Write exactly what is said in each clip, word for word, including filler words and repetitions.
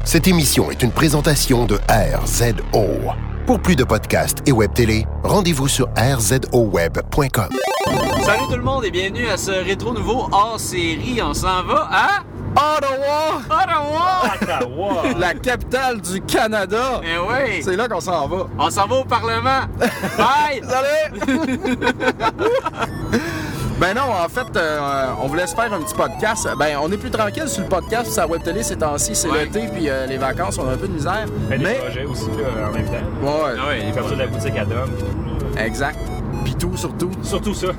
Cette émission est une présentation de R Z O. Pour plus de podcasts et web télé, rendez-vous sur r z o web point com. Salut tout le monde et bienvenue à ce rétro nouveau hors série. On s'en va à Ottawa! Ottawa! Ottawa! La capitale du Canada! Eh oui! C'est là qu'on s'en va. On s'en va au Parlement! Bye! Salut! Ben non, en fait, euh, on voulait se faire un petit podcast. Ben, on est plus tranquille sur le podcast, sur la web télé ces temps-ci, c'est ouais. l'été, puis euh, les vacances, on a un peu de misère. Ben, mais des projets aussi, là, en même temps. Ouais. Ah ouais, Les factures de la boutique à Dom, pis tout, là. Exact. Puis tout, surtout. Surtout ça.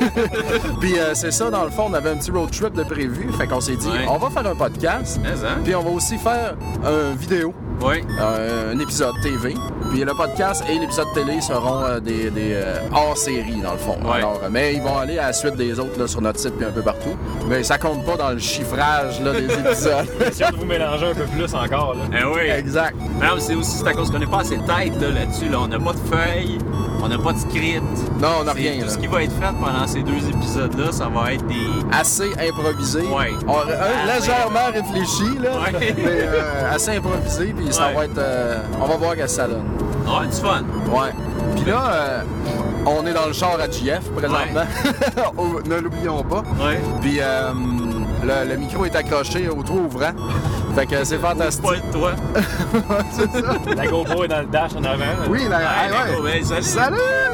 Puis euh, c'est ça, dans le fond, on avait un petit road trip de prévu. Fait qu'on s'est dit, ouais. on va faire un podcast. Mais, hein? Puis on va aussi faire une vidéo. Oui. Euh, un épisode T V. Puis le podcast et l'épisode télé seront euh, des, des euh, hors-série, dans le fond. Ouais. Alors, euh, mais ils vont aller à la suite des autres là, sur notre site puis un peu partout. Mais ça compte pas dans le chiffrage là, des épisodes. Essayons de vous mélanger un peu plus encore, là. Eh oui! Exact. Non, mais c'est aussi c'est à cause qu'on n'est pas assez tête là, là-dessus. Là. On n'a pas de feuilles, on n'a pas de script. Non, on n'a C'est rien. Tout Là. ce qui va être fait pendant ces deux épisodes-là, ça va être des... Assez improvisé. Ouais. On, un, légèrement réfléchi, là. Ouais. Mais euh, assez improvisé, puis ça Ouais. va être... euh, on va voir qu'est-ce que ça donne. Ouais, du fun. Ouais. Puis là, euh, on est dans le char à J F présentement. Oh, ne l'oublions pas. Ouais. Puis euh, le, le micro est accroché au toit ouvrant. Fait que c'est fantastique. Pas de toi. C'est ça. La GoPro est dans le dash en avant. Là. Oui, la, Ouais, hey, ouais. d'accord, ben, salut. Salut!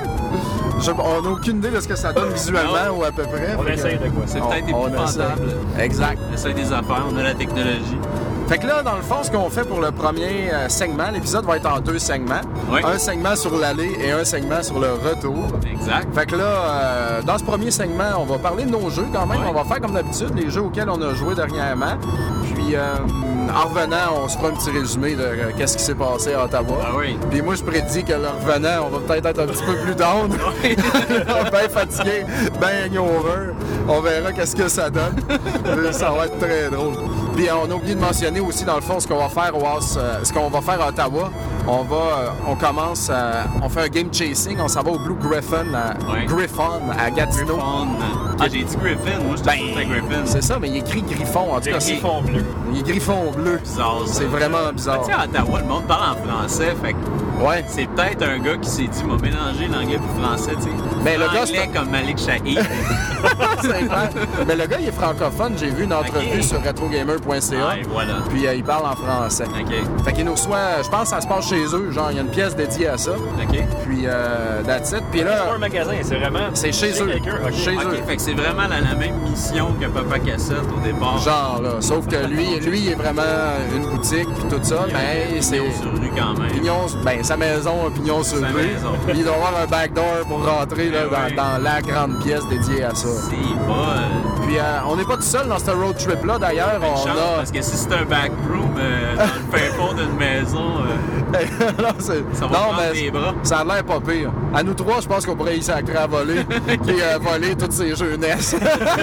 Je- on n'a aucune idée de ce que ça donne visuellement Non. ou à peu près. On Fait que- essaye de quoi. C'est On- peut-être on épouvantable. essaye. Exact. On essaie des affaires, on a la technologie. Fait que là, dans le fond, ce qu'on fait pour le premier euh, segment, l'épisode va être en deux segments. Oui. Un segment sur l'aller et un segment sur le retour. Exact. Fait que là, euh, dans ce premier segment, on va parler de nos jeux quand même. Ouais. On va faire comme d'habitude les jeux auxquels on a joué dernièrement. Puis, euh, en revenant, on se fera un petit résumé de euh, qu'est-ce qui s'est passé à Ottawa. Ah oui. Puis moi, je prédis que le revenant, on va peut-être être un petit peu plus down. Oui. bien fatigué, bien hangover. On verra qu'est-ce que ça donne. Ça va être très drôle. Puis on a oublié de mentionner aussi, dans le fond, ce qu'on va faire au House, euh, ce qu'on va faire à Ottawa. On va, euh, on commence, euh, on fait un game chasing. On s'en va au Blue Griffon à, Ouais. Griffon à Gatineau. Griffon. Ah, j'ai dit Griffin. Moi, je Ben, t'ai dit Griffin. C'est ça, mais il écrit Griffon. En tout Les cas, c'est- griffons bleus. il est Griffon bleu. bizarre, ça. C'est vraiment bizarre. Tu sais, à Ottawa, le monde parle en français, fait que Ouais. c'est peut-être un gars qui s'est dit, m'a mélangé l'anglais et le français, tu sais. Mais le gars, L'anglais c'est- comme Malik Shahid. C'est clair. Mais le gars, il est francophone. J'ai vu une entrevue Ok. sur retrogamer point c a. Ah, et voilà. Puis euh, il parle en français. OK. Fait qu'il nous reçoit, je pense que ça se passe chez eux. Genre, il y a une pièce dédiée à ça. OK. Puis, euh, that's it. Puis C'est pas là, un magasin, c'est vraiment. c'est chez eux. quelqu'un. Ok. Chez OK, eux. fait que c'est vraiment la, la même mission que Papa Cassette au départ. Genre, là. Sauf que lui, lui, il est vraiment une boutique, puis tout ça. Mais c'est. Pignon sur rue quand même. Pignon, ben, sa maison, un pignon sur Sa rue. maison. Puis il doit avoir un backdoor pour rentrer là, Eh dans, oui. dans la grande pièce dédiée à ça. C'est bon. Puis euh, on n'est pas tout seul dans ce road trip-là. D'ailleurs, Une on chance, a. parce que si c'est un backroom euh, dans le fin fond d'une maison, euh, non, c'est- ça va non, prendre mais des bras. ça a l'air pas pire. À nous trois, je pense qu'on pourrait y sacrer à voler et euh, voler toutes ces jeunesses.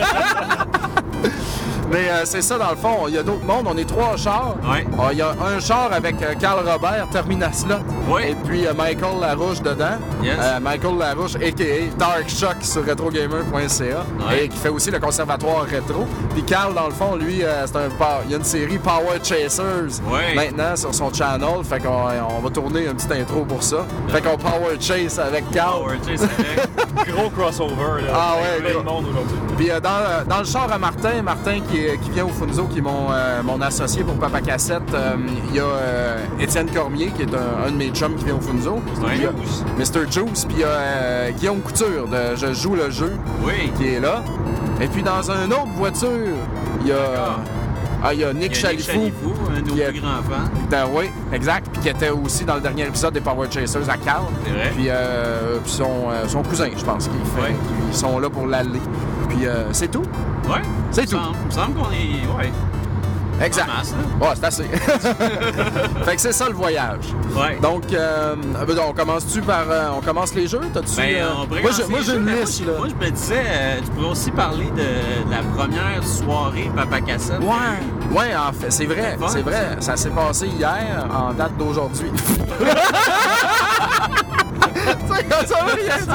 Mais euh, c'est ça, dans le fond. Il y a d'autres mondes. On est trois chars. Ouais. Ah, il y a un char avec euh, Carl Robert, Terminaslot. Ouais. Et puis euh, Michael Larouche dedans. Yes. Euh, Michael Larouche, a k a. Dark Shock sur retrogamer point c a. Ouais. Et qui fait aussi le conservatoire rétro. Puis Carl, dans le fond, lui, euh, c'est un pa- il y a une série Power Chasers Ouais. maintenant sur son channel. Fait qu'on on va tourner une petite intro pour ça. Fait qu'on Power Chase avec Carl. Power Chase avec. Gros crossover, là. Ah ouais, Plein de gros. monde aujourd'hui. Puis euh, dans, dans le char à Martin, Martin qui, est- qui vient au Funzo, qui est mon, euh, mon associé pour Papa Cassette, euh, il y a euh, Étienne Cormier, qui est un, un de mes chums qui vient au Funzo. Ouais. Il y a mister Juice, puis il y a euh, Guillaume Couture de Je joue le jeu, Oui. qui est là. Et puis dans une autre voiture, il y a, D'accord. ah, il y a Nick Il y a Nick Chalifou. Chalifou, un de nos Qui est- plus grands fans. Ben oui, exact. Puis qui était aussi dans le dernier épisode des Power Chasers à Carl. C'est vrai. Puis, euh, puis son, euh, son cousin, je pense, qui fait. Ouais. qui- Ils sont là pour l'aller. Puis euh, c'est tout. Ouais. C'est Il tout. me semble- Il me semble qu'on est. Ouais. Exact. En masse, là. Ouais, c'est assez. Fait que c'est ça le voyage. Ouais. Donc, euh, ben, on commence-tu par. euh, on commence les jeux? T'as-tu. Ben, euh, on pourrait moi, j'ai, commencer moi, les j'ai jeux, une mais liste, moi, là. Moi, je me disais, euh, tu pourrais aussi parler de, de la première soirée Papa Cassette. Ouais, ouais, en fait, c'est vrai, C'est fun, c'est vrai. Ça s'est passé hier, en date d'aujourd'hui. Ça veut rien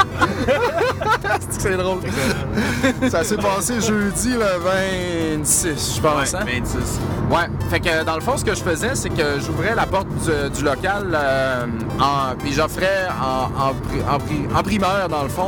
dire. C'est drôle. Ça s'est passé jeudi le vingt-six, je pense. Ouais, hein? vingt-six. Ouais. Fait que dans le fond, ce que je faisais, c'est que j'ouvrais la porte du, du local, euh, en, puis j'offrais en, en, en, pri- en primeur, dans le fond,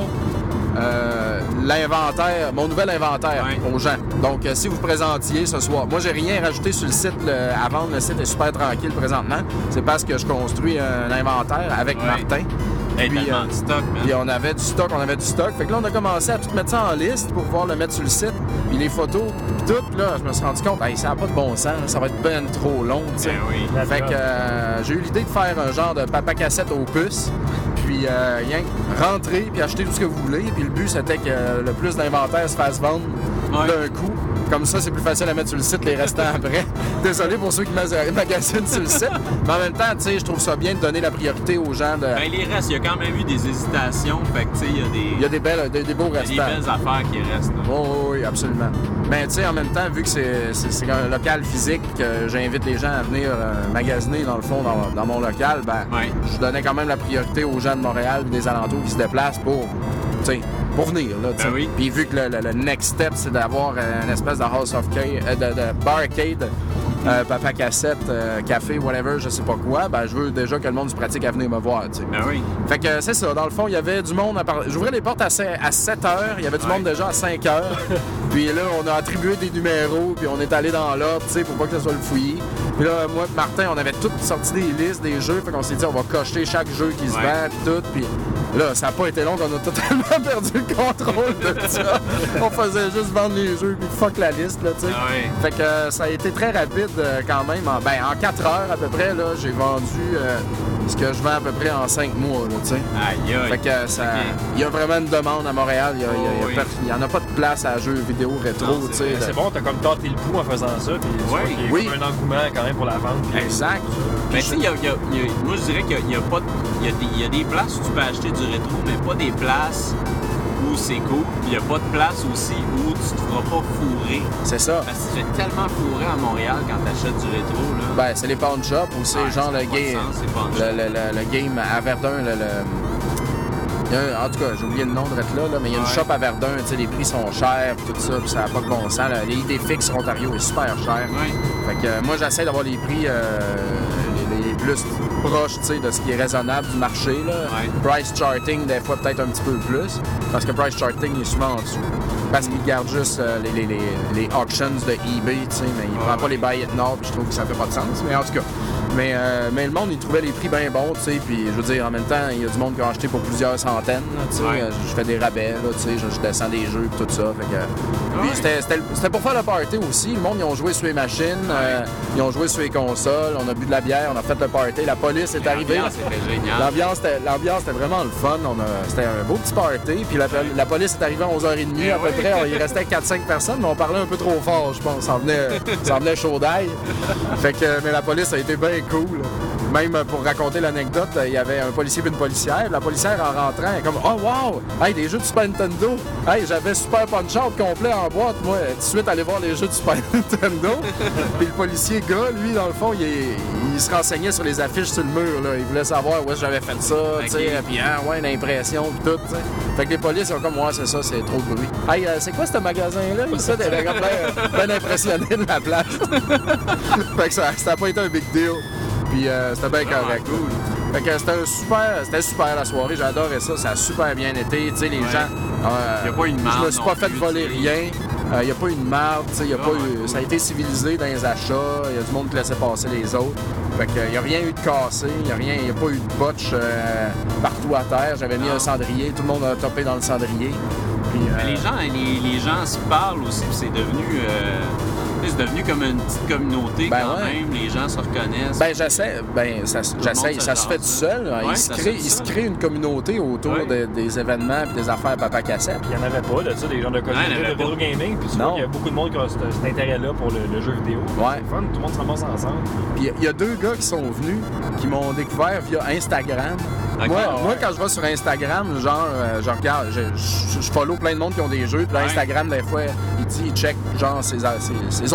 euh, l'inventaire, mon nouvel inventaire ouais. aux gens. Donc, euh, si vous présentiez ce soir, moi, j'ai rien rajouté sur le site le, à vendre. Le site est super tranquille présentement. C'est parce que je construis un inventaire avec Ouais. Martin. Hey, Puis, tellement euh, de stock, man. Puis on avait du stock, on avait du stock. Fait que là, on a commencé à tout mettre ça en liste pour pouvoir le mettre sur le site. Puis les photos, puis tout, là, je me suis rendu compte, hey, ça n'a pas de bon sens, là, ça va être ben trop long, tu sais. Ben oui. Fait que euh, j'ai eu l'idée de faire un genre de papa cassette aux puces. Puis euh, rien que rentrer puis acheter tout ce que vous voulez. Puis le but, c'était que euh, le plus d'inventaire se fasse vendre Ouais. d'un coup. Comme ça, c'est plus facile à mettre sur le site, les restants après. Désolé pour ceux qui mas- magasinent sur le site. Mais en même temps, tu sais, je trouve ça bien de donner la priorité aux gens. De... Ben, les restes, il y a quand même eu des hésitations. Fait que, tu sais, il y a des... Il y a des, belles, des, des beaux il y a restants. des belles affaires qui restent. là. Oui, oui, oui, absolument. Mais tu sais, en même temps, vu que c'est, c'est, c'est un local physique, que j'invite les gens à venir euh, magasiner, dans le fond, dans, dans mon local, ben, Ouais. je donnais quand même la priorité aux gens de Montréal et des alentours qui se déplacent pour, tu sais, pour venir, là, tu sais. Ben oui. Puis vu que le, le- le next step, c'est d'avoir euh, une espèce de house of cake, euh, de, de barcade, euh, papa cassette, euh, café, whatever, je sais pas quoi, ben, je veux déjà que le monde se pratique à venir me voir, tu sais. Ben oui. Fait que c'est ça, dans le fond, il y avait du monde à parler. J'ouvrais les portes à sept heures, il y avait du Ouais. monde déjà à cinq heures. Puis là, on a attribué des numéros, puis on est allé dans l'ordre, tu sais, pour pas que ce soit le fouillis. Puis là, moi et Martin, on avait toutes sorti des listes des jeux, fait qu'on s'est dit, on va cocher chaque jeu qui se Ouais. vend, puis tout. Puis là, ça a pas été long, on a totalement perdu le contrôle de ça. On faisait juste vendre les jeux, puis fuck la liste, là, tu sais. Ah ouais. Fait que euh, ça a été très rapide euh, quand même. En, ben, en quatre heures à peu près, là, j'ai vendu euh, ce que je vends à peu près en cinq mois, là, tu sais. Aïe, aïe. Fait que euh, ça, Ok. il y a vraiment une demande à Montréal. Il y a- il y a- il y a Oh, oui. per- il y en a pas de place à jeux vidéo rétro, Non, c'est tu sais. vrai. de- C'est bon, t'as comme tâté le pouls en faisant ça, puis tu vois Ouais. qu'il y a Oui. comme un engouement quand même pour la vente. puis- Exact. Mais tu sais, il y a- il y a- il y a- moi, je dirais qu'il y a pas de- il y a des- il y a des places où tu peux acheter du rétro, mais pas des places où c'est cool. Puis il n'y a pas de place aussi où tu te feras pas fourrer. C'est ça. Parce que tu te fais tellement fourrer à Montréal quand tu achètes du rétro, là. Ben, c'est les pawn shops ou c'est Ouais, genre ça le n'a pas de game. sens, c'est pawn Le, shop. le, le, le game à Verdun, le. le- il y a un- en tout cas, j'ai oublié le nom de là, là, mais il y a une Ouais. shop à Verdun, tu sais, les prix sont chers, pis tout ça, puis ça n'a pas de bon sens. là. Les idées fixes sur Ontario est super cher. Ouais. Fait que euh, moi, j'essaie d'avoir les prix euh, les, les plus proches, tu sais, de ce qui est raisonnable du marché, là. Ouais. Price charting, des fois, peut-être un petit peu plus, parce que price charting il est souvent en dessous. Parce qu'il garde juste euh, les, les, les, les auctions de eBay, tu sais, mais il Ouais, prend pas ouais. les buy it now, puis je trouve que ça fait pas de sens. Mais en tout cas, mais, euh, mais le monde, il trouvait les prix bien bons, tu sais, puis je veux dire, en même temps, il y a du monde qui a acheté pour plusieurs centaines, là, tu sais. Ouais. Euh, Je fais des rabais, là, tu sais, je, je descends des jeux, puis tout ça, fait que... Puis Ouais. c'était, c'était, c'était pour faire le party aussi. Le monde, ils ont joué sur les machines, euh, ils ont joué sur les consoles, on a bu de la bière, on a fait le party. La police est arrivée. L'ambiance était géniale. L'ambiance était, l'ambiance était vraiment le fun. On a, c'était un beau petit party. Puis la, la police est arrivée à onze heures trente à peu ouais. près. On- Il restait quatre cinq personnes, mais on parlait un peu trop fort, je pense. Ça en venait, ça en venait chaud d'ail. Fait que, mais la police a été bien cool. Même pour raconter l'anecdote, il y avait un policier et une policière. La policière, en rentrant, elle est comme « Oh, wow! Hey, des jeux de Super Nintendo! Hey, j'avais Super Punch-Out complet en boîte, moi. » Tout de suite, aller voir les jeux de Super Nintendo. Puis le policier gars, lui, dans le fond, il, est- il se renseignait sur les affiches sur le mur. Là. Il voulait savoir où est-ce que j'avais fait ça, tu sais. Ok. Puis, ah, ouais, l'impression, puis tout, tu sais. Fait que les policiers sont comme « Ouais, c'est ça, c'est trop de bruit. » Hey, euh, c'est quoi ce magasin-là? Il s'est bien impressionné de la place. Fait que ça n'a pas été un big deal. Puis euh, c'était bien Vraiment correct. cool. Fait que c'était un super, c'était super la soirée, j'adorais ça, ça a super bien été, tu sais, les Ouais. gens... euh, Y a pas eu de Je marde me suis pas non fait plus, voler tu sais. rien, il n'y a pas eu de marde, tu sais, y a pas Vraiment eu, cool. ça a été civilisé dans les achats, il y a du monde qui laissait passer les autres. Fait que y a rien eu de cassé, il n'y a rien, y a pas eu de botch euh, partout à terre, j'avais mis Non. un cendrier, tout le monde a topé dans le cendrier. Puis, euh, Mais les gens, les, les gens se parlent aussi, puis c'est devenu, euh, tu sais, c'est devenu comme une petite communauté Ben quand ouais. même. Les gens se reconnaissent. Ben j'essaie, ben ça, j'essaie, monde se ça se fait tout jase, seul. là. il, Ouais, se ça se crée, fait tout il se seul. crée une communauté autour Ouais. de- des événements et des affaires papa cassette. Il n'y en avait pas de ça, des gens de il y communauté en de avait rétro pas. gaming, puis tu Non. vois qu'il y a beaucoup de monde qui a cet, cet intérêt-là pour le, le jeu vidéo. Ouais. C'est le fun, tout le monde se ramasse ensemble. Puis il y a deux gars qui sont venus, qui m'ont découvert via Instagram. Ok. Moi, Ah ouais. moi, quand je vais sur Instagram, genre, euh, je regarde, je, je, je follow plein de monde qui ont des jeux, puis là, Ouais. Instagram, des fois, il dit, il check, genre, ses, ses, ses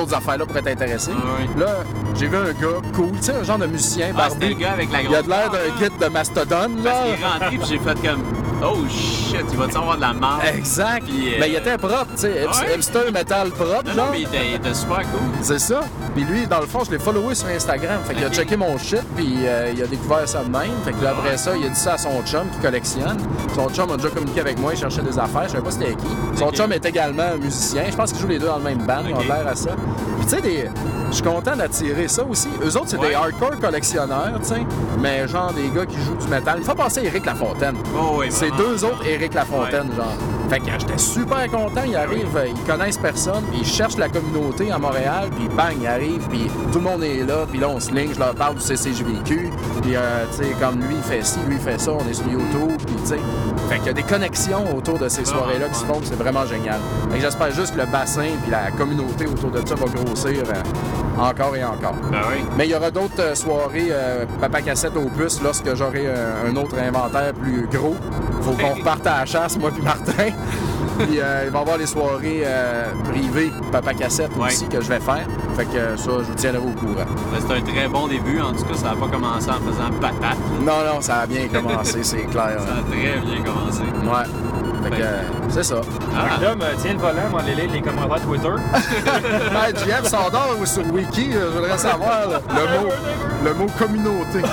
autres affaires-là pourraient t'intéresser. Ah oui. Là, j'ai vu un gars cool, tu sais, un genre de musicien Ah, c'était barbu. le gars avec la grosse Il a de l'air barbe, d'un là. kit de Mastodon, là. Parce qu'il est rentré, puis j'ai fait comme oh shit, il va-tu avoir de la marde? Exact. Puis, euh, Mais il était propre, tu sais, hipster, ouais. hipster metal propre, Non, non, genre. mais il était, il était super cool. C'est ça. Puis lui, dans le fond, je l'ai followé sur Instagram. Fait qu'il Ok. a checké mon shit, puis euh, il a découvert ça de même. Fait que là, après Ouais. ça, il a dit ça à son chum qui collectionne. Son chum a déjà communiqué avec moi, il cherchait des affaires. Je savais pas c'était qui. Son Ok. chum est également musicien. Je pense qu'ils jouent les deux dans le même band. Ils ont Ok. l'air à ça. Puis tu sais, des... je suis content d'attirer ça aussi. Eux autres, c'est Ouais. des hardcore collectionneurs, tu sais. Mais genre des gars qui jouent du métal. Il faut penser à Éric Lafontaine. Oh, oui, C'est vraiment. deux autres Éric Lafontaine, genre. Fait que j'étais super content. Ils arrivent, euh, ils connaissent personne, puis ils cherchent la communauté à Montréal, puis bang, ils arrivent, puis tout le monde est là, puis là, on se ligne, je leur parle du C C J V Q, puis euh, tu sais, comme lui, il fait ci, lui, il fait ça, on est sur YouTube, puis tu sais. Fait qu'il y a des connexions autour de ces soirées-là qui se font, puis c'est vraiment génial. Fait que j'espère juste que le bassin, puis la communauté autour de ça va grossir euh, encore et encore. Ben oui. Mais il y aura d'autres euh, soirées euh, Papa Cassette au plus lorsque j'aurai euh, un autre inventaire plus gros. Faut qu'on reparte à la chasse, moi puis Martin. Puis euh, il va y avoir les soirées euh, privées Papa Cassette Ouais. aussi que je vais faire. Fait que euh, ça, je vous tiendrai au courant. Ben, c'est un très bon début. En tout cas, ça n'a pas commencé en faisant patate. Non, non, ça a bien commencé, c'est clair. Ça a très bien commencé. Ouais. Fait que euh, c'est ça. Ah, Dom, euh, tiens le volant, on va aller lire les commentaires Twitter. Hey, J F Sandor ou sur Wiki, euh, je voudrais savoir là, le mot, le mot communauté.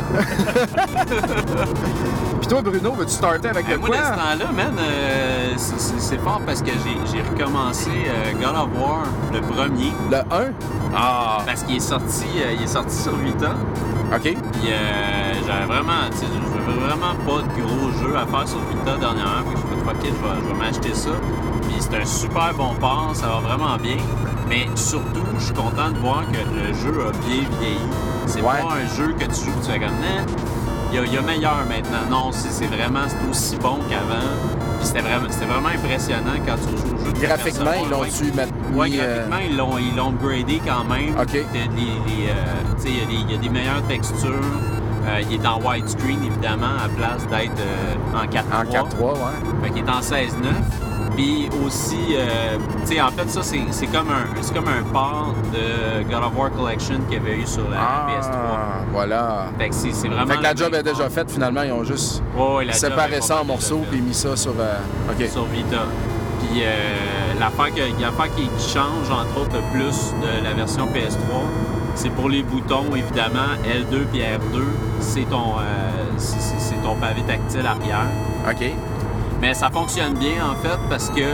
Puis toi, Bruno, veux-tu starter avec Eh, le moi, quoi? de ce temps-là, man, euh, c'est- c'est c'est fort parce que j'ai j'ai recommencé euh, God of War, le premier, Le un? Ah, parce qu'il est sorti euh, il est sorti sur Vita. OK. Puis euh, j'avais vraiment, tu sais, j'avais vraiment pas de gros jeux à faire sur Vita dernièrement. Fait que je me suis dit, OK, je vais, je vais m'acheter ça. Puis c'est un super bon port, ça va vraiment bien. Mais surtout, je suis content de voir que le jeu a bien vieilli. C'est Ouais. pas un jeu que tu joues, tu fais comme, Nah, il y a, il y a meilleur maintenant. Non, c'est c'est vraiment, c'est aussi bon qu'avant. Puis c'était vraiment, c'était vraiment impressionnant quand tu joues au jeu. de Graphiquement, personne. ils l'ont Ouais. su mettre. Ouais, mis, euh, graphiquement, ils l'ont ils l'ont upgradé quand même. OK. Des- des- des, euh, tu sais, il y a des- il y, a des meilleures textures. Euh, il est en widescreen, évidemment, à place d'être euh, en quatre trois. En quatre trois, ouais. Fait qu'il est en seize neuf. Puis aussi, euh, tu sais, en fait, ça, c'est c'est comme un c'est comme un port de God of War Collection qu'il y avait eu sur la P S trois. Ah, voilà. Fait que c'est c'est vraiment... Fait que la le job même est déjà port. faite, finalement, ils ont juste Ouais, ouais, la job séparé est ça pas en mal morceaux déjà puis faite. mis ça sur. euh, OK. Sur Vita. Puis euh, l'affaire que- l'affaire qui change, entre autres, le plus de la version P S trois, c'est pour les boutons, évidemment. L deux puis R deux, c'est ton, euh, c'est- c'est c'est ton pavé tactile arrière. OK. Mais ça fonctionne bien, en fait, parce que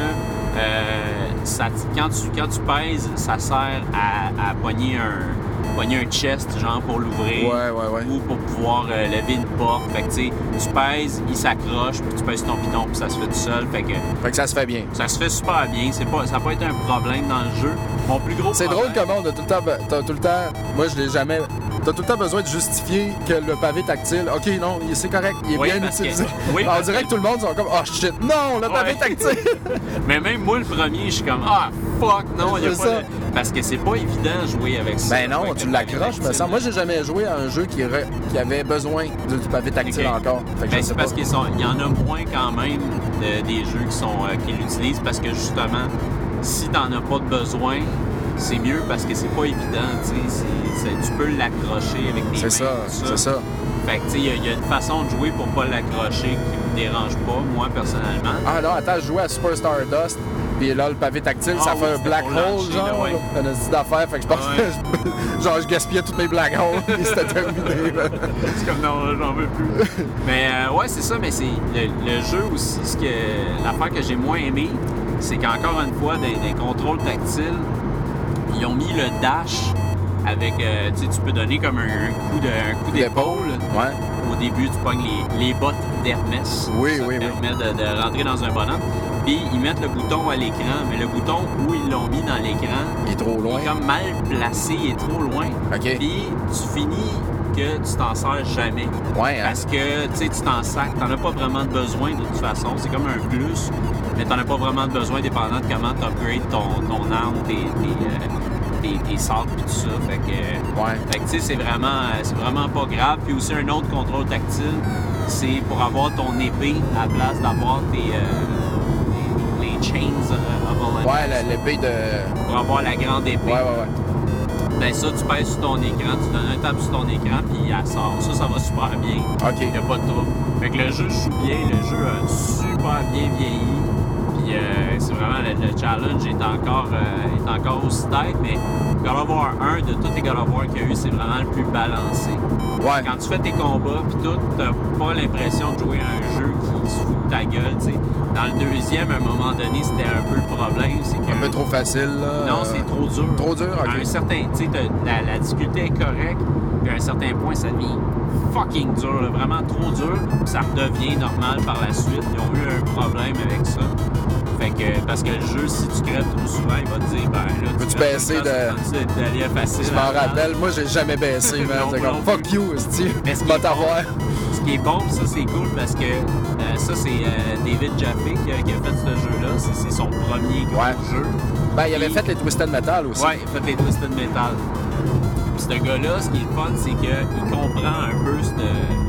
euh, ça, quand, tu, quand tu pèses, ça sert à, à pogner, un, pogner un chest, genre, pour l'ouvrir. Ouais, ouais, ouais. Ou pour pouvoir euh, lever une porte. Fait que, tu sais, tu pèses, il s'accroche, puis tu pèses ton piton, puis ça se fait tout seul. Fait que Fait que ça se fait bien. ça se fait super bien. C'est pas, ça n'a pas été un problème dans le jeu. Mon plus gros C'est problème... drôle comment on a tout le temps. be- T'as tout le temps. Moi, je l'ai jamais. T'as tout le temps besoin de justifier que le pavé tactile. OK, non, il- c'est correct, il est Oui, bien parce que- utilisé. oui, on parce dirait que- que tout le monde sont comme oh shit, non, le pavé Ouais. tactile. Mais même moi, le premier, je suis comme, ah, fuck, non, il y a C'est pas ça. de... Parce que c'est pas évident de jouer avec ça. Ben non, avec tu le l'accroches, pavé me tactile. semble. Moi, j'ai jamais joué à un jeu qui, re- qui avait besoin de- du pavé tactile Ok. encore. Fait que je Ben, sais c'est pas. parce qu'il y en a moins quand même de- des jeux qui, sont, euh, qui l'utilisent parce que justement, si t'en as pas de besoin, c'est mieux parce que c'est pas évident, tu sais. c'est- c'est- Tu peux l'accrocher avec tes mains. C'est ça, tout c'est ça. Fait que, tu sais, il y, a- il y a une façon de jouer pour pas l'accrocher qui me dérange pas, moi, personnellement. Ah non, attends, je jouais à Super Stardust, puis là, le pavé tactile, Ah ça oui, fait un c'était black pour hole, lancer, genre. là, ouais. là. Un petit d'affaires, fait que je pense Ouais. que je- genre, je gaspillais toutes mes black holes, puis c'était terminé. là. C'est comme non, j'en veux plus. mais euh, ouais, c'est ça, mais c'est le, le jeu aussi, ce que l'affaire que j'ai moins aimé, c'est qu'encore une fois, des, des contrôles tactiles, ils ont mis le dash avec, euh, tu sais, tu peux donner comme un, un coup de, un coup d'épaule. Ouais. Au début, tu pognes les, les bottes d'Hermès. Oui, ça oui, te oui. permet de, de rentrer dans un bonhomme. Puis ils mettent le bouton à l'écran, mais le bouton où ils l'ont mis dans l'écran, Il est trop il loin. est comme mal placé, il est trop loin. OK. Puis tu finis que tu t'en sers jamais. Ouais, hein? Parce que tu sais, tu t'en sacs, t'en as pas vraiment de besoin de toute façon. C'est comme un plus, mais t'en as pas vraiment de besoin dépendant de comment tu upgrades ton, ton arme, tes, tes, euh, tes, tes sorts et tout ça. Fait que, Ouais. fait que tu sais, c'est vraiment, c'est vraiment pas grave. Puis aussi un autre contrôle tactile, c'est pour avoir ton épée à la place d'avoir tes, euh, les, les Chains of Olympus. Ouais, l'épée de... Pour avoir la grande épée. Ouais, ouais, ouais. Ben ça, tu pèses sur ton écran, tu donnes un tap sur ton écran, puis elle sort. Ça, ça va super bien. OK. Il n'y a pas de trouble. Fait que le jeu joue bien, le jeu a super bien vieilli. Puis euh, c'est vraiment le, le challenge est encore, euh, est encore aussi tête, mais God of War un, de tous les God of War qu'il y a eu, c'est vraiment le plus balancé. Ouais. Quand tu fais tes combats, puis tout, t'as pas l'impression de jouer à un jeu qui se fout de ta gueule, tu sais. Dans le deuxième, à un moment donné, c'était un peu le problème, c'est que... Un peu trop facile, là. Non, c'est trop dur. Trop dur, OK. À un certain... Tu sais, la, la difficulté est correcte, puis à un certain point, ça devient fucking dur, là, vraiment trop dur, puis ça redevient normal par la suite. Ils ont eu un problème avec ça. Fait que, parce que le jeu, si tu crèves trop souvent, il va te dire, ben là, Peux-tu tu baisser de... d'aller facile. Je m'en rappelle, moi, j'ai jamais baissé, man. C'est comme, fuck you, Steve. Va t'avoir. Ce qui est bon, ça, c'est cool parce que euh, ça, c'est euh, David Jaffe qui a, qui a fait ce jeu-là. C'est, c'est son premier gros ouais. jeu. Ben, il avait Et... fait les Twisted Metal aussi. Ouais, il a fait les Twisted Metal. Puis ce gars-là, ce qui est le fun, c'est qu'il comprend un peu ce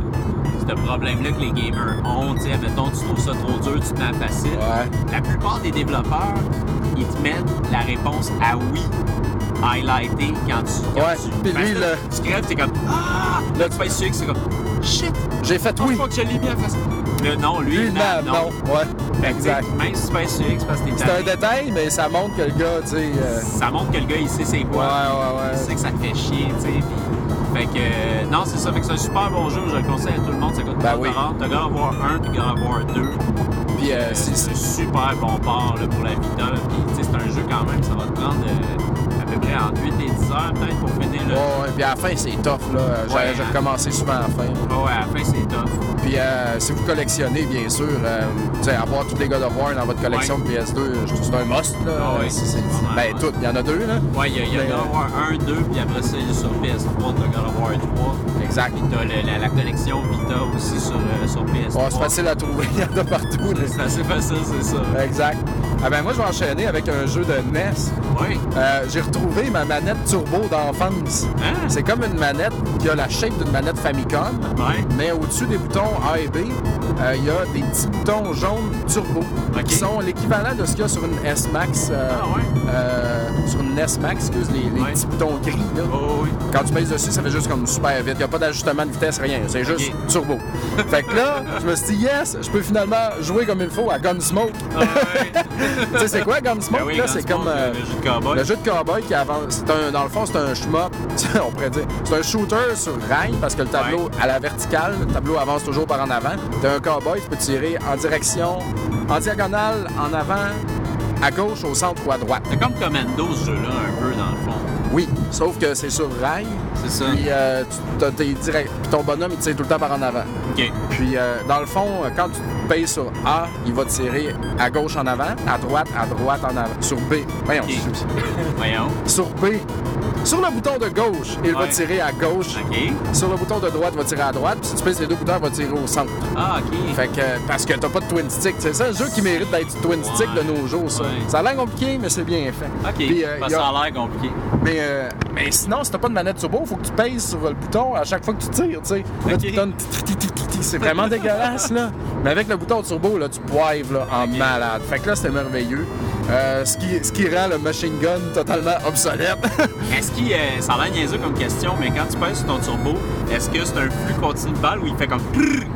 ce problème-là que les gamers ont. Tu sais, admettons, tu trouves ça trop dur, tu te mets facile. Ouais. La plupart des développeurs, ils te mettent la réponse à oui highlighté quand tu. Quand ouais, tu, puis lui, là, là, tu crèves, t'es comme ah! Là, tu fais sur X, c'est comme shit! J'ai fait oui! Je crois que je l'ai bien fait. Là, non, lui, lui non, non. non. Ouais, exact. Même si tu fais sur X parce que t'es c'est un détail, mais ça montre que le gars, tu sais. Euh... Ça montre que le gars, il sait c'est quoi. Ouais, ouais, ouais. Il sait que ça te fait chier, tu sais. Fait que, euh, non, c'est ça. Fait que c'est un super bon jeu. Je le conseille à tout le monde. Ça coûte ben pas oui. T'as God of War un puis God of War deux. Puis, euh, euh, c'est, c'est un super bon port là, pour la Vita. Là. Puis, tu sais, c'est un jeu quand même. Ça va te prendre euh, à peu près entre huit et dix heures, peut-être, pour finir. Là. Ouais, ouais. Puis à la fin, c'est tough, là. J'ai, ouais, j'ai recommencé souvent à la fin. Ouais, ouais, à la fin, c'est tough. Puis, euh, si vous collectionnez, bien sûr, euh, tu sais, avoir tous les God of War dans votre collection ouais. de P S deux, c'est un must, là. Ah, ouais. c'est, c'est, ouais, ben, ouais. tout. Il y en a deux, là. Ouais, il y a, y a God of War un, deux, puis après ça, sur P S trois, t'as God of War trois. Exact. Puis t'as le, la, la collection Vita aussi sur, euh, sur P S trois. Ouais, c'est facile à trouver, il y en a partout. Là. C'est assez facile, c'est ça. Exact. Ah ben moi, je vais enchaîner avec un jeu de N E S. Oui. Euh, j'ai retrouvé ma manette turbo d'enfance. Hein? C'est comme une manette qui a la shape d'une manette Famicom, ouais. mais au-dessus des boutons A et B, euh, il y a des petits boutons jaunes turbo okay. qui sont l'équivalent de ce qu'il y a sur une S-Max. Euh, ah ouais? Euh, sur une S-Max, excuse, les, les ouais. petits boutons gris. Là. Oh, oui. Quand tu pèses dessus, ça fait juste comme super vite. Il n'y a pas d'ajustement de vitesse, rien. C'est juste okay. turbo. Fait que là, je me suis dit, yes, je peux finalement jouer comme il faut à Gunsmoke. Ah ouais. Tu sais, c'est quoi Gunsmoke? Ben oui, là, Gunsmoke, c'est comme euh, le jeu de cowboy. Le jeu de cowboy qui avance. C'est un, dans le fond, c'est un shmup. On pourrait dire. C'est un shooter sur rail parce que le tableau ouais. à la verticale, le tableau avance toujours par en avant. T'as un cowboy qui peut tirer en direction, en diagonale, en avant, à gauche, au centre ou à droite. C'est comme Commando, ce jeu-là, un peu, dans le fond. Oui, sauf que c'est sur rail. C'est ça. Puis, euh, tu, t'as tes direct... Puis ton bonhomme, il tire tout le temps par en avant. OK. Puis, euh, dans le fond, quand tu payes sur A, il va tirer à gauche en avant, à droite, à droite en avant. Sur B. Voyons. Okay. Voyons. Sur B. Sur le bouton de gauche, il ouais. va tirer à gauche. OK. Sur le bouton de droite, il va tirer à droite. Puis si tu pèses les deux boutons, il va tirer au centre. Ah, OK. Fait que, parce que t'as pas de twin stick. C'est ça, un jeu qui mérite d'être twin stick ouais. de nos jours, ça. Ouais. Ça a l'air compliqué, mais c'est bien fait. OK. Puis, euh, ça a l'air compliqué. Mais, euh, mais sinon, si t'as pas de manette turbo, il faut que tu pèses sur le bouton à chaque fois que tu tires, tu sais. Là, okay. tu donnes... C'est vraiment dégueulasse, là. Mais avec le bouton turbo, là, tu poives là, en okay. malade. Fait que là, c'était merveilleux. Euh, ce, qui, ce qui rend le machine gun totalement obsolète. Est-ce qu'il... Euh, ça a l'air niaiseux comme question, mais quand tu pèses sur ton turbo, est-ce que c'est un flux continu de balle ou il fait comme...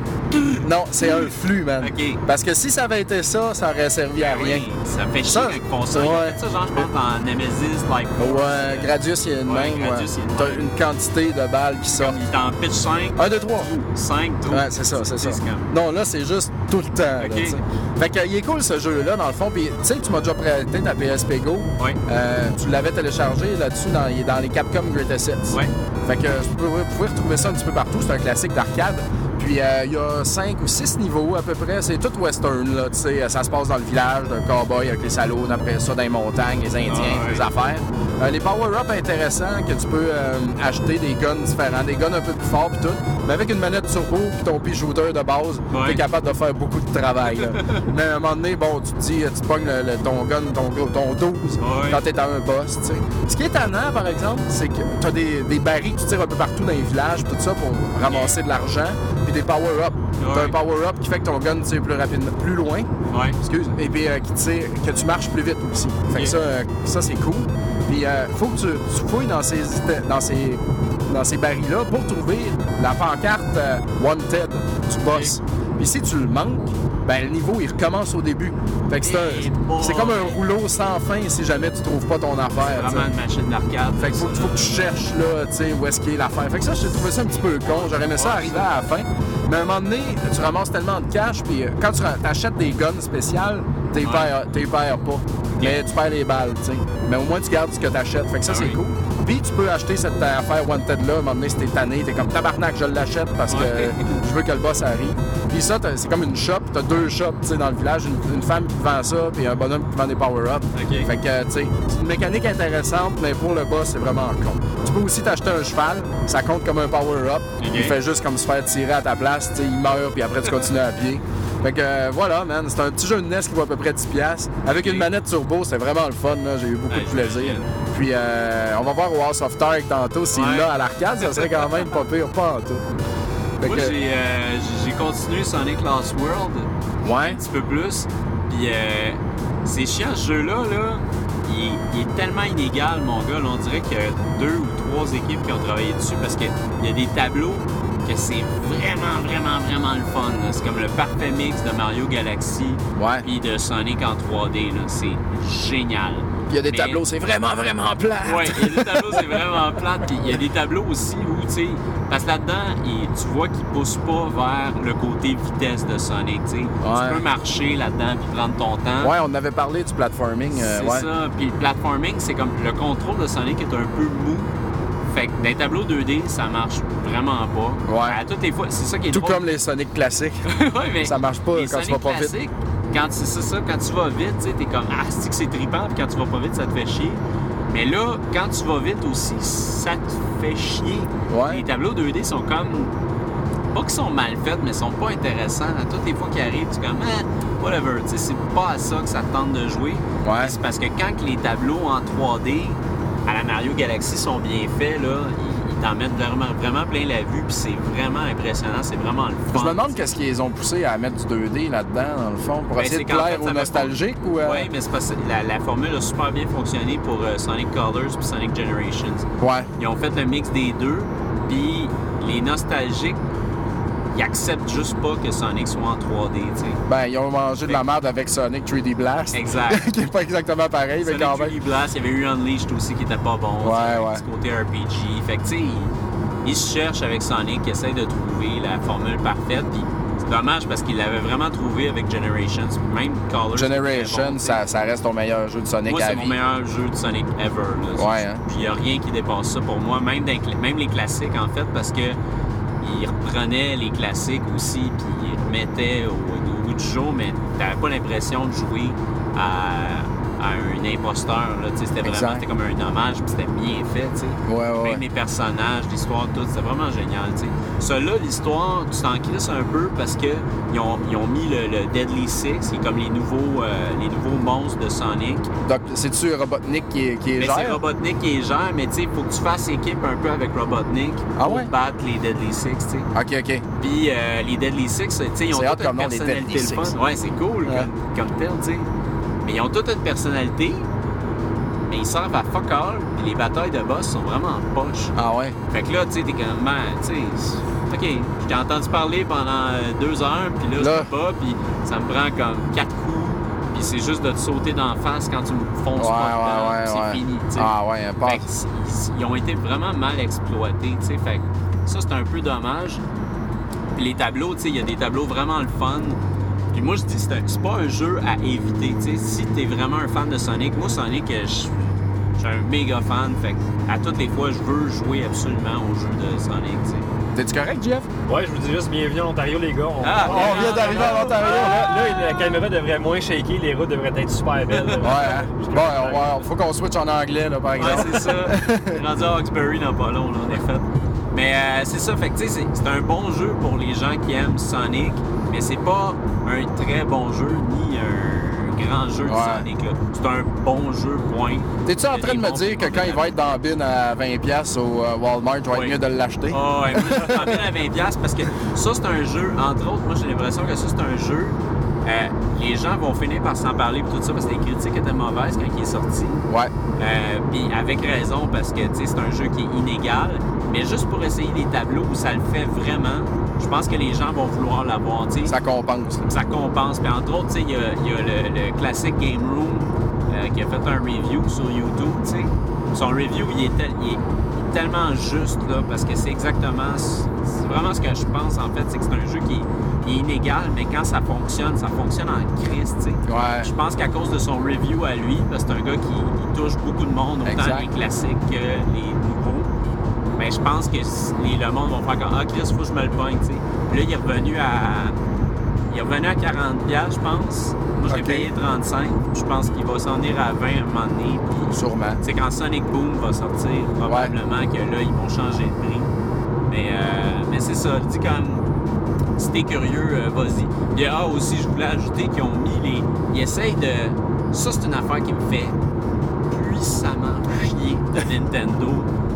Non, c'est un flux, man. Okay. Parce que si ça avait été ça, ça aurait servi à rien. Oui, ça fait chier avec le console. Ouais. Il a fait ça, genre, je pense, dans Nemesis, like... Ouais, euh, Gradius, il y a une ouais, même. Gradius, ouais. T'as une quantité de balles qui sortent. Il est en pitch cinq. un, deux, trois. cinq, trois. Ouais, c'est ça, c'est ça. Non, là, c'est juste tout le temps. Okay. Là, fait que, il est cool, ce jeu-là, dans le fond. Puis, tu sais, tu m'as déjà prêté ta P S P Go. Oui. Euh, tu l'avais téléchargé là-dessus, dans, dans les Capcom Greatest Hits. Oui. Fait que, vous pouvez retrouver ça un petit peu partout. C'est un classique d'arcade. Puis, il euh, y a cinq ou six niveaux à peu près. C'est tout western, là, tu sais. Ça se passe dans le village d'un cowboy avec les salons. Après ça, dans les montagnes, les Indiens, ah, ouais. les affaires. Euh, les power-ups intéressants que tu peux euh, acheter des guns différents, des guns un peu plus forts pis tout. Mais avec une manette turbo pis ton pea-shooter de base, ouais. t'es capable de faire beaucoup de travail, là. Mais à un moment donné, bon, tu te dis, tu te pognes le, le, ton gun, ton, ton douze, ouais. quand t'es dans un boss, tu sais. Ce qui est tannant, par exemple, c'est que t'as des, des barils que tu tires un peu partout dans les villages, tout ça, pour ramasser de l'argent. Puis des power-up. Ouais. T'as un power-up qui fait que ton gun tire plus rapidement, plus loin. Ouais. Excuse. Et puis euh, qui tire, que tu marches plus vite aussi. Fait que ça, euh, ça c'est cool. Puis euh, faut que tu, tu fouilles dans ces, dans ces, dans ces barils-là pour trouver la pancarte euh, Wanted du boss. Puis si tu le manques, ben le niveau il recommence au début. Fait que c'est, Et un, c'est boy. comme un rouleau sans fin si jamais tu trouves pas ton affaire. C'est vraiment t'sais. une machine d'arcade. Fait qu'il faut, faut que tu cherches là, tu sais, où est-ce qu'il est l'affaire. Fait que ça, j'ai trouvé ça un petit peu con. J'aurais aimé ça arriver à la fin. Mais à un moment donné, tu ramasses tellement de cash, puis euh, quand tu achètes des guns spéciales, t'es Ouais. perds, t'es perds pas. Mais tu perds les balles, tu sais. Mais au moins, tu gardes ce que t'achètes. Fait que ça, Ah c'est oui. cool. Puis tu peux acheter cette affaire Wanted-là. À un moment donné, si t'es tanné, t'es comme tabarnak, je l'achète parce que Ouais. je veux que le boss arrive. Puis ça, t'as- c'est comme une shop. T'as deux shops, tu sais, dans le village. Une, une femme qui vend ça, puis un bonhomme qui vend des power-up. OK. Fait que, tu sais, c'est une mécanique intéressante, mais pour le boss, c'est vraiment con. Tu peux aussi t'acheter un cheval. Ça compte comme un power-up. OK. Il fait juste comme se faire tirer à ta place. Tu sais, il meurt, puis après, tu continues à pied. Fait que euh, voilà, man, c'est un petit jeu de N E S qui vaut à peu près dix dollars. Avec Ok. une manette turbo, c'est vraiment le fun, là. J'ai eu beaucoup Ouais, de plaisir. j'imagine. Puis euh, on va voir au House of Tark tantôt. S'il Ouais. l'a à l'arcade, ça serait quand même pas pire, pas en tout. Fait Moi, que- j'ai, euh, j'ai continué Sonic Lost World un Ouais. petit peu plus. Puis euh, c'est chiant, ce jeu-là, là. Il, il est tellement inégal, mon gars. Là, on dirait qu'il y a deux ou trois équipes qui ont travaillé dessus parce qu'il y a des tableaux que c'est vraiment, vraiment, vraiment le fun. là. C'est comme le parfait mix de Mario Galaxy Ouais. puis de Sonic en trois D. Là. C'est génial. Puis il y a des Mais- tableaux, c'est vraiment, vraiment plat. Ouais, il y a des tableaux, c'est vraiment plate. Puis il y a des tableaux aussi où, tu sais, parce que là-dedans, il- tu vois qu'il pousse pas vers le côté vitesse de Sonic, tu sais. Ouais. Tu peux marcher là-dedans puis prendre ton temps. Ouais, on avait parlé du platforming. euh, C'est ouais. ça. Puis le platforming, c'est comme le contrôle de Sonic est un peu mou. Fait que dans les tableaux deux D, ça marche vraiment pas. Ouais. À toutes les fois, c'est ça qui est Tout drôle. comme les Sonic classiques. Ouais, mais Ça marche pas les quand tu Sonic vas pas vite. classiques, Quand c'est ça, ça, quand tu vas vite, tu sais, t'es comme ah, c'est que c'est trippant, puis quand tu vas pas vite, ça te fait chier. Mais là, quand tu vas vite aussi, ça te fait chier. Ouais. Les tableaux deux D sont comme pas qu'ils sont mal faits, mais ils sont pas intéressants. À toutes les fois qu'ils arrivent, tu es comme ah, whatever, tu sais, c'est pas à ça que ça te tente de jouer. Ouais. C'est parce que quand les tableaux en trois D à la Mario Galaxy sont bien faits, là, ils, ils t'en mettent vraiment, vraiment plein la vue, puis c'est vraiment impressionnant, c'est vraiment le fun. Je me demande qu'est-ce qu'ils ont poussé à mettre du deux D là-dedans, dans le fond, pour Ben, essayer c'est de qu'en plaire fait, ça aux fait nostalgiques ou... euh, Oui, mais c'est parce que la, la formule a super bien fonctionné pour euh, Sonic Colors puis Sonic Generations. Ouais. Ils ont fait le mix des deux, puis les nostalgiques, ils acceptent juste pas que Sonic soit en trois D, tu sais. Ben, ils ont mangé de la merde avec Sonic trois D Blast. Exact. qui est pas exactement pareil, mais Sonic quand trois même. D Blast, il y avait eu Unleashed aussi qui était pas bon. Ouais, tu sais, avec ouais. ce côté R P G. Fait que, tu sais, ils, ils se cherchent avec Sonic, ils essayent de trouver la formule parfaite, puis c'est dommage parce qu'ils l'avaient vraiment trouvé avec Generations, même Colors. Generation, c'était bon, tu sais. ça, ça reste ton meilleur jeu de Sonic Moi, à c'est mon vie. meilleur jeu de Sonic ever. Là. Ouais, hein? Puis il n'y a rien qui dépasse ça pour moi, même, dans les cla- même les classiques, en fait, parce que ils reprenaient les classiques aussi, puis ils remettaient au, au bout du jour, mais t'avais pas l'impression de jouer à, à un imposteur. Là. Tu sais, C'était Exact. vraiment c'était comme un hommage, puis c'était bien fait. tu sais. Ouais, ouais, ouais. Même les personnages, l'histoire, tout, c'était vraiment génial. tu sais. Celui-là, l'histoire, tu t'en crisses un peu parce que ils ont, ils ont mis le, le Deadly Six, qui est comme les nouveaux, euh, les nouveaux monstres de Sonic. Donc, c'est-tu Robotnik qui est, qui est Mais c'est gère? Robotnik qui est gère, mais tu sais, il faut que tu fasses équipe un peu avec Robotnik Ah pour ouais? battre les Deadly Six, tu sais. OK, OK. Puis euh, les Deadly Six, tu sais, ils ont C'est hot toutes une comme nom, les personnalité Deadly le fun. Six. Ouais, c'est cool Ouais. comme, comme tel, tu sais. Mais ils ont toutes une personnalité, mais ils servent à fuck all, puis les batailles de boss sont vraiment poches. Ah ouais? Fait que là, tu sais, t'es comme, ben, tu sais, c'est- OK, je t'ai entendu parler pendant euh, deux heures, puis là, Là. je peux pas, puis ça me prend comme quatre coups, puis c'est juste de te sauter d'en face quand tu me fonces Ouais, pas dedans, ouais, ouais, c'est ouais. fini, tu sais. Ah ouais, un pas. Fait que c- ils, ils ont été vraiment mal exploités, tu sais. Fait que ça, c'est un peu dommage. Puis les tableaux, tu sais, il y a des tableaux vraiment le fun. Puis moi, je dis, c'est un- c'est pas un jeu à éviter, tu sais. Si t'es vraiment un fan de Sonic, moi, Sonic, euh, je suis je suis un méga fan. Fait que à toutes les fois, je veux jouer absolument au jeu de Sonic, tu sais. T'es-tu correct, Jeff? Ouais, je vous dis juste bienvenue en Ontario, les gars. On, Ah, On vient d'arriver à l'Ontario. Là, là, la caméra devrait moins shaker, les routes devraient être super belles. Ouais, hein? Bon, on va- faut qu'on switch en anglais, là, par Ouais, exemple. c'est ça. Je suis rendu à Hawkesbury dans pas long, là, en effet. Mais euh, c'est ça, fait que tu sais, c'est- c'est un bon jeu pour les gens qui aiment Sonic, mais c'est pas un très bon jeu ni un grand jeu Ouais. de Sonic. Là. C'est un bon jeu, point. T'es-tu en Il y a train de des me bons dire que quand il va être dans la bin à vingt dollars au euh, Walmart, je vais Oui. être mieux de l'acheter? Ah ouais, moi je vais t'en à vingt dollars parce que ça c'est un jeu, entre autres, moi j'ai l'impression que ça c'est un jeu, euh, les gens vont finir par s'en parler et tout ça parce que les critiques étaient mauvaises quand il est sorti. Ouais. Euh, Puis avec raison parce que tu sais, c'est un jeu qui est inégal, mais juste pour essayer les tableaux où ça le fait vraiment, je pense que les gens vont vouloir l'avoir. tu sais. Ça compense. là. Ça compense. Puis entre autres, tu sais, il y a, il y a le, le classique Game Room euh, qui a fait un review sur YouTube. tu sais. Son review, il est, tel- il est tellement juste là parce que c'est exactement, c'est vraiment ce que je pense en fait, c'est que c'est un jeu qui est, qui est inégal, mais quand ça fonctionne, ça fonctionne en Christ. tu sais. Ouais. Je pense qu'à cause de son review à lui, parce que c'est un gars qui, qui touche beaucoup de monde, autant Exact. les classiques que les nouveaux. Ben, je pense que les, le monde va faire comme ah Chris, faut que je me le pogne, tu sais. Puis là, il est revenu à. Il est revenu à quarante dollars, je pense. Moi, je l'ai Ok. payé trente-cinq. Je pense qu'il va s'en venir à vingt à un moment donné. Puis, Sûrement. c'est quand Sonic Boom va sortir, probablement que là, ils vont changer de prix. Mais, euh, mais c'est ça. Je dis comme. Si t'es curieux, euh, vas-y. Puis, ah, aussi, je voulais ajouter qu'ils ont mis les. Ils essayent de. Ça, c'est une affaire qui me fait puissamment chier de Nintendo.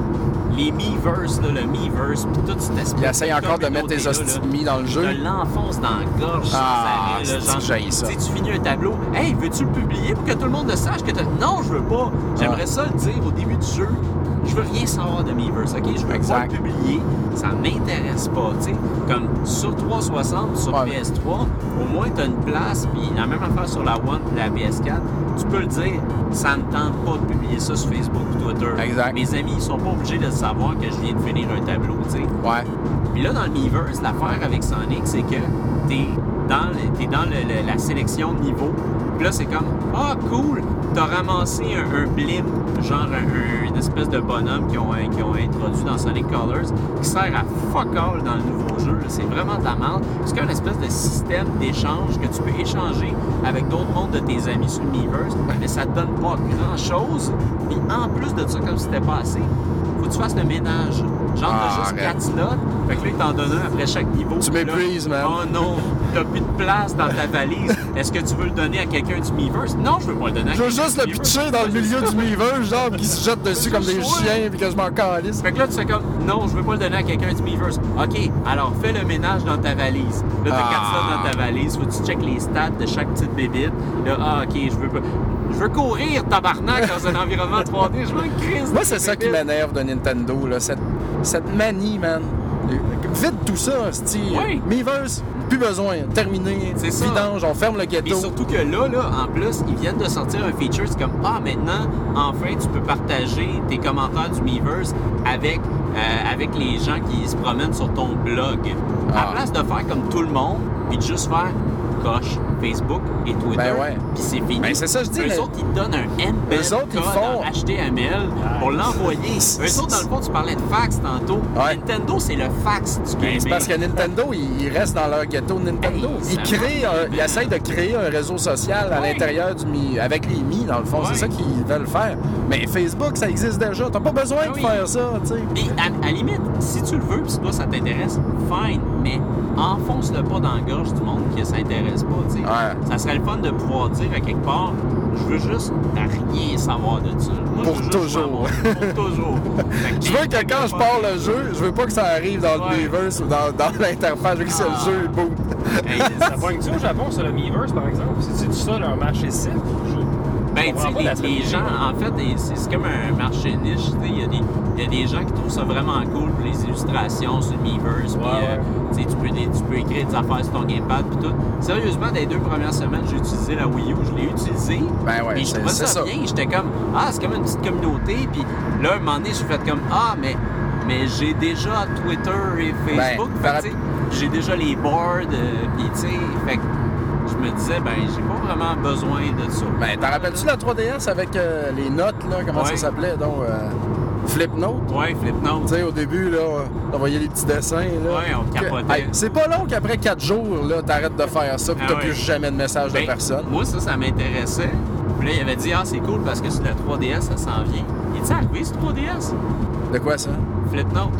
Les Miiverse, là, le Miiverse, puis toute cette espèce Il essaye encore de mettre des communauté-là, hosties là, de mie dans le jeu. te l'enfonce dans la gorge sans Ah, arrêt, là, c'est-tu genre, que j'haïs ça. tu sais, tu finis un tableau, hey, veux-tu le publier pour que tout le monde le sache que t'as... Non, je veux pas. J'aimerais Ah. ça le dire au début du jeu. Je veux rien savoir de Miiverse, ok? Je veux Exact. pas le publier. Ça m'intéresse pas, tu sais. Comme sur trois cent soixante, sur Ouais. P S trois, au moins t'as une place, puis la même affaire sur la One et la P S quatre, tu peux le dire, ça me tente pas de publier ça sur Facebook ou Twitter. Exact. Mes amis, ils sont pas obligés de savoir que je viens de finir un tableau, tu sais. Ouais. Puis là, dans le Miiverse, l'affaire avec Sonic, c'est que t'es dans, le- t'es dans le- le- la sélection de niveau. Puis là, c'est comme, ah, cool, t'as ramassé un, un blimp, genre un, un- une espèce de bonhomme qu'ils ont, qu'ils ont introduit dans Sonic Colors, qui sert à fuck all dans le nouveau jeu. là. C'est vraiment ta merde. C'est comme une espèce de système d'échange que tu peux échanger avec d'autres mondes de tes amis sur le Miiverse, mais ça te donne pas grand-chose. Puis en plus de ça, comme si c'était pas assez, faut que tu fasses le ménage. Genre, Ah, t'as juste arrête. quatre slots. Fait que là, ils t'en donnent un après chaque niveau. Tu Puis là, m'épuises, man. Oh non, t'as plus de place dans ta valise. Est-ce que tu veux le donner à quelqu'un du Miiverse? Non, je veux pas le donner à Je veux quelqu'un juste du le Miiverse. pitcher dans le milieu du Miiverse, genre, qui se jette dessus comme des Ouais. chiens, puis que je m'en calisse. Fait que là, tu fais comme, non, je veux pas le donner à quelqu'un du Miiverse. OK, alors fais le ménage dans ta valise. Là, t'as Ah. quatre slots dans ta valise. Faut que tu checkes les stats de chaque petite bébite. Là, ah, OK, je veux pas. Je veux courir, tabarnak, dans un environnement trois D. Je veux une crise. Moi, de c'est ça qui bébite. m'énerve de Nintendo, là, cette, cette manie, man. Vite tout ça, style. Oui. Miiverse, plus besoin, terminé, C'est ça. vidange, on ferme le Et ghetto. surtout que là, là, en plus, ils viennent de sortir un feature, c'est comme, ah, maintenant, enfin, tu peux partager tes commentaires du Miiverse avec, euh, avec les gens qui se promènent sur ton blog. À Ah. la place de faire comme tout le monde, puis de juste faire coche Facebook et Twitter, Ben ouais. puis c'est fini. Ben, c'est ça, je dis, Eux mais- autres, ils te donnent un embed Eux autres, ils code font- en H T M L pour l'envoyer. Eux autres, dans le fond, tu parlais de fax tantôt. Ouais. Nintendo, c'est le fax du Ben, gaming. c'est parce que Nintendo, ils ils restent dans leur ghetto Nintendo. Hey, Ils ça créent, marche, un- ils man. essayent de créer un réseau social à Ouais. l'intérieur du Mi, avec les Mi, dans le fond. Ouais. C'est ça qu'ils veulent faire. Mais Facebook, ça existe déjà. T'as pas besoin Ah de oui. faire ça, tu sais. Puis, à, à limite, si tu le veux, puis si toi, ça t'intéresse, fine, mais enfonce-le pas dans la gorge du monde qui s'intéresse pas, tu sais. Ouais. Ça serait le fun de pouvoir dire à quelque part, je veux juste rien savoir de ça. Moi, Pour je veux juste toujours. jouer à mon- Pour toujours. Fait que, Je veux que quand je pars le jeu, je veux pas que ça arrive dans le Ouais. Miiverse ou dans, dans l'interface. Je veux que c'est Ah. le jeu, boum. Hey, Ça pogne-tu au Japon sur le Miiverse, par exemple? C'est-tu ça, leur marché cible? Je- Ben, Je tu comprends pas sais, la les, les stratégie. gens, en fait, et c'est c'est comme un marché niche. tu sais, Il y, a des- il y a des gens qui trouvent ça vraiment cool pour les illustrations sur le Miiverse. Puis, Ouais, euh, ouais. tu sais, tu peux, des- tu peux écrire des affaires sur ton gamepad. Puis tout. Sérieusement, dans les deux premières semaines, j'ai utilisé la Wii U. Je l'ai utilisé. Ben ouais, Puis je c'est- trouvais c'est ça, ça. bien. J'étais comme, ah, c'est comme une petite communauté. Puis là, un moment donné, j'ai fait comme, ah, mais, mais j'ai déjà Twitter et Facebook. Ben, Fait que, tu sais, j'ai déjà les boards. euh, Puis, tu sais, fait que je me disais, ben, j'ai pas vraiment besoin de ça. Ben, t'en rappelles-tu la trois D S avec euh, les notes, là? Comment Ouais. ça s'appelait, donc? euh, Flipnote? Ouais, Flipnote. Tu sais, au début, là, on voyait les petits dessins, là. Ouais, on Que- capotait. Hey, c'est pas long qu'après quatre jours, là, t'arrêtes de faire ça, puis Ah t'as ouais. plus jamais de message Ben, de personne. Moi, ça, ça m'intéressait. Puis là, il avait dit, ah, c'est cool parce que sur la trois D S, ça s'en vient. Il est arrivé, ce trois D S? De quoi, ça? Flipnote.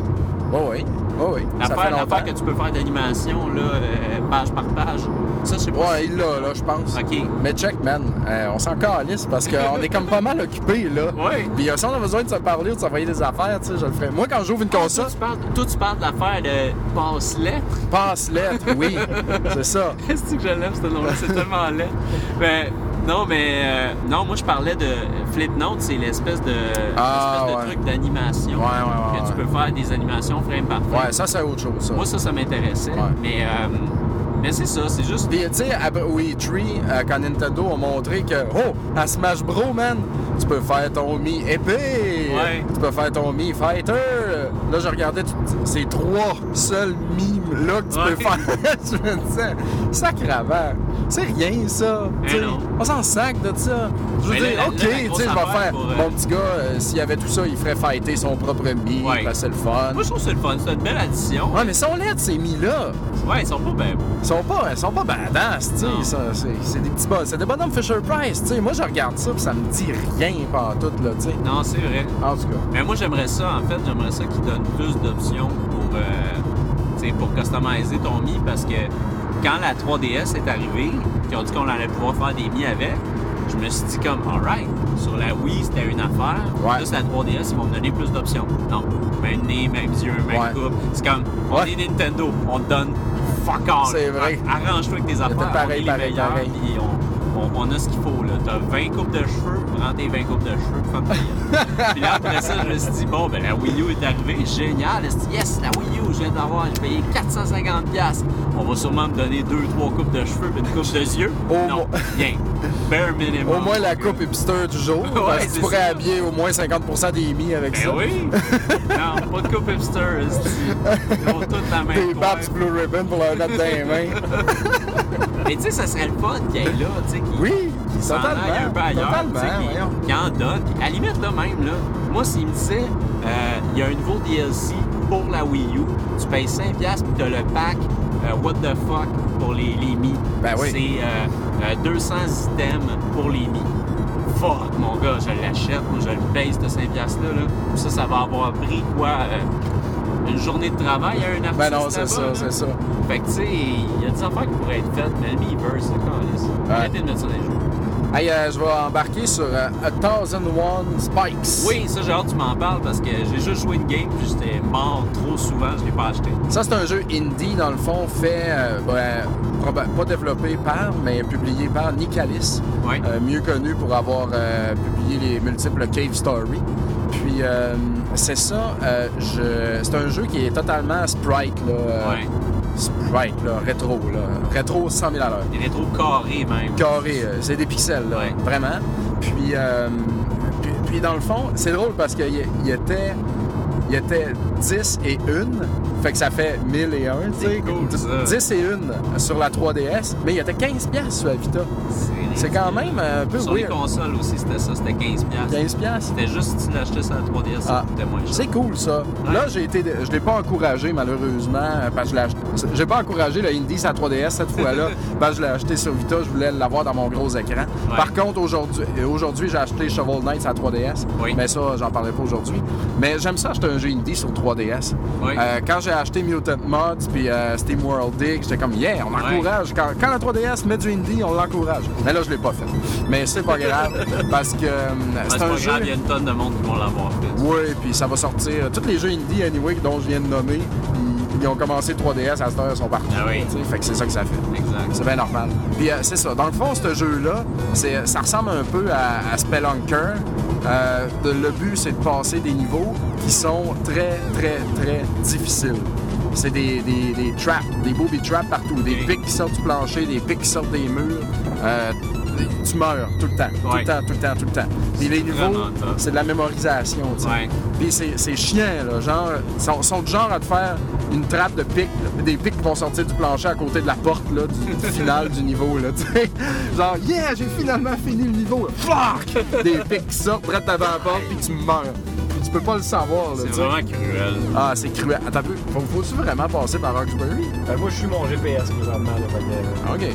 Oh oui, oh oui. Ça fait L'affaire, longtemps. l'affaire que tu peux faire d'animation, là, euh, page par page, ça, je sais pas. Ouais, si- il l'a, là, je pense. OK. Mais check, man, euh, on s'en calisse parce qu'on est comme pas mal occupés, là. Ouais. Puis euh, si on a besoin de se parler ou de s'envoyer des affaires, tu sais, je le ferai. Moi, quand j'ouvre une Toi, console, tu parles, toi, tu parles de l'affaire de passe-lettre. passe-lettre, oui, c'est ça. Est-ce que je l'aime, ce nom-là? C'est tellement laid. Ben, non, mais... euh, non, moi, je parlais de... Flipnote, c'est l'espèce de, Ah, l'espèce de ouais. truc d'animation. Ouais, ouais, ouais, Que tu ouais. peux faire des animations frame par frame. Ouais, ça, c'est autre chose, ça. Moi, ça, ça m'intéressait. Ouais. Mais, euh, mais c'est ça, c'est juste... Puis, tu sais, à Wii trois, euh, quand Nintendo a montré que, oh, à Smash Bros, man, tu peux faire ton Mi épée, Ouais. tu peux faire ton Mi Fighter. Là, je regardais tout- ces trois seuls mimes-là que tu Ouais. peux faire. Je me disais, sacravant, c'est rien, ça. Eh Tu sais, non. on s'en sac de ça. Je veux Mais là, dire, la- OK, là, la tu grosse sais, je vais affaire faire. pour, euh, Mon petit gars, euh, s'il y avait tout ça, il ferait fighter son propre Mi, Ouais. parce que c'est le fun. Moi, je trouve que c'est le fun. C'est une belle addition. Ouais, mais ils sont laides, ces Mi-là. Ouais, ils sont pas bien beaux. Ils sont pas, ils sont pas badass, tu sais. Non. ça, C'est c'est des petits bon- c'est des bonhommes Fisher-Price, tu sais. Moi, je regarde ça pis ça me dit rien pantoute, là, tu sais. Non, c'est vrai. En tout cas. Mais moi, j'aimerais ça, en fait, j'aimerais ça qu'ils donnent plus d'options pour, euh, tu sais, pour customiser ton Mi parce que quand la trois D S est arrivée, puis on dit qu'on allait pouvoir faire des Mi avec, je me suis dit comme, alright, sur la Wii, c'était une affaire. Ouais. Là, sur la trois D S, ils vont me donner plus d'options. Non, même nez, même yeux, même Ouais. coupe. C'est comme, on Ouais. est Nintendo, on te donne fuck all. C'est vrai. Arrange-toi avec tes affaires, pareil, on est pareil, les meilleurs, pareil. puis on, on, on a ce qu'il faut, là. T'as vingt coupes de cheveux, prends tes vingt coupes de cheveux, prends ta gueule. Puis là, après ça, je me suis dit, bon, ben la Wii U est arrivée, génial. Yes, la Wii U, je viens d'avoir, j'ai payé quatre cent cinquante dollars. On va sûrement me donner deux, trois coupes de cheveux puis une coupe de yeux. Au non, mo- rien. Bare minimum. Au moins, la mon gars. coupe hipster du jour. Ouais, parce que tu c'est pourrais ça. habiller au moins cinquante pour cent des Mi avec Ben ça. oui. Non, pas de coupe hipster, esti. Ils ont toutes la même Des couleur. Babs Blue Ribbon pour leur mettre dans les mains. Mais tu sais, ça serait le fun qu'il y ait là, tu sais, qui, Oui, qui s'en totalement, aille un peu ailleurs, totalement, tu sais, qui, voyons. qui en donne. Puis à la limite, là, même, là, moi, s'il me disait, euh, il y a un nouveau D L C pour la Wii U, tu payes cinq dollars puis tu as le pack euh, What the fuck pour les, les Mi. Ben oui. C'est euh, euh, deux cents items pour les Mi. Fuck, mon gars, je l'achète, moi, je le paye, ce cinq dollars là, là. Puis ça, ça va avoir pris, quoi, euh, une journée de travail à un artiste Ben non, c'est là-bas, ça, là. c'est ça. Fait que, tu sais, il y a des affaires qui pourraient être faites, mais le Miiverse, c'est calisse. Ouais. Arrêtez de mettre ça dans les jeux. Hey, euh, je vais embarquer sur euh, A Thousand One Spikes. Oui, ça, j'ai hâte que tu m'en parles parce que j'ai juste joué une game puis j'étais mort trop souvent, je l'ai pas acheté. Ça, c'est un jeu indie, dans le fond, fait, euh, ben, proba- pas développé par, mais publié par Nicalis, Ouais. euh, mieux connu pour avoir euh, publié les multiples Cave Story. Puis, euh, c'est ça, euh, je... c'est un jeu qui est totalement sprite, là. euh, Ouais. Sprite, là, rétro, là. Rétro cent mille à l'heure. Des rétros carrés même. Carré, euh, c'est des pixels, là, Ouais. vraiment. Puis, euh, puis, puis dans le fond, c'est drôle parce qu'il y, il était, il était dix et une, fait que ça fait mille et un, tu sais. C'est cool, ça. dix et une sur la trois D S, mais il était quinze piastres sur la Vita. C'est quand même un peu Sur les weird. consoles aussi, c'était ça, c'était quinze dollars. quinze piastres. C'était juste si tu l'achetais sur la trois D S, ça Ah. coûtait moins cher. C'est cool, ça. Là, j'ai été, je l'ai pas encouragé, malheureusement, parce que je l'ai acheté. J'ai pas encouragé le Indie sur la trois D S cette fois-là, parce que je l'ai acheté sur Vita, je voulais l'avoir dans mon gros écran. Ouais. Par contre, aujourd'hui, aujourd'hui, j'ai acheté Shovel Knight sur la trois D S, Oui. mais ça, j'en parlerai pas aujourd'hui. Mais j'aime ça acheter un jeu Indie sur trois D S. Oui. Euh, quand j'ai acheté Mutant Mods puis euh, Steam World Dig, j'étais comme, yeah, on Ouais. encourage. Quand, quand la trois D S met du Indie, on l'encourage. Mais là, je l'ai pas fait. Mais c'est pas grave, parce que euh, Ben, c'est c'est un pas jeu... grave, il y a une tonne de monde qui vont l'avoir fait. Oui, puis ça va sortir. Tous les jeux indie, anyway, dont je viens de nommer, ils, ils ont commencé trois D S, à cette heure, ils sont partis. Ah oui. Tu sais, fait que c'est ça que ça fait. Exact. C'est bien normal. Puis euh, c'est ça. Dans le fond, ce jeu-là, c'est, ça ressemble un peu à, à Spelunker. Euh, de- le but, c'est de passer des niveaux qui sont très, très, très difficiles. C'est des, des, des traps, des booby traps partout. Des Ok. pics qui sortent du plancher, des pics qui sortent des murs. Euh, tu meurs tout le temps, tout Ouais. le temps, tout le temps, tout le temps. Puis les niveaux, vraiment tough. c'est de la mémorisation, tu sais. Ouais. Puis c'est, c'est chiant, là. Genre, ils sont, sont du genre à te faire une trappe de pics, là, des pics qui vont sortir du plancher à côté de la porte, là, du, du final du niveau, là, tu sais. Genre, yeah, j'ai finalement fini le niveau, là. Fuck! Des pics qui sortent près devant la porte, puis tu meurs. Puis tu peux pas le savoir, là, C'est tu sais. vraiment cruel. Ah, c'est cruel. Attends un peu. Faut, faut-tu vraiment passer par Roxbury? Ben, moi, je suis mon G P S présentement. Là, fait que, euh, OK.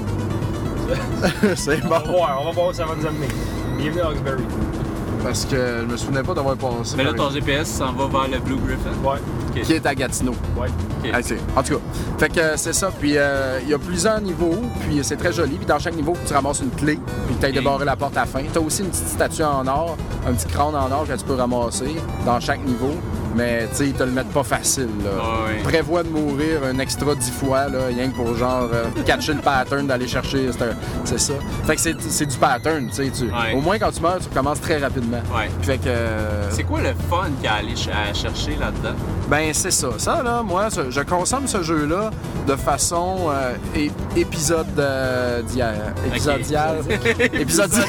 c'est on va bon. voir, on va voir où ça va nous amener. Bienvenue à Hawkesbury. Parce que je me souvenais pas d'avoir passé. Mais là, par ton G P S s'en va vers le Blue Griffin. Ouais. Okay. qui est à Gatineau. Ouais. Okay. Ah, c'est- en tout cas, fait que euh, c'est ça. Puis euh, il y a plusieurs niveaux, puis c'est très joli. Puis dans chaque niveau, tu ramasses une clé, puis tu ailles Okay. débarrer la porte à la fin. Tu as aussi une petite statue en or, un petit crâne en or que tu peux ramasser dans chaque niveau. Mais tu sais, ils te le mettent pas facile. Là. Ah ouais. Prévois de mourir un extra dix fois, là, rien que pour genre euh, catcher le pattern, d'aller chercher. C'est, un- c'est ça. Fait que c'est, c'est du pattern, tu sais. Tu... Ouais. Au moins, quand tu meurs, tu recommences très rapidement. Ouais. Fait que. euh, C'est quoi le fun qu'il y a à aller ch- à chercher là-dedans? Ben, c'est ça. Ça, là, moi, je, je consomme ce jeu-là de façon euh, é- épisode euh, d'hier. Épisodial. Épisodial.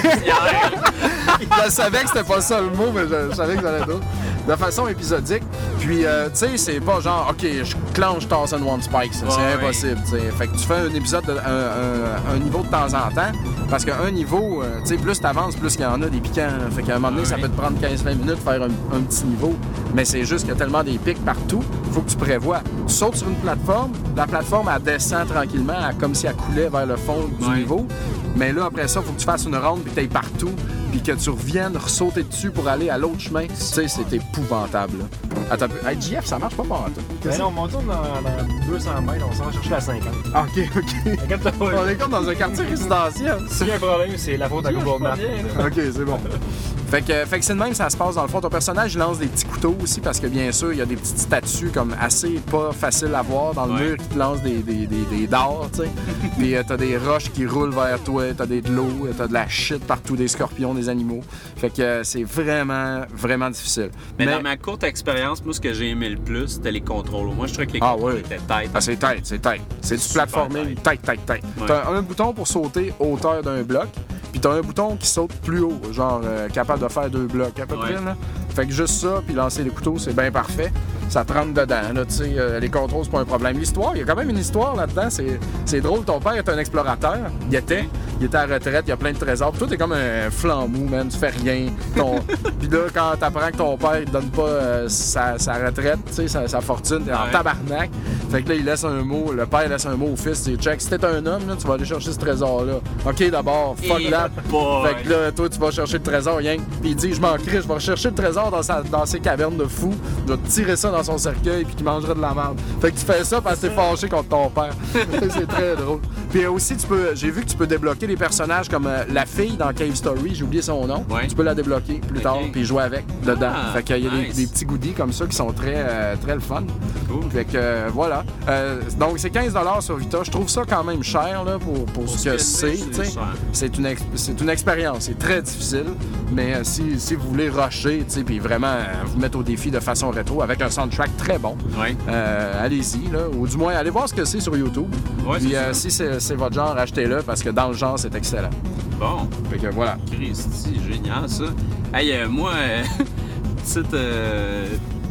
Je savais que c'était pas ça le mot, mais je, je savais que j'allais d'autre. De façon épisodique. Puis, euh, tu sais, c'est pas genre, OK, je clenche Tarzan One Spike, ça, c'est Ouais, impossible. tu sais. Fait que tu fais un épisode, de, un, un- un niveau de temps en temps, parce qu'un niveau, euh, tu sais, plus t'avances, plus qu'il y en a des piquants. Là. Fait qu'à un moment donné, Ouais. ça peut te prendre quinze vingt minutes de faire un, un petit niveau. Mais c'est juste qu'il y a tellement des pics partout, faut que tu prévois. Tu sautes sur une plateforme, la plateforme, elle descend tranquillement, elle- comme si elle coulait vers le fond du Ouais. niveau. Mais là, après ça, il faut que tu fasses une ronde, puis que tu ailles partout, puis que tu reviennes ressauter dessus pour aller à l'autre chemin. Tu sais, c'est épouvantable. Là. Attends un peu. Hey, J F, ça marche pas mal, toi. Ben non, on tourne dans, dans deux cents mètres, on s'en va chercher la cinquante. Ah, OK, OK. Inquiète-toi pas. On est comme dans un quartier résidentiel. S'il y a un problème, c'est la faute à Google Maps. OK, c'est bon. Fait que, fait que c'est de même que ça se passe dans le fond. Ton personnage il lance des petits couteaux aussi parce que bien sûr, il y a des petites statues comme assez pas faciles à voir dans le Ouais. mur qui te lancent des, des, des, des dards, tu sais. Puis euh, t'as des roches qui roulent vers toi, t'as des de l'eau, t'as de la shit partout, des scorpions, des animaux. Fait que euh, c'est vraiment, vraiment difficile. Mais, dans ma courte expérience, moi, ce que j'ai aimé le plus, c'était les contrôles. Moi, je trouvais que les Ah, contrôles ouais. étaient têtes. Ah, c'est tête, c'est tête. C'est du Super platforming, tête, tête, tête. Ouais. T'as un bouton pour sauter hauteur d'un bloc, puis t'as un bouton qui saute plus haut, genre euh, capable de faire deux blocs à peu Ouais. près. Là. Fait que juste ça, puis lancer les couteaux, c'est bien parfait. Ça te rentre dedans, là, tu sais, euh, les contrôles, c'est pas un problème. L'histoire, il y a quand même une histoire là-dedans, c'est, c'est drôle. Ton père est un explorateur, il était, il était à la retraite, il y a plein de trésors. Puis toi, t'es comme un flanc mou, man, tu fais rien. Ton... puis là, quand t'apprends que ton père, il te donne pas euh, sa, sa retraite, tu sais, sa, sa fortune, t'es en Ouais. tabarnak. Fait que là, il laisse un mot, le père laisse un mot au fils, c'est check, si t'es un homme, là, tu vas aller chercher ce trésor-là. OK, d'abord, fuck Et that. boy. Fait que là, toi, tu vas chercher le trésor, rien. Puis il dit, je m'en crie, je vais rechercher le trésor dans, sa, dans ses cavernes de fous, je vais te tirer ça dans son cercueil, puis qu'il mangera de la merde. Fait que tu fais ça parce que t'es fâché contre ton père. C'est très drôle. Puis aussi, tu peux, j'ai vu que tu peux débloquer des personnages comme euh, la fille dans Cave Story, j'ai oublié son nom. Ouais. Tu peux la débloquer plus Ok. tard, puis jouer avec dedans. Ah, fait qu'il y a des, nice. des petits goodies comme ça qui sont très, euh, très le fun. Cool. Fait que euh, voilà. Euh, donc c'est quinze dollars sur Vita. Je trouve ça quand même cher là, pour, pour ce que c'est. c'est tu sais. cher. C'est une, ex- c'est une expérience. C'est très difficile. Mais euh, si, si vous voulez rusher, tu sais, puis vraiment euh, vous mettre au défi de façon rétro avec un soundtrack très bon, Ouais. euh, allez-y. Là, ou du moins, allez voir ce que c'est sur YouTube. Ouais, Puis c'est euh, ça. si c'est, c'est votre genre, achetez-le parce que dans le genre, c'est excellent. Bon. Fait que voilà. Christy, génial ça. Hey, euh, moi, euh, petite, euh,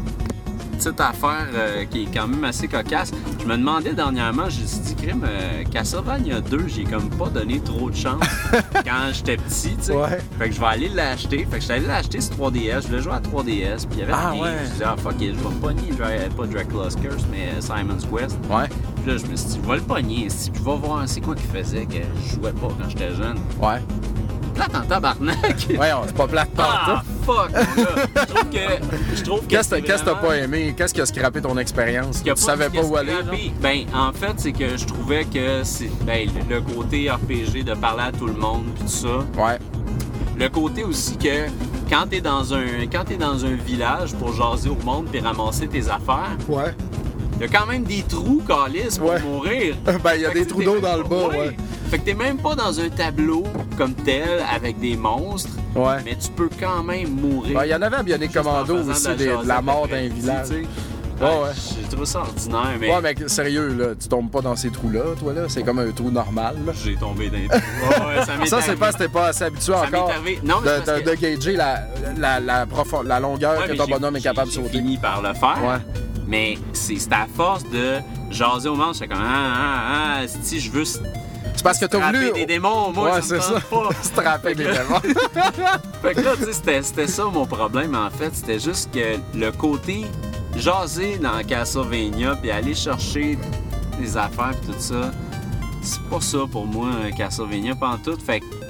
petite affaire euh, qui est quand même assez cocasse. Je me demandais dernièrement, j'ai dit, crime, euh, Castlevania deux, j'ai comme pas donné trop de chance quand j'étais petit, tu sais. Ouais. Fait que je vais aller l'acheter. Fait que je suis allé l'acheter sur trois D S. Je voulais jouer à trois D S. Puis il y avait Ah, rien. ouais. Je me disais, ah fuck it, je vais pogner, Dra- pas Dracula's Curse, mais euh, Simon's Quest. Ouais. Puis là, je me suis dit, je vais le pogner. Si je vais voir c'est quoi qu'il faisait que je jouais pas quand j'étais jeune. Ouais. Là, t'en tabarnak! Ouais, on- c'est pas plate Ah, partout. fuck, mon gars! Je trouve que. Je trouve que. Qu'est-ce c'est que qu'est-ce que t'as vraiment- pas aimé? Qu'est-ce qui a scrappé ton expérience? qu'il y a Tu savais pas qu'est-ce où aller? qui a genre? scrappé. Ben, en fait, c'est que je trouvais que c'est ben, le côté R P G de parler à tout le monde puis tout ça. Ouais. Le côté aussi que quand t'es dans un quand t'es dans un village pour jaser au monde puis ramasser tes affaires, Ouais. il y a quand même des trous calices pour Ouais. mourir. Ben, il y a Fait des que trous t'es d'eau même dans le pas- bas, ouais. Fait que t'es même pas dans un tableau comme tel avec des monstres, Ouais. mais tu peux quand même mourir. Ouais, il y en avait à Bionic Juste en Commando faisant aussi, de des- de la jasette mort après, d'un village. tu sais. Ouais, Ouais, ouais. J'ai trouvé ça ordinaire, mais Ouais, mais sérieux, là, tu tombes pas dans ces trous-là, toi, là. C'est comme un trou normal, là. j'ai tombé dans les trous. Ouais, ouais, ça m'est Ça, c'est arrivé. pas, c'était pas assez habitué Ça m'est encore arrivé. Non, mais de, c'est parce de, que- de gager la, la, la, profond- la longueur Ouais, que mais ton j'ai- bonhomme est j'ai- capable de j'ai sauter. fini par le faire. Ouais. Mais c'est c'est à force de jaser au monde, j'étais comme ah ah ah, si je veux C'est parce que t'as frapper voulu. des démons, moi Ouais, ça me c'est tente ça. pas. Strapper des démons. Fait que là, tu sais, c'était- c'était ça mon problème en fait. C'était juste que le côté jaser dans Castlevania puis aller chercher des affaires puis tout ça, c'est pas ça pour moi, un Castlevania pantoute. Fait que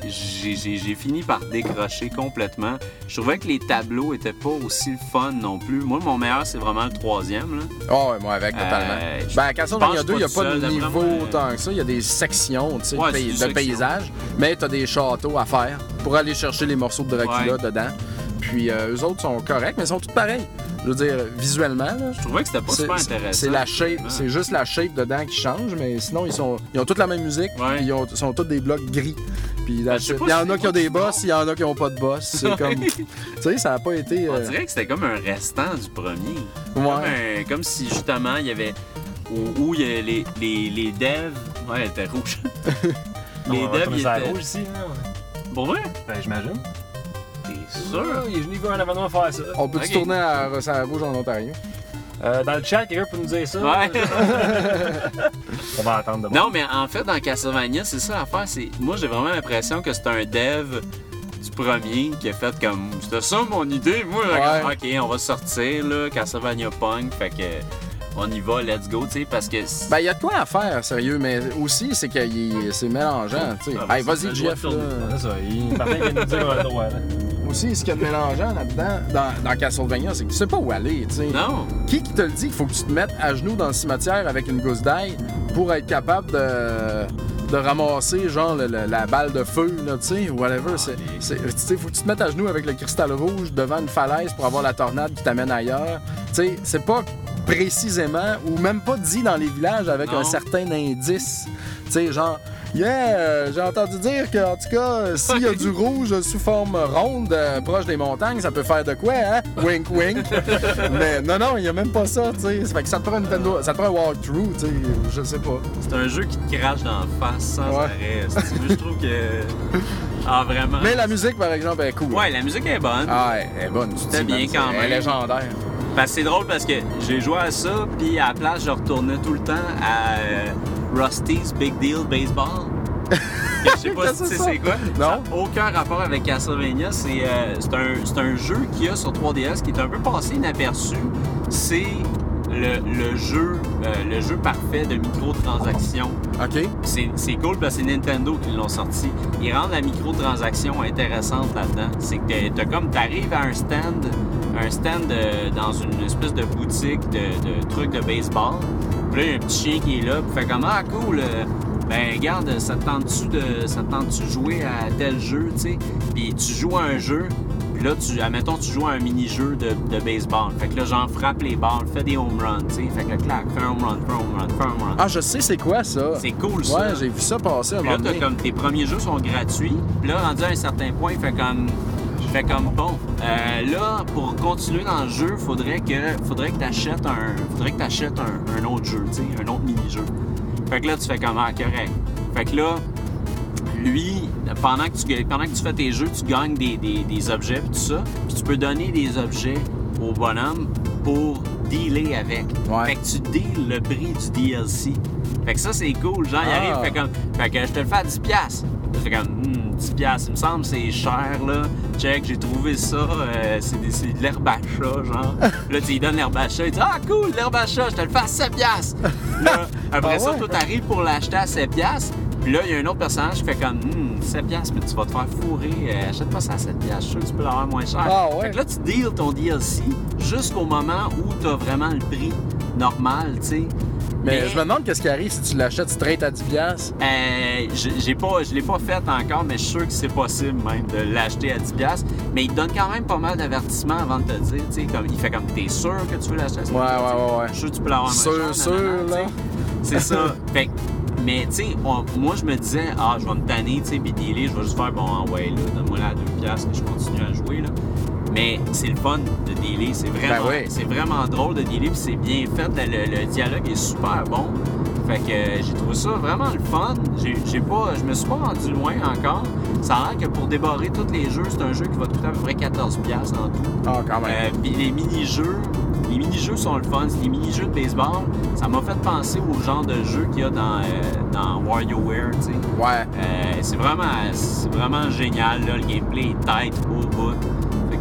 j'ai, j'ai, j'ai fini par décrocher complètement. Je trouvais que les tableaux étaient pas aussi fun non plus. Moi, mon meilleur, c'est vraiment le troisième. Là. Oh, ouais, moi avec, totalement. Euh, ben, à Castlevania deux, il n'y a pas de niveau vraiment, autant que ça. Il y a des sections tu sais, ouais, de, pays, de paysages, mais tu as des châteaux à faire pour aller chercher les morceaux de Dracula ouais. dedans. Puis euh, eux autres sont corrects, mais ils sont tous pareils. Je veux dire, visuellement, là, je trouvais que c'était pas c'est, super intéressant. C'est la shape, ah. c'est juste la shape dedans qui change, mais sinon, ils sont ils ont toute la même musique, ouais. puis ils, ont, ils sont tous des blocs gris. Puis ben, il y en a qui ont des boss, il y en a qui n'ont pas de boss. C'est comme... Tu sais, ça n'a pas été... Euh... On dirait que c'était comme un restant du premier. Ouais. Comme, un, comme si, justement, il y avait... Où, où il y a les, les, les devs... Ouais, elle était rouge. les on devs, ils étaient... rouge ici, là. Pour vrai? Ben, j'imagine. T'es sûr? Ah, je n'ai vu un événement faire ça. On peut-tu okay. tourner à, à Rouge en Ontario? Euh, dans le chat, quelqu'un peut nous dire ça? Ouais. On va attendre de Non, mais en fait, dans Castlevania, c'est ça l'affaire. C'est... Moi, j'ai vraiment l'impression que c'est un dev du premier qui a fait comme... C'était ça mon idée, moi. Là, ouais. OK, on va sortir, là, Castlevania Punk. Fait que... On y va, let's go, tu sais, parce que... Ben, il y a de quoi à faire, sérieux, mais aussi, c'est que il, c'est mélangeant, tu sais. Ah, hey, vas-y, Jeff, là. C'est ça, il partait qu'il nous dire un droit, là. Aussi, ce qu'il y a de mélangeant là-dedans, dans, dans Castlevania, c'est que tu sais pas où aller, tu sais. Non. Qui qui te le dit qu'il faut que tu te mettes à genoux dans le cimetière avec une gousse d'ail pour être capable de... de ramasser, genre, le, le, la balle de feu, là, tu sais, whatever. Ah, c'est, c'est, tu sais, faut que tu te mettes à genoux avec le cristal rouge devant une falaise pour avoir la tornade qui t'amène ailleurs. Tu sais, c'est pas précisément, ou même pas dit dans les villages avec non. un certain indice. Tu sais, genre, yeah, euh, j'ai entendu dire qu'en tout cas, s'il y a du rouge sous forme ronde, euh, proche des montagnes, ça peut faire de quoi, hein? Wink, wink. Mais non, non, il y a même pas ça, tu sais. Ça fait que ça te prend une Nintendo, ça te prend un walkthrough, tu sais, je sais pas. C'est un jeu qui te crache dans la face sans ouais. arrêt. Je trouve que... Ah, vraiment. Mais la musique, par exemple, est cool. Ouais, la musique est bonne. Ah, elle est bonne. C'est bien quand même. Elle est légendaire. Parce que c'est drôle parce que j'ai joué à ça, puis à la place, je retournais tout le temps à euh, Rusty's Big Deal Baseball. Je sais pas si tu sais c'est quoi. Non. Ça n'a aucun rapport avec Castlevania. C'est, euh, c'est, un, c'est un jeu qu'il y a sur trois D S qui est un peu passé inaperçu. C'est le, le jeu euh, le jeu parfait de microtransactions. OK. C'est, c'est cool parce que c'est Nintendo qui l'ont sorti. Ils rendent la microtransaction intéressante là-dedans. C'est que t'as, t'as comme t'arrives à un stand, un stand de, dans une espèce de boutique de, de trucs de baseball. Puis là, il y a un petit chien qui est là, puis fait comme « Ah, cool! Euh, ben, regarde, ça te tente-tu de, ça te tente-tu de jouer à tel jeu, tu sais? » Puis tu joues à un jeu, puis là, tu, admettons, tu joues à un mini-jeu de, de baseball. Fait que là, genre, frappe les balles, fais des home runs, tu sais? Fait que là, clac, fais un home run, fais un home run, fais un home run. Ah, je sais c'est quoi, ça? C'est cool, ça. Ouais, j'ai vu ça passer un moment donné. Puis là, t'as comme, tes premiers jeux sont gratuits, puis là, rendu à un certain point, il fait comme... Fait comme bon, euh, là, pour continuer dans le jeu, faudrait que faudrait que t'achètes un faudrait que t'achètes un, un autre jeu, tu sais, un autre mini-jeu. Fait que là, tu fais comme ah, correct. Fait que là, lui, pendant que tu pendant que tu fais tes jeux, tu gagnes des, des, des objets et tout ça, puis tu peux donner des objets au bonhomme pour dealer avec. Ouais. Fait que tu deals le prix du D L C. Fait que ça, c'est cool. Genre, il ah. arrive, fait comme, fait que je te le fais à dix piastres. Fait comme, hmm, dix piastres, il me semble, c'est cher, là. Check, j'ai trouvé ça, euh, c'est, des, c'est de l'herbe à chat, genre. Là, tu lui donnes l'herbe à chat, il dit, ah, cool, l'herbe à chat, je te le fais à sept piastres. Là, après ah, ça, ouais. toi, t'arrives pour l'acheter à sept piastres. Puis là, il y a un autre personnage qui fait comme, hmm, sept piastres, mais tu vas te faire fourrer, euh, achète pas ça à sept piastres, je suis sûr que tu peux l'avoir moins cher. Ah, ouais. Fait que là, tu deals ton D L C jusqu'au moment où t'as vraiment le prix normal, tu sais. Mais, mais je me demande qu'est-ce qui arrive si tu l'achètes straight à dix piastres. Euh, j'ai pas, je l'ai pas fait encore, mais je suis sûr que c'est possible même de l'acheter à dix piastres. Mais il te donne quand même pas mal d'avertissements avant de te dire, tu sais, comme il fait comme t'es sûr que tu veux l'acheter à dix piastres. Ouais, ouais, ouais, ouais. Je suis sûr que tu peux l'avoir moins sûr, cher. Sûr, sûr, là. C'est ça. Fait mais tu sais, moi je me disais, ah, je vais me tanner, tu sais, puis dealer, je vais juste faire, bon, ouais, là, donne-moi la deux piastres que je continue à jouer, là. Mais c'est le fun de dealer, c'est vraiment, ben oui. c'est vraiment drôle de dealer, puis c'est bien fait, le, le dialogue est super bon. Fait que euh, j'ai trouvé ça vraiment le fun. J'ai, j'ai pas, je me suis pas rendu loin encore. Ça a l'air que pour débarrer tous les jeux, c'est un jeu qui va coûter à peu près quatorze piastres en tout. Ah, quand même. Euh, puis les mini-jeux, les mini-jeux sont le fun. C'est les mini-jeux de baseball. Ça m'a fait penser au genre de jeu qu'il y a dans, euh, dans WarioWare, tu sais. Ouais. Euh, c'est vraiment, c'est vraiment génial, là. Le gameplay est tight au bout. Fait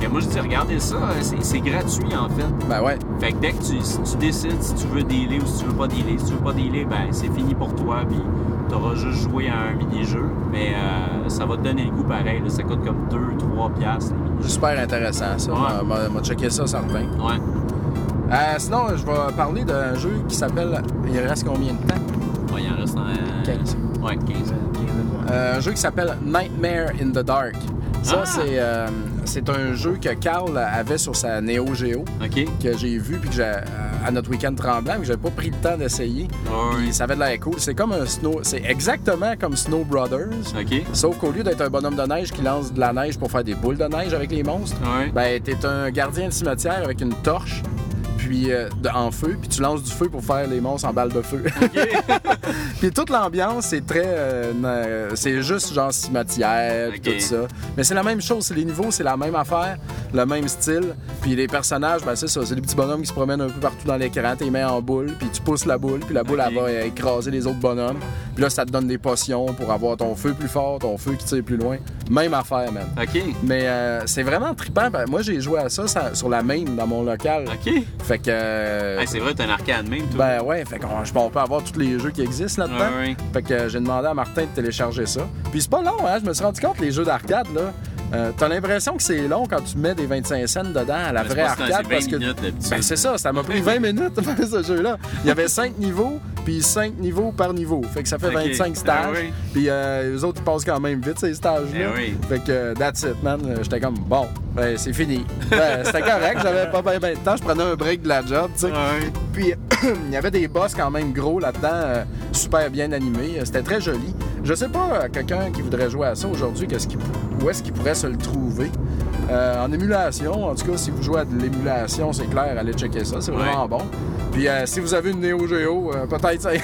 que moi, je dis, regardez ça, c'est, c'est gratuit, en fait. Ben ouais. Fait que dès que tu, si tu décides si tu veux dealer ou si tu veux pas dealer, si tu veux pas dealer, ben c'est fini pour toi, puis t'auras juste joué à un mini-jeu. Mais euh, ça va te donner le goût pareil, là. Ça coûte comme deux trois piastres, les mini-jeux. Super intéressant, ça. Ouais. On va, on va checker ça, certain. Ouais. Euh, sinon, je vais parler d'un jeu qui s'appelle... Il reste combien de temps? Ouais, il en reste en... quinze. Ouais, quinze. Euh, un jeu qui s'appelle Nightmare in the Dark. Ça, Ah! c'est, euh, c'est un jeu que Carl avait sur sa Neo Geo, OK. que j'ai vu puis que j'ai, à notre week-end tremblant, que j'avais pas pris le temps d'essayer. Ouais. Puis ça avait de l'air cool. C'est comme un Snow... C'est exactement comme Snow Brothers. OK. Sauf qu'au lieu d'être un bonhomme de neige qui lance de la neige pour faire des boules de neige avec les monstres, Ouais. ben t'es un gardien de cimetière avec une torche puis euh, de, en feu, puis tu lances du feu pour faire les monstres en balles de feu. Puis toute l'ambiance, c'est très... euh, euh, c'est juste genre cimetière, puis Ok. tout ça. Mais c'est la même chose, c'est les niveaux, c'est la même affaire, le même style. Puis les personnages, ben c'est ça, c'est des petits bonhommes qui se promènent un peu partout dans l'écran, t'es mets en boule, puis tu pousses la boule, puis la boule, Ok. elle va écraser les autres bonhommes. Puis là, ça te donne des potions pour avoir ton feu plus fort, ton feu qui tire plus loin. Même affaire, man. OK. Mais euh, c'est vraiment trippant. Ben, moi, j'ai joué à ça, ça sur la main dans mon local. OK. Fait que... euh, Hey, c'est vrai, t'as un arcade même, toi. ben ouais, fait qu'on je- on peut avoir tous les jeux qui existent là-dedans. Ouais, ouais. Fait que euh, j'ai demandé à Martin de télécharger ça. Puis c'est pas long, hein? Je me suis rendu compte, les jeux d'arcade, là, euh, t'as l'impression que c'est long quand tu mets des vingt-cinq cents dedans à la Mais c'est vraie pas si arcade c'est parce que... vingt minutes d'habitude. Ben c'est ça, ça m'a pris vingt minutes de faire ce jeu-là. Il y avait cinq niveaux, puis cinq niveaux par niveau. Fait que ça fait Ok. vingt-cinq stages. Ah oui. Puis euh, les autres, ils passent quand même vite, ces stages-là. Eh oui. Fait que euh, that's it, man. Euh, J'étais comme, bon, ben c'est fini. Ben, c'était correct, j'avais pas bien ben de temps. Je prenais un break de la job, tu sais. Ouais. Puis il y avait des boss quand même gros là-dedans, euh, super bien animés. Euh, C'était très joli. Je sais pas, euh, quelqu'un qui voudrait jouer à ça aujourd'hui, qu'est-ce qu'il, où est-ce qu'il pourrait se le trouver? Euh, en émulation, en tout cas, si vous jouez à de l'émulation, c'est clair, allez checker ça, c'est vraiment Ouais. bon. Puis euh, si vous avez une Neo Geo, euh, peut-être ça...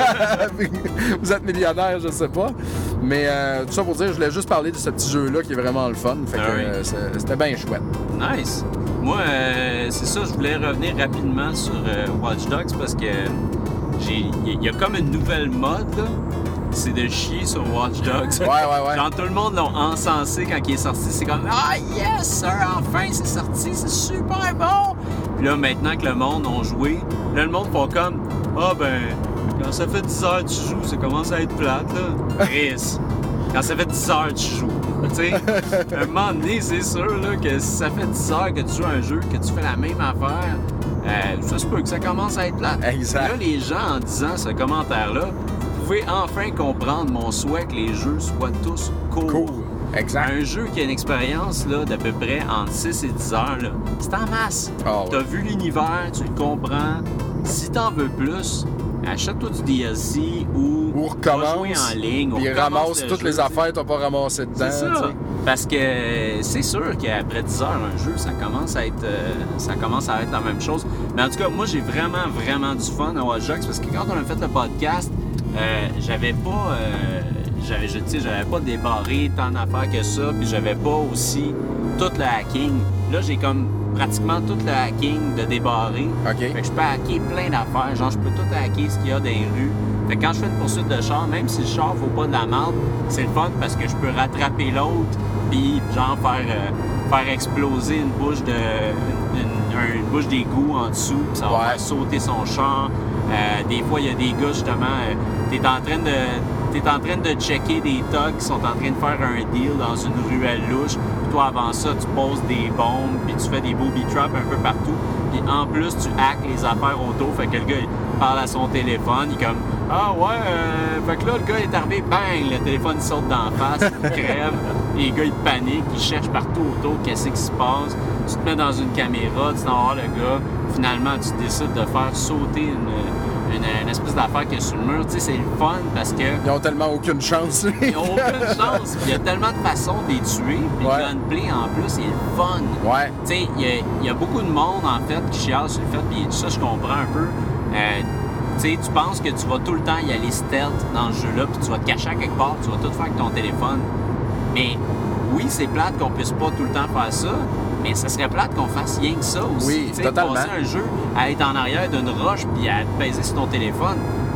vous êtes millionnaire, je sais pas. Mais euh, tout ça pour dire, je voulais juste parler de ce petit jeu-là qui est vraiment le fun. Fait que Ah oui. euh, c'est- c'était bien chouette. Nice. Moi, euh, c'est ça, je voulais revenir rapidement sur euh, Watch Dogs parce que j'ai il y a comme une nouvelle mode, là. C'est de chier sur Watch Dogs. Ouais, ouais, ouais. Genre, tout le monde l'ont encensé quand il est sorti. C'est comme « Ah, yes, sir, enfin, c'est sorti, c'est super bon! » Puis là, maintenant que le monde a joué, là, le monde fait comme « Ah, ben, quand ça fait dix heures que tu joues, ça commence à être plate, là. » Chris, quand ça fait dix heures que tu joues, tu sais, à un moment donné, c'est sûr, là, que si ça fait dix heures que tu joues à un jeu, que tu fais la même affaire, euh, ça se peut que ça commence à être plate. Exact. Là, les gens, en disant ce commentaire-là, vous pouvez enfin comprendre mon souhait que les jeux soient tous courts. Cool. Exact. Un jeu qui a une expérience là, d'à peu près entre six et dix heures, là, c'est en masse. Ah ouais. T'as vu l'univers, tu le comprends. Si t'en veux plus, achète-toi du D L C ou, Ou va jouer recommence, en ligne. ou puis recommence ramasse le toutes jeu. les affaires que t'as pas ramassées dedans. C'est tu ça. sais. Parce que c'est sûr qu'après dix heures, un jeu, ça commence à être euh, ça commence à être la même chose. Mais en tout cas, moi, j'ai vraiment, vraiment du fun à Watch Dogs parce que quand on a fait le podcast, euh, j'avais pas... euh, j'avais, je, tu sais, j'avais pas débarré tant d'affaires que ça, puis j'avais pas aussi tout le hacking. Là, j'ai comme pratiquement tout le hacking de débarrer. OK. Fait que je peux hacker plein d'affaires. Genre, je peux tout hacker ce qu'il y a dans les rues. Fait que quand je fais une poursuite de char, même si le char vaut pas de la merde, c'est le fun parce que je peux rattraper l'autre puis genre faire, euh, faire exploser une bouche de une, une- une bouche d'égout en dessous, puis ça va Ouais. faire sauter son char. Euh, des fois, il y a des gars, justement, euh, t'es en train de t'es en train de checker des thugs qui sont en train de faire un deal dans une ruelle louche. Puis toi, avant ça, tu poses des bombes, puis tu fais des booby traps un peu partout. Puis en plus, tu hackes les affaires autour. Fait que le gars, il parle à son téléphone, il est comme « Ah ouais, euh... fait que là, le gars est arrivé, bang! Le téléphone il saute d'en face, il crève. Les gars, ils paniquent, ils cherchent partout autour, qu'est-ce qui se passe. Tu te mets dans une caméra, tu t'en vas voir le gars. Finalement, tu décides de faire sauter une, une, une espèce d'affaire qui est sur le mur. Tu sais, c'est le fun parce que Ils ont tellement aucune chance. ils n'ont aucune chance. Puis il y a tellement de façons de les tuer. Puis Ouais. le gunplay, en plus, c'est le fun. Ouais. Tu sais, il y, a- il y a beaucoup de monde, en fait, qui chiale sur le fait, puis ça, je comprends un peu. Euh, tu sais, tu penses que tu vas tout le temps y aller stealth dans le jeu-là, puis tu vas te cacher à quelque part, tu vas tout faire avec ton téléphone. Mais oui, c'est plate qu'on puisse pas tout le temps faire ça, mais ça serait plate qu'on fasse rien que ça aussi. Oui, Tu sais, totalement. passer un jeu à être en arrière d'une roche puis à te peser sur ton téléphone,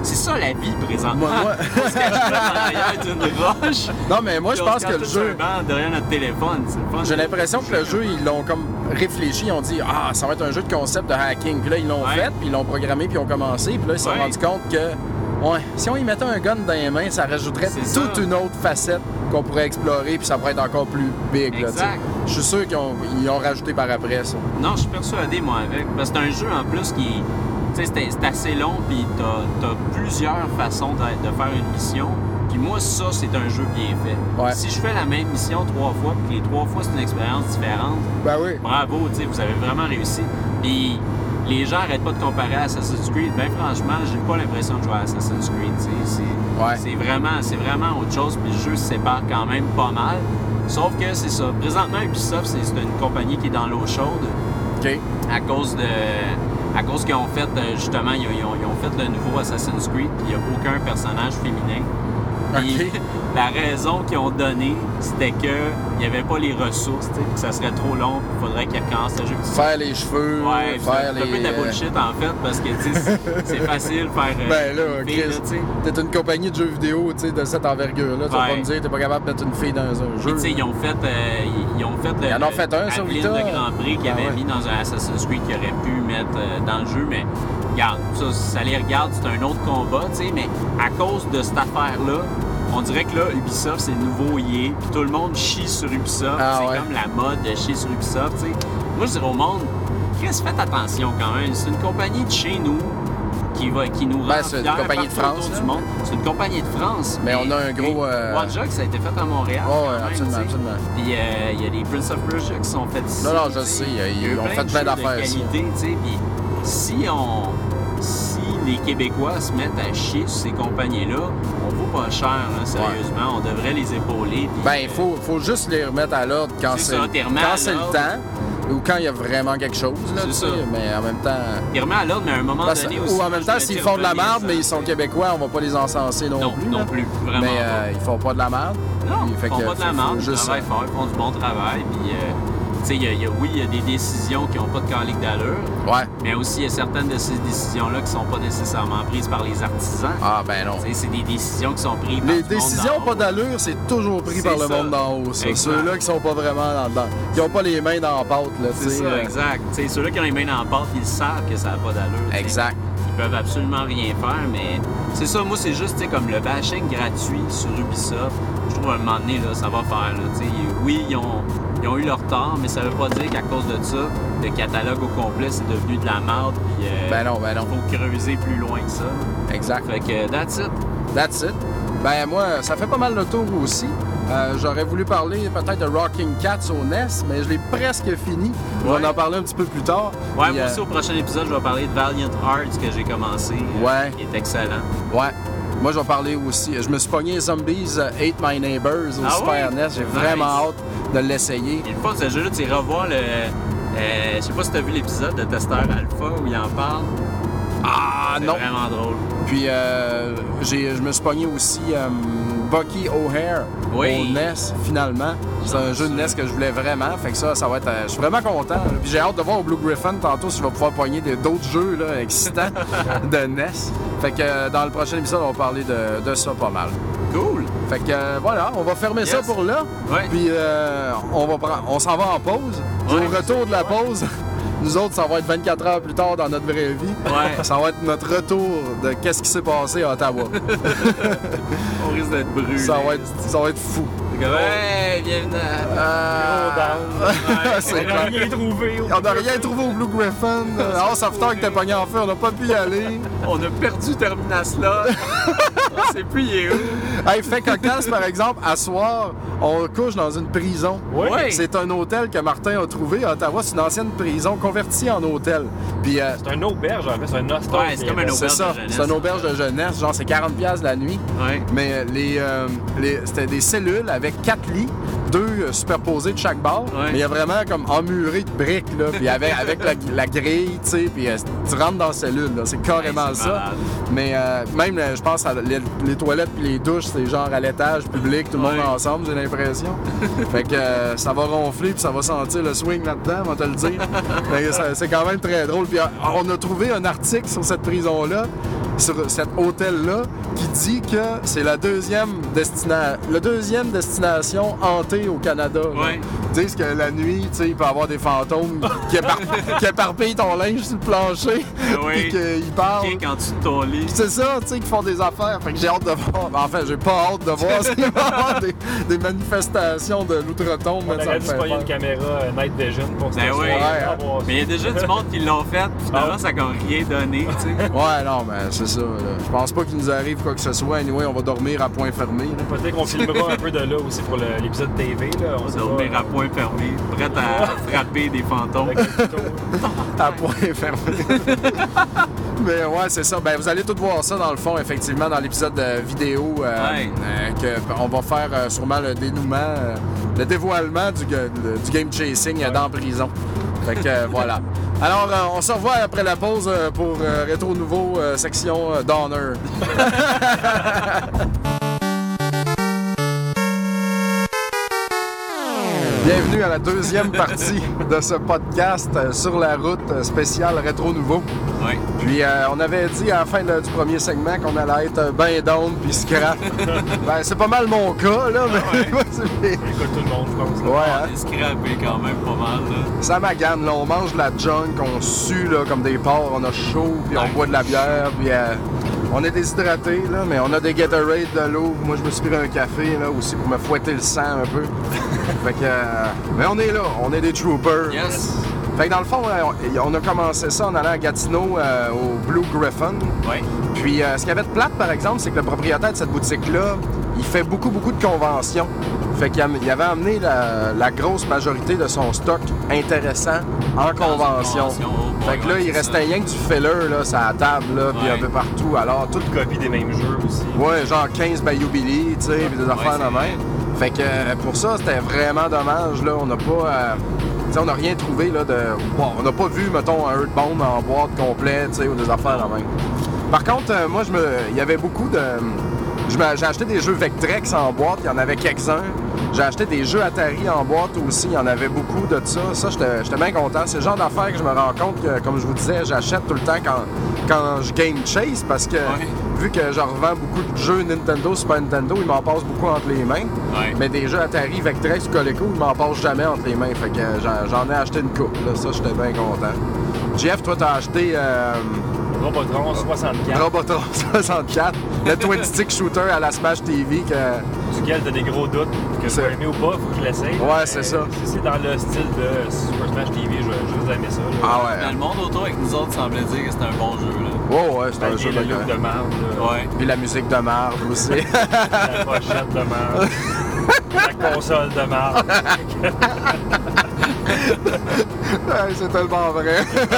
C'est ça la vie présentement. Moi, moi... On se cache derrière d'une roche. Non, mais moi, je Puis on pense se que cache le tous jeu... un banc derrière notre téléphone. C'est le fun. J'ai l'impression que le jeu, ils l'ont comme réfléchi. Ils ont dit, ah, ça va être un jeu de concept de hacking. Puis là, ils l'ont Ouais. fait, puis ils l'ont programmé, puis ils ont commencé. Puis là, ils se sont Ouais. rendus compte que, ouais, si on y mettait un gun dans les mains, ça rajouterait C'est toute ça. une autre facette qu'on pourrait explorer, puis ça pourrait être encore plus big. Là, Exact. je suis sûr qu'ils ont, ils ont rajouté par après ça. Non, je suis persuadé, moi, avec. Parce que c'est un jeu, en plus, qui... Tu sais, c'est- c'est assez long, puis t'as as plusieurs façons de, de faire une mission. Puis moi, ça, c'est un jeu bien fait. Ouais. Si je fais la même mission trois fois, puis que les trois fois, c'est une expérience différente, Ben oui. bravo, tu sais, vous avez vraiment réussi. Puis les gens arrêtent pas de comparer à Assassin's Creed. Ben franchement, j'ai pas l'impression de jouer à Assassin's Creed. tu sais. C'est Ouais. c'est vraiment, c'est vraiment autre chose, puis le jeu se sépare quand même pas mal. Sauf que c'est ça. Présentement, Ubisoft, c'est c'est une compagnie qui est dans l'eau chaude OK. à cause de... À cause qu'ils ont fait, euh, justement, ils ont, ils ont- ils ont fait le nouveau Assassin's Creed, puis il n'y a aucun personnage féminin. Puis OK. la raison qu'ils ont donnée, c'était qu'il n'y avait pas les ressources, tu sais, puis que ça serait trop long, puis il faudrait qu'ils recommencent le jeu. Puis Faire les cheveux, Ouais, faire c'est un les... peu de la euh, bullshit en fait, parce que tu sais, c'est- c'est facile de faire. euh, Ben là, une fille, Chris, là, tu sais. t'es une compagnie de jeux vidéo, tu sais, de cette envergure-là. Tu vas Ouais. pas me dire, t'es pas capable de mettre une fille dans un Puis, jeu. tu sais, ils ont fait, euh, ils- ils ont fait le, Ils en ont fait un sur Adeline Vita. de Grand Prix qu'ils Ah avaient ouais. mis dans un Assassin's Creed qu'ils auraient pu mettre euh, dans le jeu, mais regarde, ça, ça les regarde, c'est un autre combat, tu sais, mais à cause de cette affaire-là, on dirait que là, Ubisoft, c'est le nouveau E A, puis tout le monde chie sur Ubisoft. Ah c'est ouais. comme la mode de chier sur Ubisoft, tu sais. Moi, je dirais au monde, Chris, faites attention quand même. C'est une compagnie de chez nous qui, va, qui nous rend Ben, c'est une fiers compagnie de partout France, autour là. du monde. C'est une compagnie de France. Mais on a un gros, euh, Watch Dogs, ça a été fait à Montréal. Oh, quand ouais, même, absolument, tu sais. absolument. Puis euh, il y a des Prince of Persia qui sont faits ici. Non, non, je tu sais. sais, ils Il y a eu ont fait de plein jeux d'affaires, de ça. qualité, tu sais. Puis si on... Si les Québécois se mettent à chier sur ces compagnies-là, on vaut pas cher, hein, sérieusement. On devrait les épauler. Puis, Ben, il faut, faut juste les remettre à l'ordre quand C'est c'est ça, t'es remis quand à c'est le l'ordre. temps ou quand il y a vraiment quelque chose. Là, C'est tu sais, ça. Mais en même temps. ils remettent à l'ordre, mais à un moment Parce- donné aussi... ou en moi, même je temps, me s'ils dis font de la revenir, merde, ça, mais ils sont tu sais. québécois, on va pas les encenser non, Non, plus. non là. plus, vraiment Mais pas. euh, ils font pas de la merde. Non, Puis, fait ils font que pas de la faut- merde, faut ils juste travaillent fort, ils font du bon travail, puis, euh, tu sais, il y a- il y a- oui, il y a des décisions qui n'ont pas de calique d'allure, Ouais. mais aussi, il y a certaines de ces décisions-là qui sont pas nécessairement prises par les artisans. Ah, ben non. Tu sais, c'est des décisions qui sont prises par Les du monde décisions d'en pas haut. d'allure, c'est toujours pris C'est par le ça. monde d'en haut, ça. Exact. Ceux-là qui sont pas vraiment dans dedans. Qui ont pas les mains dans la pâte, là, tu C'est sais. ça, euh, exact. Tu sais, ceux-là qui ont les mains dans la pâte, ils savent que ça n'a pas d'allure. tu sais. Exact. Ils peuvent absolument rien faire, mais c'est ça, moi, c'est juste, tu sais, comme le bashing gratuit sur Ubisoft. Je trouve, à un moment donné, là, ça va faire, là, tu sais. Oui, ils ont, ils ont eu leur tort, mais ça veut pas dire qu'à cause de ça, le catalogue au complet, c'est devenu de la merde, puis euh, Ben non, ben non. faut creuser plus loin que ça. Exact. Fait que, that's it. That's it. Ben moi, ça fait pas mal le tour aussi. Euh, J'aurais voulu parler peut-être de Rocking Cats au N E S, mais je l'ai presque fini. On Ouais. va en parler un petit peu plus tard. Ouais, Puis, moi euh, aussi, au prochain épisode, je vais parler de Valiant Hearts que j'ai commencé, euh, Ouais. qui est excellent. Ouais. Moi, je vais parler aussi. Je me suis pogné Zombies euh, Ate My Neighbors au Ah Super ouais? N E S. J'ai Nice. vraiment hâte de l'essayer. Et le fun, ce jeu-là, tu sais, revoir le... euh, je sais pas si t'as vu l'épisode de Testeur Alpha où il en parle. Ah C'est non! vraiment drôle. Puis, euh, j'ai- je me suis pogné aussi euh, Bucky O'Hare Oui. au N E S, finalement. C'est un jeu de N E S que je voulais vraiment. Fait que ça, ça va être... euh, je suis vraiment content. là. Puis j'ai hâte de voir au Blue Griffin tantôt si je vais pouvoir pogner des- d'autres jeux là, excitants de N E S. Fait que euh, dans le prochain épisode, on va parler de, de ça pas mal. Cool! Fait que euh, voilà, on va fermer ça Yes. pour là. Ouais. Puis euh, on va prendre, on s'en va en pause. Ouais. Au retour de la pause, nous autres, ça va être vingt-quatre heures plus tard dans notre vraie vie. Ouais. Ça va être notre retour de qu'est-ce qui s'est passé à Ottawa. On risque d'être brûlé. ça va être, ça va être fou. Ouais, bienvenue à... Euh, c'est On n'a clair. rien trouvé. On n'a rien trouvé au Blue Griffin. Alors, ça fait tard que t'es pogné en feu, on n'a pas pu y aller. On a perdu Terminas là. On sait plus il est où. Hey, fait cocasse, par exemple, à soir, on couche dans une prison. Oui. Ouais. C'est un hôtel que Martin a trouvé à Ottawa. C'est une ancienne prison convertie en hôtel. Puis, euh, C'est un auberge, en fait. C'est un hostel. Ouais, c'est comme un c'est auberge ça. de jeunesse. C'est une auberge de jeunesse. Genre, c'est quarante piastres la nuit. Ouais. Mais euh, les, euh, les- c'était des cellules avec quatre lits, deux euh, superposés de chaque bord. Ouais. Mais il y a vraiment comme emmuré de briques, là. Puis avec, avec la, la grille, tu sais. Puis euh, tu rentres dans la cellule, là. C'est carrément Ouais, c'est ça. malade. Mais euh, même, euh, je pense, à les, les toilettes puis les douches, c'est genre à l'étage public, tout le monde Ouais. ensemble, j'ai l'impression. Fait que euh, ça va ronfler puis ça va sentir le swing là-dedans, on va te le dire. Fait que ça- c'est quand même très drôle. Puis euh, on a trouvé un article sur cette prison-là sur cet hôtel-là qui dit que c'est la deuxième, destina... la deuxième destination hantée au Canada. Ouais. Ils disent que la nuit, tu sais, il peut y avoir des fantômes qui, épar... qui éparpillent ton linge sur le plancher. Oui. Puis qu'ils parlent. Qui est quand tu te ton lit. C'est ça, tu sais, qui font des affaires. Fait que j'ai hâte de voir. Enfin, j'ai pas hâte de voir s'il va y avoir des, des manifestations de l'outre-tombe. On Ça aurait me dû fait pogner peur. une caméra euh, Night Vision pour se Ben faire oui. Ouais, voir ça. Mais il y a déjà du monde qui l'ont fait, puis finalement, Ah. ça n'a comme rien donné, tu sais. Ouais, non, mais c'est ça. Là. Je pense pas qu'il nous arrive quoi que ce soit. Anyway, on va dormir à point fermé. Là. Peut-être qu'on filmera un peu de là aussi pour le- l'épisode T V. Là. On On sait va dormir pas, à point fermé, prêt à frapper des fantômes. avec le couteau. À point fermé. Mais ouais, c'est ça. Ben, vous allez tout voir ça dans le fond, effectivement, dans l'épisode euh, vidéo. Euh, Ouais. euh, que, on va faire euh, sûrement le dénouement, euh, le dévoilement du, ga- le- du game chasing euh, Ouais. dans prison. Fait que euh, voilà. Alors, euh, on se revoit après la pause euh, pour euh, Rétro Nouveau, euh, section euh, Donner. Bienvenue à la deuxième partie de ce podcast euh, sur la route euh, spéciale Rétro Nouveau. Ouais. Puis euh, on avait dit à la fin de- du premier segment qu'on allait être euh, ben down puis scrap. Ben c'est pas mal mon cas là, mais moi, c'est- Ça écoute tout le monde, je pense. là. ouais, On hein. est scrappé quand même pas mal, là. Ça magane, là, on mange de la junk, on sue là, comme des porcs, on a chaud, puis Ouais. on boit de la bière, puis euh, on est déshydraté, là, mais on a des Gatorade, de l'eau. Moi, je me suis pris un café là, aussi pour me fouetter le sang un peu. Fait que, euh, mais on est là, on est des troopers. Yes. Fait que dans le fond, euh, on on a commencé ça en allant à Gatineau euh, au Blue Griffin. Ouais. Puis euh, ce qu'il y avait de plate, par exemple, c'est que le propriétaire de cette boutique-là, il fait beaucoup, beaucoup de conventions. Fait qu'il am- il avait amené la, la grosse majorité de son stock intéressant en convention. convention, oh boy, Fait que là, ouais, il c'est restait ça. rien que du filler, là, sur la table, là, puis Ouais. un peu partout. Alors, tout... Copie des mêmes jeux aussi. Ouais, genre quinze Bayou Billy, tu sais, puis des affaires c'est de même. Fait que euh, pour ça, c'était vraiment dommage, là. On n'a pas... euh, tu sais, on n'a rien trouvé, là, de... Bon, on n'a pas vu, mettons, un Earthbound en boîte complète, tu sais, ou des affaires de même. Par contre, euh, moi, je me... il y avait beaucoup de... je me- J'ai acheté des jeux Vectrex en boîte, il y en avait quelques-uns. J'ai acheté des jeux Atari en boîte aussi, il y en avait beaucoup de ça. Ça, j'étais j'étais bien content. C'est le genre d'affaires que je me rends compte que, comme je vous disais, j'achète tout le temps quand, quand je game chase parce que, Ouais. vu que je revends beaucoup de jeux Nintendo, Super Nintendo, ils m'en passent beaucoup entre les mains. Ouais. Mais des jeux Atari, Vectrex ou Coleco, ils m'en passent jamais entre les mains. Fait que j'en- j'en ai acheté une couple. Là. Ça, j'étais bien content. Jeff, toi, t'as acheté euh, Robotron soixante-quatre, Robotron soixante-quatre, le Twin Stick Shooter à la Smash T V. Que... duquel t'as des gros doutes que je C'est- vais aimer ou pas, faut que je l'essaye. Ouais, Mais c'est ça. Si c'est dans le style de Super Smash T V, je vais juste aimer ça. Là. Ah Dans ouais. le monde autour avec nous autres semblait dire que c'était un bon jeu, là. Oh, ouais, c'est un Avec jeu le de look de marde, là. Ouais. Puis la musique de marde aussi. La pochette de marde. La console de marde. Ouais, c'est tellement vrai.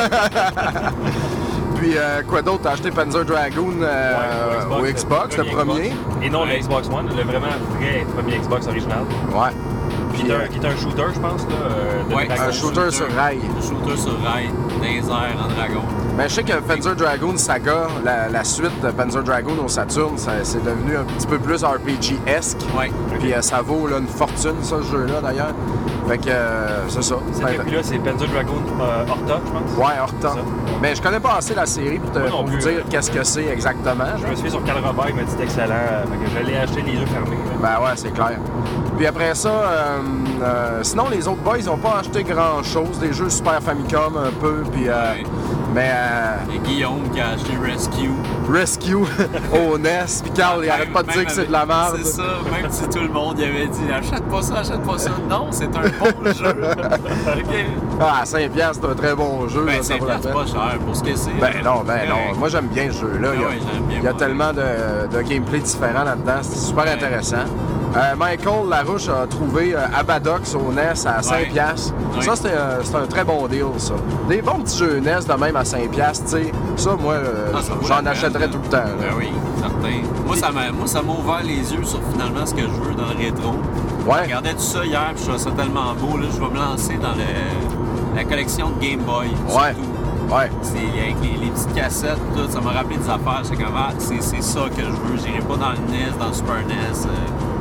Puis euh, quoi d'autre? T'as acheté Panzer Dragoon euh, Ouais, au Xbox, le premier? Xbox. Et non Ouais. le Xbox One, le vraiment vrai premier Xbox original. Ouais. Qui Puis est, euh, un, qui est un shooter, je pense, là. euh, de Ouais, dragon. un shooter sur rail. Un shooter sur rail, dans les airs, en dragon. Mais je sais que Panzer Dragoon Saga, la, la suite de Panzer Dragoon au Saturn, ça- c'est devenu un petit peu plus R P G-esque. Ouais. Puis euh, ça vaut là, une fortune, ça, ce jeu-là, d'ailleurs. Fait que euh, c'est ça. Cette Ben, copie-là, c'est Panzer Dragoon euh, Horta, je pense. ouais, Horta. C'est ça. Mais je connais pas assez la série pour, te, Moi non pour vous plus. dire qu'est-ce que c'est exactement. Je me suis fait sur Carl Robert, il m'a dit que c'était excellent. euh, Fait que je l'ai acheté les yeux fermés. là. Ben ouais, c'est clair. Puis après ça, euh, euh, sinon les autres boys, ils ont pas acheté grand-chose. Des jeux Super Famicom un peu, puis... euh, Ouais. mais euh, Et Guillaume qui a acheté Rescue. Rescue au N E S, puis Carl, il arrête pas de Même dire que c'est avec- de la merde. C'est ça, même si tout le monde y avait dit achète pas ça, achète pas ça. Non, c'est un bon jeu. Ok. Ah, cinq piastres, c'est un très bon jeu. là, Ben, ça c'est vaut la peine. pas cher pour ce que c'est. Ben non, ben Ouais. non. Moi, j'aime bien ce jeu-là. Ah Il y a, ouais, j'aime bien, il y a moi. tellement de, de gameplay différents là-dedans. C'est super Ouais. intéressant. Euh, Michael Larouche a trouvé euh, Abadox au N E S à cinq piastres. Ouais. Ça, c'était un, c'était un très bon deal, ça. Des bons petits jeux N E S de même à cinq piastres, tu sais. Ça, moi, euh, Ah, ça vaut j'en la achèterais peine, tout le temps. là. Ben oui, certain. Moi, ça m'a, moi, ça m'a ouvert les yeux sur finalement ce que je veux dans le rétro. Je Ouais. regardais tout ça hier, puis je trouvais ça tellement beau. Là, je vais me lancer dans le, la collection de Game Boy. Ouais. Surtout. Ouais. C'est avec les, les petites cassettes, tout, ça m'a rappelé des affaires. C'est comme, ah, c'est, c'est ça que je veux. J'irai pas dans le N E S, dans le Super N E S. euh.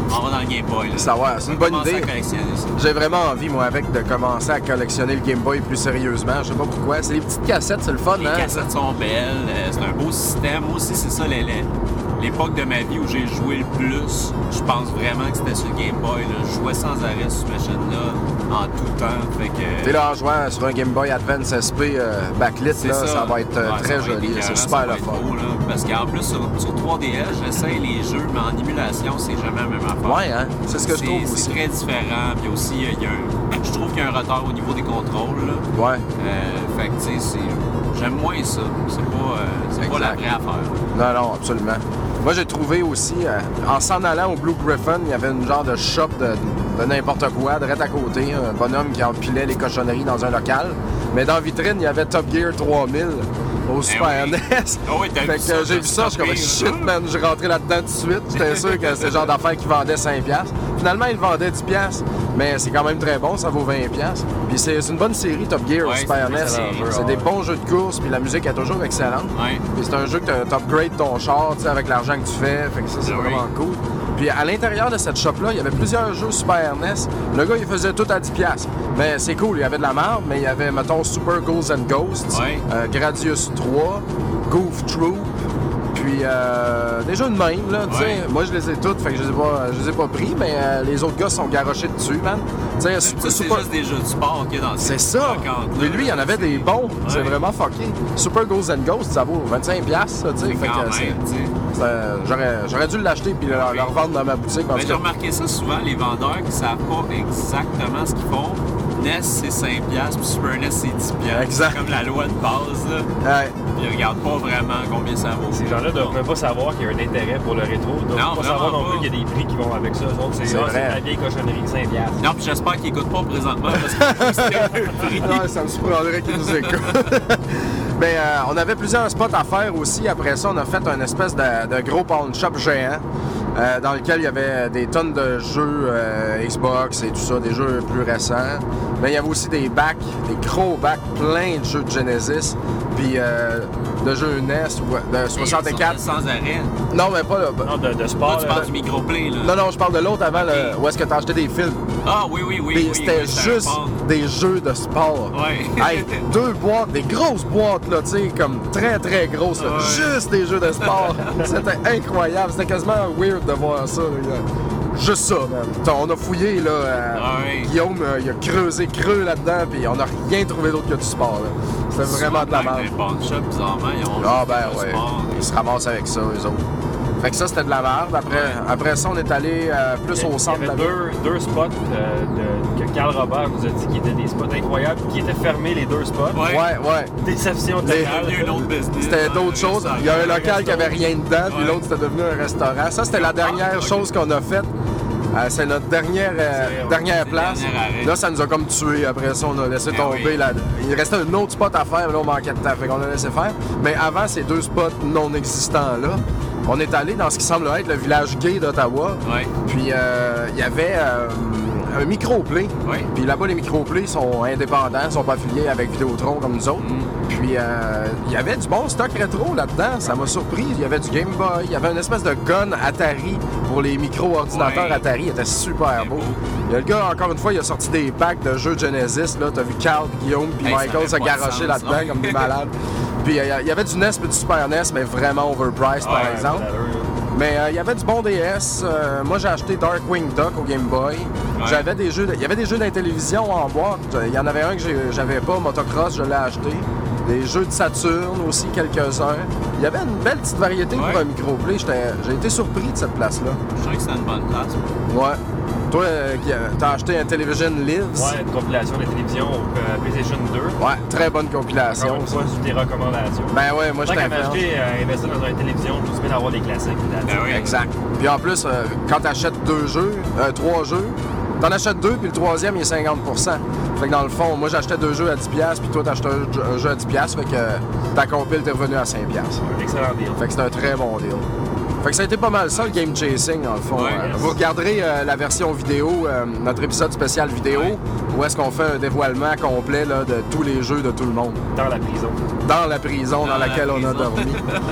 On va dans le Game Boy. Là. Ça va, c'est une bonne idée. Ça. J'ai vraiment envie, moi, avec, de commencer à collectionner le Game Boy plus sérieusement. Je sais pas pourquoi. C'est les petites cassettes, c'est le fun, les hein? Les cassettes sont belles. C'est un beau système. Moi aussi, c'est ça, les, les, l'époque de ma vie où j'ai joué le plus. Je pense vraiment que c'était sur le Game Boy. Là. Je jouais sans arrêt sur cette machine-là, en tout temps. Fait que... T'es là en jouant sur un Game Boy Advance S P euh, backlit, là, ça. ça va être euh, ouais, très va joli. Être c'est super le fun. Beau, là, parce qu'en plus, sur, sur trois D S, j'essaye les jeux, mais en émulation, c'est jamais la même affaire. Ouais, hein? C'est ce que je trouve aussi. C'est très différent. Puis aussi, il y a un... je trouve qu'il y a un retard au niveau des contrôles. Là. Ouais. Euh, fait que, tu sais, j'aime moins ça. C'est pas, euh, c'est pas la vraie affaire. Non, non, absolument. Moi, j'ai trouvé aussi, euh, en s'en allant au Blue Griffin, il y avait une genre de shop de, de n'importe quoi, direct à côté. Un bonhomme qui empilait les cochonneries dans un local. Mais dans la vitrine, il y avait Top Gear trois mille au Super oui. N E S. Oh oui, t'as fait vu que ça, j'ai vu ça, je suis comme shit, man. J'ai rentré là-dedans tout de suite. J'étais sûr que c'est le genre d'affaire qui vendait cinq dollars. Finalement, il vendait dix dollars. Mais c'est quand même très bon, ça vaut vingt dollars. Puis c'est, c'est une bonne série, Top Gear, ouais, au Super N E S. C'est, c'est des bons jeux de course, puis la musique est toujours excellente. Ouais. Puis c'est un jeu que tu upgrades ton char avec l'argent que tu fais. Fait que ça, c'est oui. vraiment cool. Puis à l'intérieur de cette shop-là, il y avait plusieurs jeux Super N E S. Le gars, il faisait tout à dix dollars. Mais c'est cool, il y avait de la merde, mais il y avait, mettons, Super Ghouls and Ghosts, ouais. euh, Gradius trois, Goof Troop, puis euh, des jeux de même, là, tu sais. Ouais. Moi, je les ai toutes, fait que je les ai pas, je les ai pas pris, mais euh, les autres gars sont garochés dessus, man. Tu sais, c'est super... juste des jeux de sport qu'il y a dans C'est ça! Mais lui, il y en avait des bons. Ouais. C'est vraiment fucké. Super Ghouls and Ghosts, ça vaut vingt-cinq dollars, ça, tu sais. Fait quand que même, c'est... Euh, j'aurais, j'aurais dû l'acheter puis le, oui. le revendre dans ma boutique. Mais j'ai remarqué ça souvent, les vendeurs qui savent pas exactement ce qu'ils font. N E S, c'est cinq dollars, puis Super N E S, c'est dix dollars. Exact. C'est comme la loi de base, là. Ouais. Ils regardent pas vraiment combien ça vaut. Ces gens-là ne doivent pas savoir qu'il y a un intérêt pour le rétro. Ils ne doivent pas savoir non plus qu'il y a des prix qui vont avec ça. Donc, c'est, c'est, ah, c'est la vieille cochonnerie de cinq dollars. Non, puis j'espère qu'ils n'écoutent pas présentement parce que c'est le prix. Non, ça me surprendrait qu'ils nous écoutent. Mais euh, on avait plusieurs spots à faire aussi. Après ça, on a fait un espèce de, de gros pawn shop géant euh, dans lequel il y avait des tonnes de jeux euh, Xbox et tout ça, des jeux plus récents. Mais il y avait aussi des bacs, des gros bacs, plein de jeux de Genesis, puis euh, de jeux N E S de soixante-quatre. Sans arrêt. Non, mais pas là. Non, de, de sport. Là, tu parles euh, du microplay, là. Non, non, je parle de l'autre avant, okay. Là, où est-ce que tu as acheté des films. Ah, oui, oui, oui. Puis oui c'était oui, juste des jeux de sport. Ouais. Hey, deux boîtes, des grosses boîtes, là, tu sais, comme très, très grosses, là. Ouais. Juste des jeux de sport. C'était incroyable. C'était quasiment weird de voir ça, là. Juste ça, man. On a fouillé, là. Euh, ouais. Guillaume, euh, il a creusé creux là-dedans, puis on n'a rien trouvé d'autre que du sport, là. C'était vraiment de la merde. Les pawn shops, bizarrement, ils ont ah, ben ouais. Sport. Ils se ramassent avec ça, eux autres. Fait que ça, c'était de la merde. Après, ouais. après ça, on est allé euh, plus il, au centre de la ville. Il y avait deux, deux spots euh, de, que Carl Robert nous a dit qui étaient des spots incroyables, qui étaient fermés, les deux spots. Ouais, ouais. ouais. Déception totale. C'était d'autres choses. Il y a un local qui avait rien dedans, puis ouais. l'autre, c'était devenu un restaurant. Ça, c'était la dernière ah, okay. chose qu'on a faite. Euh, c'est notre dernière, euh, c'est, dernière c'est place. Là, ça nous a comme tué. Après ça, on a laissé ben tomber. Oui. Là. Il restait un autre spot à faire, là, on manquait de temps. Fait qu'on a laissé faire. Mais avant ces deux spots non existants-là, on est allé dans ce qui semble être le village gay d'Ottawa. Ouais. Puis, euh, il y avait euh, un microplay. Ouais. Puis là-bas, les microplays sont indépendants, ils sont pas affiliés avec Vidéotron comme nous autres. Mm. Puis, euh, il y avait du bon stock rétro là-dedans. Ça m'a surpris. Il y avait du Game Boy. Il y avait une espèce de gun Atari pour les micro-ordinateurs ouais. Atari. Il était super beau. Il y a le gars, encore une fois, il a sorti des packs de jeux Genesis. Là, t'as vu Carl, Guillaume, puis hey, Michael se garocher là-dedans ouais. comme des malades. Puis il y avait du N E S et du Super N E S, mais vraiment overpriced, par ouais, exemple. Mais il euh, y avait du bon D S. Euh, moi, j'ai acheté Darkwing Duck au Game Boy. Ouais. J'avais des jeux, il y avait des jeux d'intellivision en boîte. Il y en avait un que j'avais pas, Motocross, je l'ai acheté. Des jeux de Saturn aussi, quelques-uns. Il y avait une belle petite variété ouais. pour un microplay. J'ai été surpris de cette place-là. Je trouvais que c'était une bonne place. Ouais. Toi, euh, t'as acheté un Television Lives. Ouais, une compilation de télévision au euh, PlayStation deux. Ouais, très bonne compilation. Encore une fois, sur tes recommandations. Ben ouais, moi je t'ai acheté, euh, investir dans une télévision, tout bien d'avoir des classiques. Ben oui. Exact. Puis en plus, euh, quand t'achètes deux jeux, euh, trois jeux, t'en achètes deux, puis le troisième, il est cinquante pour cent. Fait que dans le fond, moi j'achetais deux jeux à dix dollars, puis toi t'achetais un, un jeu à dix dollars, fait que euh, ta compile t'es revenu à cinq dollars. Excellent deal. Fait que c'est un très bon deal. Fait que ça a été pas mal ça, le game chasing, dans le fond. Ouais, euh, yes. Vous regarderez euh, la version vidéo, euh, notre épisode spécial vidéo, ouais. où est-ce qu'on fait un dévoilement complet là, de tous les jeux de tout le monde. Dans la prison. Dans la prison dans, dans laquelle la prison. on a dormi.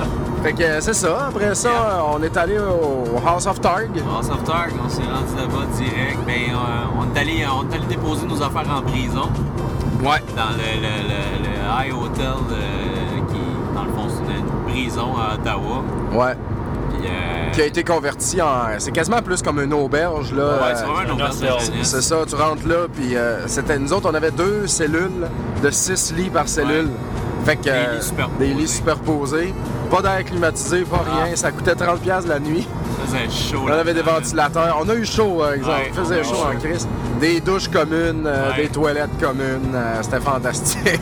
Fait que c'est ça. Après ça, yeah. on est allé au House of Targ. House of Targ, on s'est rendu là-bas direct. Ben, euh, on, est allé, on est allé déposer nos affaires en prison. Ouais. Dans le, le, le, le High Hotel, euh, qui, dans le fond, c'est une prison à Ottawa. Ouais. Puis, euh... qui a été converti en... C'est quasiment plus comme une auberge, là. Ouais, c'est vraiment une auberge de jeunesse. C'est ça, tu rentres là, puis euh, c'était... Nous autres, on avait deux cellules de six lits par cellule. Ouais. Fait que... Des lits superposés. Des lits superposés. Pas d'air climatisé, pas ah. rien. Ça coûtait trente dollars la nuit. Ça faisait chaud. On avait des ventilateurs. On a eu chaud, par exemple. Ouais, faisait chaud en Christ. Des douches communes, euh, ouais. des toilettes communes. Euh, c'était fantastique.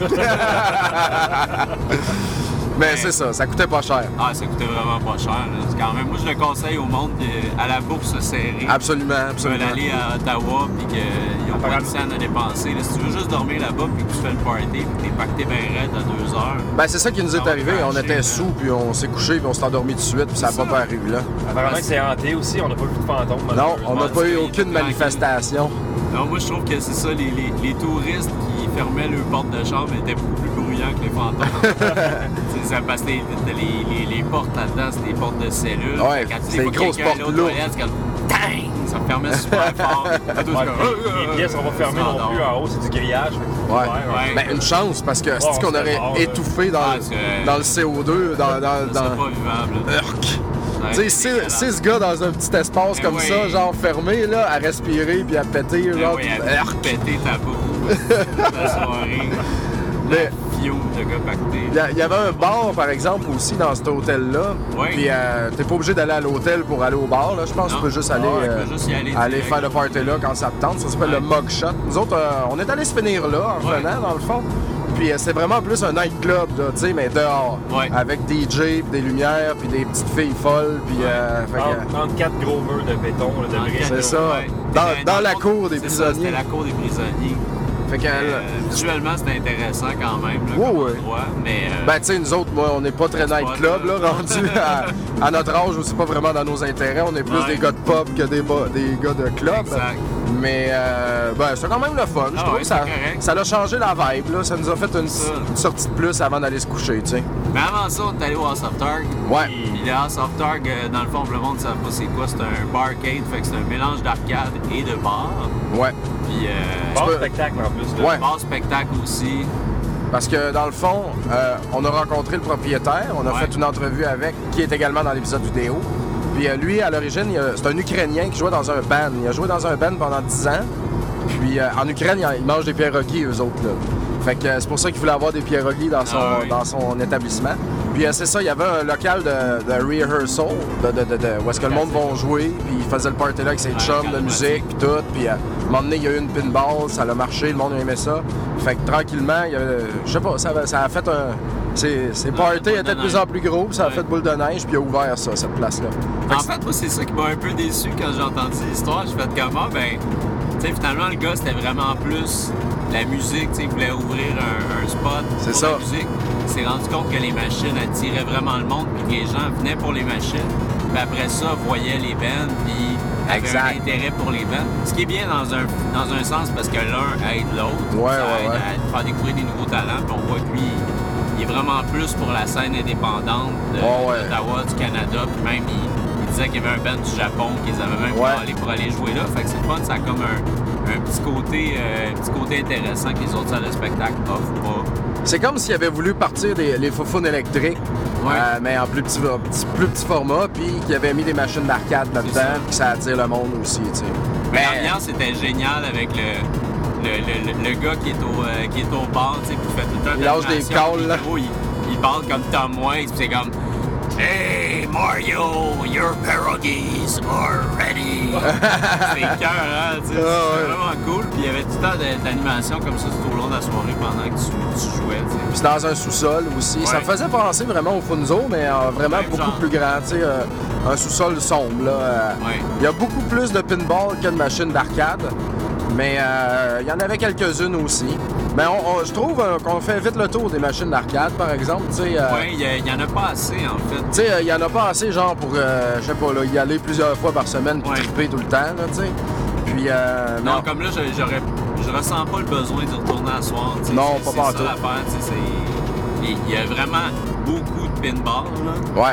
Mais ouais. c'est ça, ça coûtait pas cher. Ah, ça coûtait vraiment pas cher. Là. C'est quand même, moi, je le conseille au monde de, à la bourse serrée. Absolument, absolument. Tu veux aller à Ottawa puis qu'ils n'ont pas de scène à dépenser. Là, si tu veux juste dormir là-bas puis que tu fais le party puis que t'es pacté bien raide à deux heures. Ben, c'est ça qui nous est arrivé. On était là. sous puis on s'est couché puis on s'est endormi tout de suite puis ça n'a pas paru là. Apparemment que c'est hanté aussi, on n'a pas vu de fantômes. Non, on n'a pas eu aucune manifestation. Non, moi, je trouve que c'est ça, les, les, les touristes qui fermaient leurs portes de chambre étaient beaucoup plus bruyants que les fantômes. c'est ça, parce que les, les, les, les portes là-dedans, c'est des portes de cellules. Ouais, c'est des grosses portes lourdes. C'est comme tang! Ça fermait super fort. Ouais, les, les pièces sont pas fermées non plus en haut, c'est du grillage. Ouais. ouais. Ben, une chance, parce que c'est oh, qu'on aurait mort, étouffé dans, ah, le, dans le C O deux. Dans, dans, dans... C'est pas vivable. Urk. Tu sais, six gars dans un petit espace ben comme oui. ça, genre fermé, là, à respirer puis à péter, ben genre. Oui, à tout péter ta boue. La soirée. Mais de gars pactés. Il y avait un bar, par exemple, aussi dans cet hôtel-là. Oui. Puis euh, t'es pas obligé d'aller à l'hôtel pour aller au bar. Là. Je pense non. que tu peux juste aller, ah, euh, juste y aller, aller faire le party là quand ça te tente. Ça s'appelle ouais. le Mugshot. Nous autres, euh, on est allé se finir là en ouais. venant, dans le fond. Puis euh, c'est vraiment plus un nightclub, tu sais, mais dehors. Ouais. Avec des D J, puis des lumières, puis des petites filles folles. Puis, ouais. euh, fait que, entre quatre gros murs de béton, là, de briques. C'est ça. Ouais. Dans, dans, dans la cour des prisonniers. C'était la cour des prisonniers. Fait que, euh, visuellement, c'est intéressant quand même, là, ouais, comme ouais. endroit, mais... Euh, ben, tu sais, nous autres, moi, on n'est pas très nightclub, là, rendu à, à notre âge, c'est pas vraiment dans nos intérêts. On est plus ouais. des gars de pub que des, des gars de club. Exact. Mais, euh, ben, c'est quand même le fun. Je ah, trouve ouais, ça, correct. ça a changé la vibe, là. Ça nous a fait une, une sortie de plus avant d'aller se coucher, tu sais. Mais avant ça, on est allé au House of Targ. Ouais. Puis le House of Targ, dans le fond, le monde ne sait pas c'est quoi. C'est un barcade, fait que c'est un mélange d'arcade et de bar. Ouais. Puis, euh, bar spectacle en plus. Là. Ouais. Bar spectacle aussi. Parce que dans le fond, euh, on a rencontré le propriétaire, on a ouais. fait une entrevue avec, qui est également dans l'épisode vidéo. Puis euh, lui, à l'origine, c'est un Ukrainien qui jouait dans un band. Il a joué dans un band pendant dix ans. Puis euh, en Ukraine, ils mangent des pierogies, eux autres, là. Fait que euh, c'est pour ça qu'il voulait avoir des pierogies dans son, ah oui. dans son établissement. Puis euh, c'est ça, il y avait un local de, de rehearsal, de, de, de, de, où est-ce que le monde va jouer, puis il faisait le party là avec ses chums de musique, puis tout. Puis euh, à un moment donné, il y a eu une pinball, ça a marché, le monde aimait ça. Fait que tranquillement, il y avait, je sais pas, ça, ça a fait un... Ses, ses parties étaient de plus en plus gros, puis ça a ouais. fait boule de neige, puis il a ouvert ça, cette place-là. Fait en fait, moi, c'est ça qui m'a un peu déçu quand j'ai entendu l'histoire. J'ai fait comment, ben... Tu sais, finalement, le gars, c'était vraiment plus la musique, tu sais, il voulait ouvrir un, un spot c'est pour ça. la musique. Il s'est rendu compte que les machines attiraient vraiment le monde, puis que les gens venaient pour les machines. Puis après ça, voyaient les bands, puis avaient un intérêt pour les bands. Ce qui est bien dans un, dans un sens, parce que l'un aide l'autre. Ouais, ça ouais, aide ouais. à faire découvrir des nouveaux talents, puis on voit que lui, il est vraiment plus pour la scène indépendante de, oh, ouais. d'Ottawa, du Canada, puis même, il, il disait qu'il y avait un band du Japon qu'ils avaient même ouais. pour aller, pour aller jouer là. Fait que c'est le fun, ça a comme un... un petit côté, euh, un petit côté intéressant que les autres salles de spectacle offrent pas. C'est comme s'ils avaient voulu partir des les faufounes électriques, ouais. euh, mais en plus petit, petit, plus petit format, puis qu'ils avaient mis des machines d'arcade là-dedans, puis ça attire le monde aussi, tu sais. Mais l'ambiance était géniale avec le, le, le, le gars qui est au, euh, qui est au bar, tu sais, qui fait tout le temps il lâche des calls, là. Il, il parle comme Tom Waits, puis c'est comme... Hey Mario, your pierogies are ready! C'est cœur, hein, tu sais, oh, c'est ouais. vraiment cool. Puis il y avait tout le temps d'animation comme ça tout au long de la soirée pendant que tu, tu jouais, tu sais. Puis c'est dans un sous-sol aussi. Ouais. Ça me faisait penser vraiment au Funzo, mais euh, vraiment Même beaucoup genre. plus grand, tu sais, euh, un sous-sol sombre, là. Euh, ouais. Il y a beaucoup plus de pinball que de machines d'arcade. Mais euh, il y en avait quelques-unes aussi. Mais on, on, je trouve euh, qu'on fait vite le tour des machines d'arcade, par exemple. Euh, oui, il n'y en a pas assez, en fait. Tu sais, il n'y en a pas assez, genre, pour, euh, je sais pas, là, y aller plusieurs fois par semaine puis ouais. triper tout le temps, là, tu sais. Puis, euh, non, non, comme là, j'aurais, je ressens pas le besoin de retourner à soir, tu sais. Non, c'est, pas c'est ça l'affaire, tu sais, il y a vraiment beaucoup de pinball, là. Ouais.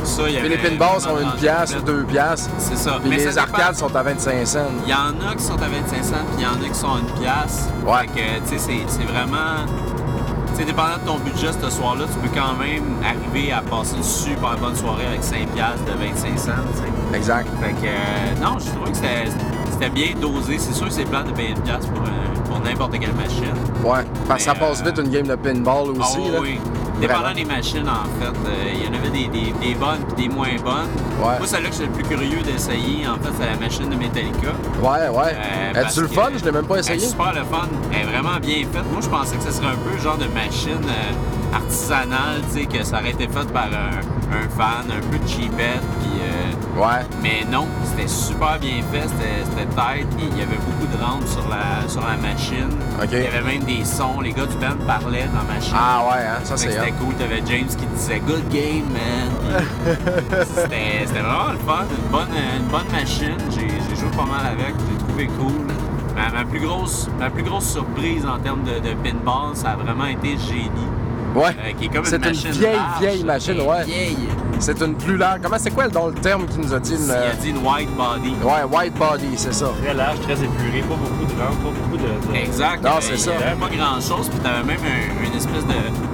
ça. Il y puis les pinballs sont une pièce ou deux pièces. C'est ça. Puis mais les ça arcades dépend. sont à vingt-cinq cents. Il y en a qui sont à vingt-cinq cents, puis il y en a qui sont à une pièce. Ouais. Fait que, tu sais, c'est, c'est vraiment... Tu sais, dépendant de ton budget ce soir-là, tu peux quand même arriver à passer une super bonne soirée avec cinq piastres de vingt-cinq cents, tu sais. Exact. Fait que, euh, non, je trouvais que c'était, c'était bien dosé. C'est sûr que c'est plat de payer une pièce pour, euh, pour n'importe quelle machine. Ouais, parce que ça Mais, passe euh, vite une game de pinball aussi. Ah, là. oui, dépendant Vraiment. des machines, en fait. euh, Il y en avait des, des, des bonnes et des moins bonnes. Ouais. Moi, celle-là que j'étais le plus curieux d'essayer, en fait, c'est la machine de Metallica. Ouais, ouais. Euh, As-tu parce le que- fun? Je l'ai même pas Elle essayé. est super le fun. Elle est vraiment bien faite. Moi, je pensais que ce serait un peu genre de machine euh, artisanale, tu sais, que ça aurait été fait par un, un fan, un peu cheapette, puis... euh, Ouais. mais non, c'était super bien fait, c'était, c'était tight, et il y avait beaucoup de rampes sur la, sur la machine. OK. Il y avait même des sons, les gars du band parlaient dans la machine. Ah ouais, hein, ça Fait que c'est c'était hot. cool, t'avais James qui disait « Good game, man ». Puis C'était, c'était vraiment le fun, une bonne, une bonne machine, j'ai, j'ai joué pas mal avec, j'ai trouvé cool. Ma, ma, plus grosse, ma plus grosse surprise en termes de, de pinball, ça a vraiment été Génie. Ouais. Euh, qui est comme C'est une une machine vieille, large, vieille machine, elle est ouais. vieille. C'est une plus large. Comment c'est quoi dans le terme qu'il nous a dit? Une... Il a dit une white body. Ouais, white body, c'est ça. Très large, très épuré, pas beaucoup de rampes, pas beaucoup de... de... Exact. Non, il y c'est avait- ça. Il n'y avait pas grand-chose, puis t'avais même un- une espèce de...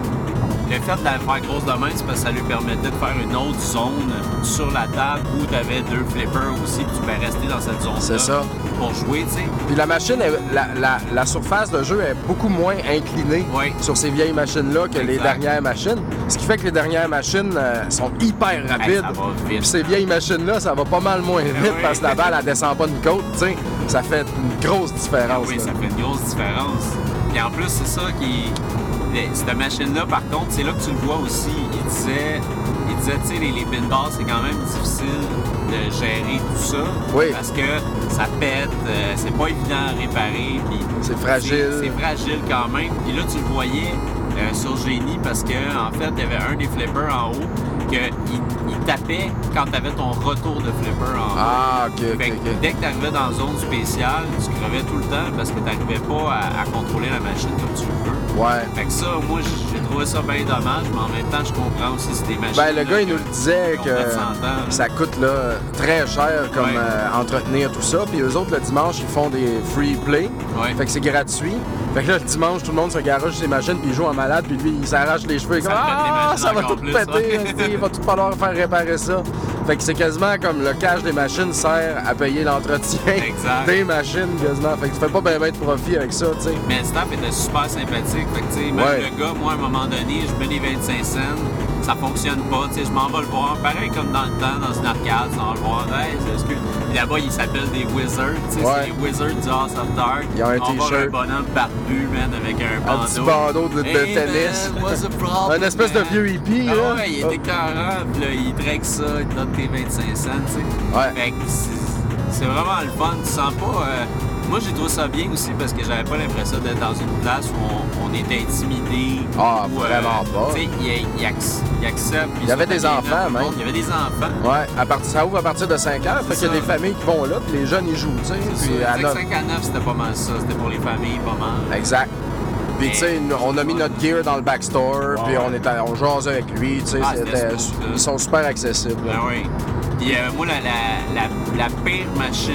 Le fait de la faire grosse de même, c'est parce que ça lui permettait de faire une autre zone sur la table où t'avais deux flippers aussi, puis tu pouvais rester dans cette zone-là. C'est ça. Pour jouer, tu sais. Puis la machine, elle- la, la, la surface de jeu est beaucoup moins inclinée Oui. sur ces vieilles machines-là que les Exact. dernières machines. Ce qui fait que les dernières machines euh, sont hyper rapides. Hey, ça va vite. Puis ces vieilles machines-là, ça va pas mal moins vite oui. parce que la balle, elle descend pas d'une côte, tu sais. Ça fait une grosse différence. Oui, là. ça fait une grosse différence. Puis en plus, c'est ça qui... les- Cette machine-là, par contre, c'est là que tu le vois aussi. Il disait, il disait tu sais, les, les pinballs, c'est quand même difficile de gérer tout ça. Oui. Parce que ça pète, euh, c'est pas évident à réparer. Puis C'est fragile. C'est, c'est fragile quand même. Puis là, tu le voyais euh, sur Génie parce que en fait, il y avait un des flippers en haut qu'il il tapait quand tu avais ton retour de flipper en haut. Ah, OK, OK, Fait que OK. dès que tu arrivais dans la zone spéciale, tu crevais tout le temps parce que tu n'arrivais pas à, à contrôler la machine comme tu le veux. Ouais. Fait que ça, moi, j'ai trouvé ça bien dommage, mais en même temps, je comprends aussi c'est des machines. Ben, le gars, il là, nous le disait qui ont que fait cent ans, là. ça coûte là, très cher comme Ouais. euh, entretenir tout ça. Puis eux autres, le dimanche, ils font des free play. Ouais. Fait que c'est gratuit. Fait que là, le dimanche, tout le monde se garage ses machines, puis il joue en malade, puis lui, il s'arrache les cheveux. Il est Ça comme, pète les ah, machines ça va encore tout plus, péter, ouais. esti, il va tout falloir faire réparer ça. Fait que c'est quasiment comme le cash des machines sert à payer l'entretien Exact. des machines, quasiment. Fait que tu fais pas bien ben de profit avec ça, tu sais. Mais le staff était super sympathique. Fait que, tu sais, même Ouais. le gars, moi, à un moment donné, je mets les vingt-cinq cents, ça fonctionne pas. Tu sais, je m'en vais le voir. Pareil comme dans le temps, dans une arcade, ça va le voir. Hey, c'est ce que... Puis là-bas, ils s'appellent des Wizards. Tu sais, Ouais. c'est les Wizards du House of Dark. Ils ont un On va voir t-shirt. un bonhomme barbu, man, avec un Un bandeau. petit bandeau de, de Hey, tennis. man, what's the problem, Un espèce de man? vieux hippie, Ah là. ouais, il est écœurant, puis là, il drague ça, il te donne tes vingt-cinq cents, tu sais. Ouais. Fait que c'est, c'est vraiment le fun. Tu sens pas... euh, Moi, j'ai trouvé ça bien aussi parce que j'avais pas l'impression d'être dans une place où on, on était intimidé. Ah, ou, vraiment pas. Tu sais, il, il, ac- il accepte. Il y avait des enfants, même. Il y avait des enfants. Ouais, à partir, ça ouvre à partir de cinq heures. Fait C'est qu'il y a ça. des familles qui vont là, puis les jeunes, ils jouent, tu sais. C'est Puis ça. à neuf- cinq à neuf, c'était pas mal ça. C'était pour les familles, pas mal. Exact. Puis, tu sais, nous- on a mis notre gear dans le backstore, puis on, était, on jasait avec lui, tu sais. Ah, c'était- c'était smooth, là. ils sont super accessibles. Ben oui. Puis euh, moi, la, la, la, la pire machine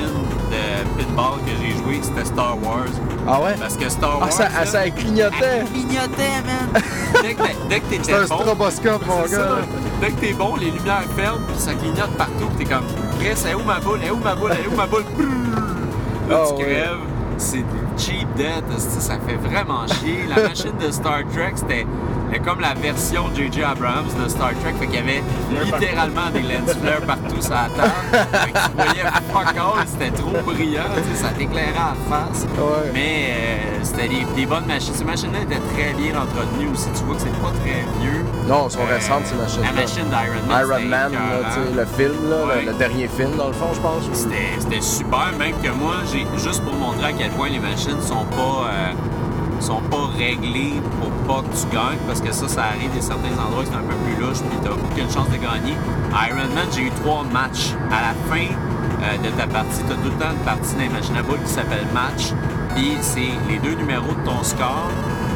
de pinball que j'ai joué, c'était Star Wars. Ah ouais? Parce que Star Wars. Ah, ça, là, ah, ça clignotait! elle clignotait, man! dès que, t'es- dès que t'étais C'est un bon, stroboscope, mon c'est gars. ça. Dès que t'es bon, les lumières ferment, puis ça clignote partout, puis t'es comme, Chris, elle est où ma boule? Elle est où ma boule? Elle est où ma boule? Brrr! Là, Ah, tu ouais. crèves. C'est cheap death, esti, ça fait vraiment chier. La machine de Star Trek, c'était c'était comme la version de J J Abrams de Star Trek, fait qu'il y avait littéralement des lens flares partout sur la table. Fait que tu voyais fuck all, c'était trop brillant, tu sais, ça t'éclairait à la face. Ouais. Mais euh, c'était des, des bonnes machines. Ces machines-là étaient très bien entretenues aussi. Tu vois que c'est pas très vieux. Non, elles sont Euh, récentes, ces machines-là. La machine d'Iron Man. Iron c'était Man, là, écœurant. tu sais, le film, là, Ouais. le, le dernier film, dans le fond, je pense. C'était c'était super, même que moi, j'ai juste pour montrer à quel point les machines sont pas euh, sont pas réglées pour pas que tu gagnes, parce que ça, ça arrive à certains endroits que c'est un peu plus louche, puis t'as aucune chance de gagner. À Iron Man, j'ai eu trois matchs. À la fin euh, de ta partie, t'as tout le temps une partie dans les machines à boules qui s'appelle match, puis c'est les deux numéros de ton score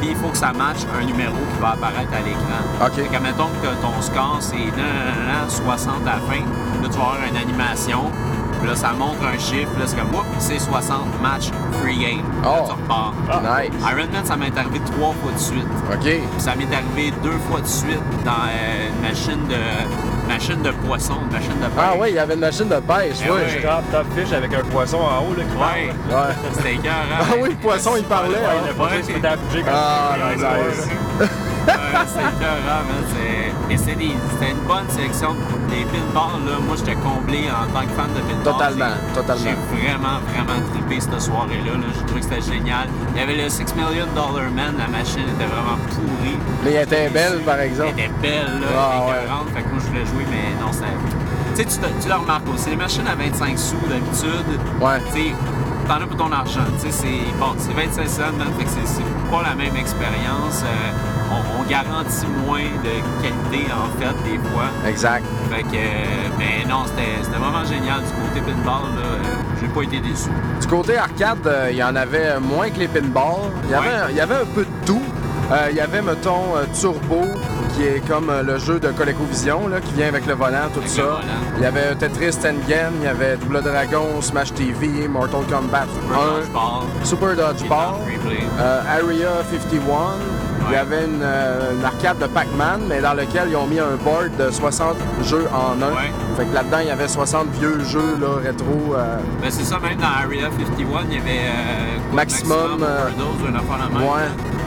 puis il faut que ça matche un numéro qui va apparaître à l'écran. OK. Fait que, mettons que ton score, c'est soixante à la fin. Là, tu vas avoir une animation. Puis là, ça montre un chiffre. Là, c'est comme, oups, c'est soixante match free game. Là, Oh. tu repars. Nice. Ironman, ça m'est arrivé trois fois de suite. OK. Puis ça m'est arrivé deux fois de suite dans euh, une machine de machine de poisson, une machine de pêche. Ah oui, il y avait une machine de pêche, Eh oui. oui. Top, top fish avec un poisson en haut là, qui Ouais, parle. Ouais. c'était écœurant. Ah oui, le poisson, il parlait. Ouais, hein. il a pas juste fait à bouger quand Ah, il nice. Ouais, c'était écœurant, man. C'est- Et c'était des- c'était une bonne sélection. Les pinballs, là, moi, j'étais comblé en tant que fan de pinball. Totalement, J'ai- totalement. J'ai vraiment, vraiment trippé cette soirée-là. Là. J'ai trouvé que c'était génial. Il y avait le six million dollar Man. La machine était vraiment pourrie. Mais elle était belle, par exemple. Elle était belle, là, Ah, écœurante. Fait que moi, je voulais jouer, mais non, c'est... Tu sais, tu, te- tu le remarques aussi. Les machines à vingt-cinq sous, d'habitude, Ouais. tu sais, t'en as pour ton argent. Tu sais, c'est bon, c'est vingt-cinq cents, man, fait que c'est, c'est pas la même expérience. Euh, on, on garantit moins de qualité, en fait, des fois. Exact. Fait que, euh, mais non, c'était, c'était vraiment génial. Du côté pinball, là, euh, j'ai pas été déçu. Du côté arcade, euh, il y en avait moins que les pinballs. Il y avait, Ouais. il y avait un peu de tout. Euh, il y avait, mettons, euh, Turbo, qui est comme euh, le jeu de ColecoVision, là, qui vient avec le volant, tout Avec ça. le volant. Il y avait Tetris Tengen, il y avait Double Dragon, Smash T V, Mortal Kombat Super un, dodgeball, Super qui est en Dodgeball, replay. euh, Area cinquante et un. Il y Ouais. avait une, euh, une arcade de Pac-Man, mais dans lequel ils ont mis un board de soixante jeux en un. Ouais. Fait que là-dedans, il y avait soixante vieux jeux là, rétro. euh, Ben, c'est ça, même dans Area cinquante et un, il y avait euh, quoi, Maximum, euh, Overdose ou une affaire de même. ouais,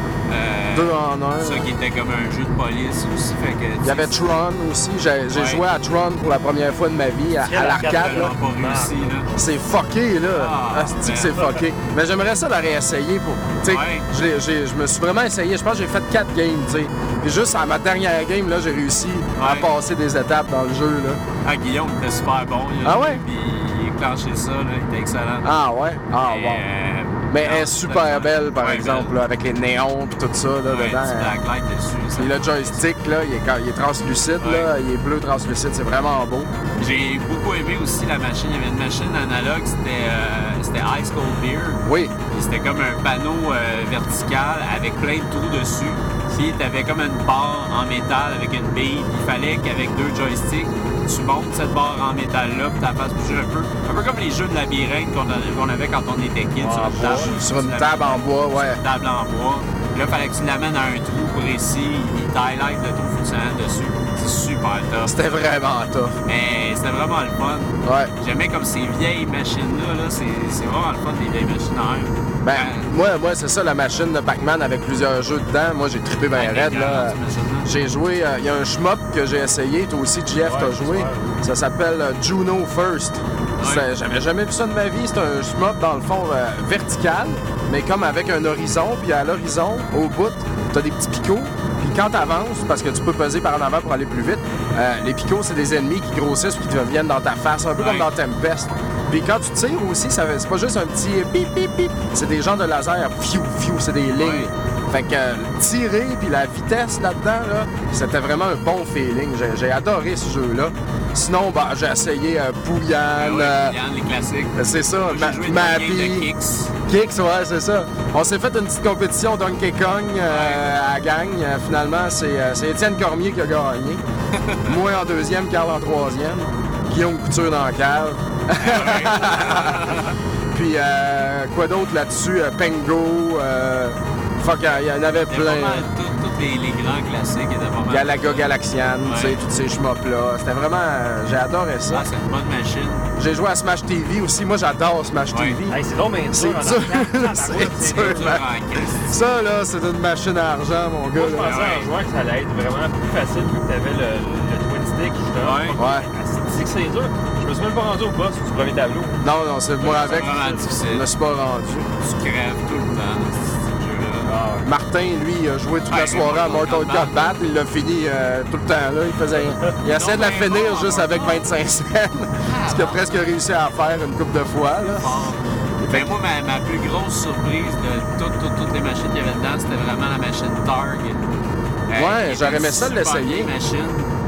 Euh, deux en un. Ça qui était comme un jeu de police aussi. Fait que, Il y avait Tron aussi. J'ai j'ai Ouais. joué à Tron pour la première fois de ma vie, à, à Quelle l'arcade. arcade, là. vraiment pas réussi, là. C'est fucké, là. Ah, Ah, c'est ben. que c'est fucké. Mais j'aimerais ça la réessayer pour. Tu sais, Ouais. je l'ai- j'ai- je me suis vraiment essayé. Je pense que j'ai fait quatre games, tu sais. Puis juste à ma dernière game, là, j'ai réussi à Ouais. passer des étapes dans le jeu, là. Ah, Guillaume était super bon. Il a Ah joué, ouais? Puis il a clenché ça, là, il était excellent. Ah ouais? Ah Mais, wow. euh, Mais non, elle est c'était super vraiment- belle, par ouais, exemple, belle. là, avec les néons et tout ça, là, Ouais, dedans. du backlight dessus. ça Et le fait joystick, là, il est, ca- il est translucide, Ouais. là. Il est bleu translucide. C'est vraiment beau. J'ai beaucoup aimé aussi la machine. Il y avait une machine analogue, c'était euh, c'était Ice Cold Beer. Oui. Puis c'était comme un panneau euh, vertical avec plein de trous dessus. Puis t'avais comme une barre en métal avec une bille. Puis il fallait qu'avec deux joysticks, tu montes cette barre en métal-là, puis tu la fasses bouger un peu. Un peu comme les jeux de labyrinthe qu'on a- qu'on avait quand on était kid sur En une bois. table. Sur une Tu table en bois, ouais. Sur une table en bois. Puis là, il fallait que tu l'amènes à un trou précis. Il t'highlight le trou futsal dessus. C'est super tough. C'était vraiment tough. Mais c'était vraiment le fun. Ouais. J'aimais comme ces vieilles machines-là. Là. C'est, c'est vraiment le fun des vieilles machines à air. Ben, moi, moi c'est ça, la machine de Pac-Man avec plusieurs jeux dedans. Moi, j'ai trippé bien raide, là. J'ai joué, euh, il y a un shmup que j'ai essayé, toi aussi, J F, Ouais, t'as c'est joué. super. Ça s'appelle euh, Juno First. C'est- J'avais jamais vu ça de ma vie. C'est un shmup, dans le fond, euh, vertical, mais comme avec un horizon. Puis à l'horizon, au bout, t'as des petits picots. Puis quand t'avances, parce que tu peux peser par en avant pour aller plus vite, euh, les picots, c'est des ennemis qui grossissent puis qui deviennent dans ta face, un peu Ouais. comme dans Tempest. Puis quand tu tires aussi, ça, c'est pas juste un petit bip, bip, bip. C'est des genres de laser. Fiou, fiou, c'est des lignes. Fait que euh, tirer puis la vitesse là-dedans, là, c'était vraiment un bon feeling. J'ai, j'ai adoré ce jeu-là. Sinon, bah, j'ai essayé euh, Bouillane, Ouais, euh, Yann, les classiques. c'est ça, Moi, Ma- j'ai joué une game de Mappy, Kicks. Kicks, ouais, c'est ça. On s'est fait une petite compétition Donkey Kong euh, à la gang. Euh, finalement, c'est, euh, c'est Étienne Cormier qui a gagné. Moi en deuxième, Carl en troisième. Guillaume Couture dans la cave. Puis, euh, quoi d'autre là-dessus? Euh, Pengo. Euh, fuck, il y en avait C'était plein. pas mal tous tous les, les grands classiques étaient pas mal. Galaga Galaxian, tu sais, Ouais. tous ces schmops-là. C'était vraiment... euh, j'ai adoré ça. Ah, c'est une bonne machine. J'ai joué à Smash T V aussi. Moi, j'adore Smash Ouais. T V. Hey, c'est donc bien C'est dur en dur, arcade. c'est Tabarouette, dur. dur. Dur en Christ. Ça, là, c'est une machine à argent, mon gars. Moi, je là. pensais en jouant que ça allait être vraiment plus facile vu que tu avais le, le twin stick, justement. Ouais. Ouais. Ah, c'est que c'est dur. Je me suis même pas rendu au boss du premier tableau. Non, non, c'est moi C'est avec. vraiment Je difficile. me suis pas rendu. Tu crèves tout le temps dans ce petit jeu-là. Martin, lui, il a joué toute la Ouais, soirée à Mortal Mortal Kombat. Il l'a fini euh, tout le temps, là. Il faisait rien. Il essayait de la Non, mais finir bon, juste avec Mortal. vingt-cinq scènes. Ce qu'il a presque réussi à faire une couple de fois, là. Fort. Ben moi, ma, ma plus grosse surprise de toutes, toutes, toutes les machines qu'il y avait dedans, c'était vraiment la machine Targ. Euh, Ouais, qui était j'aurais aimé une ça de super l'essayer. vieille machine.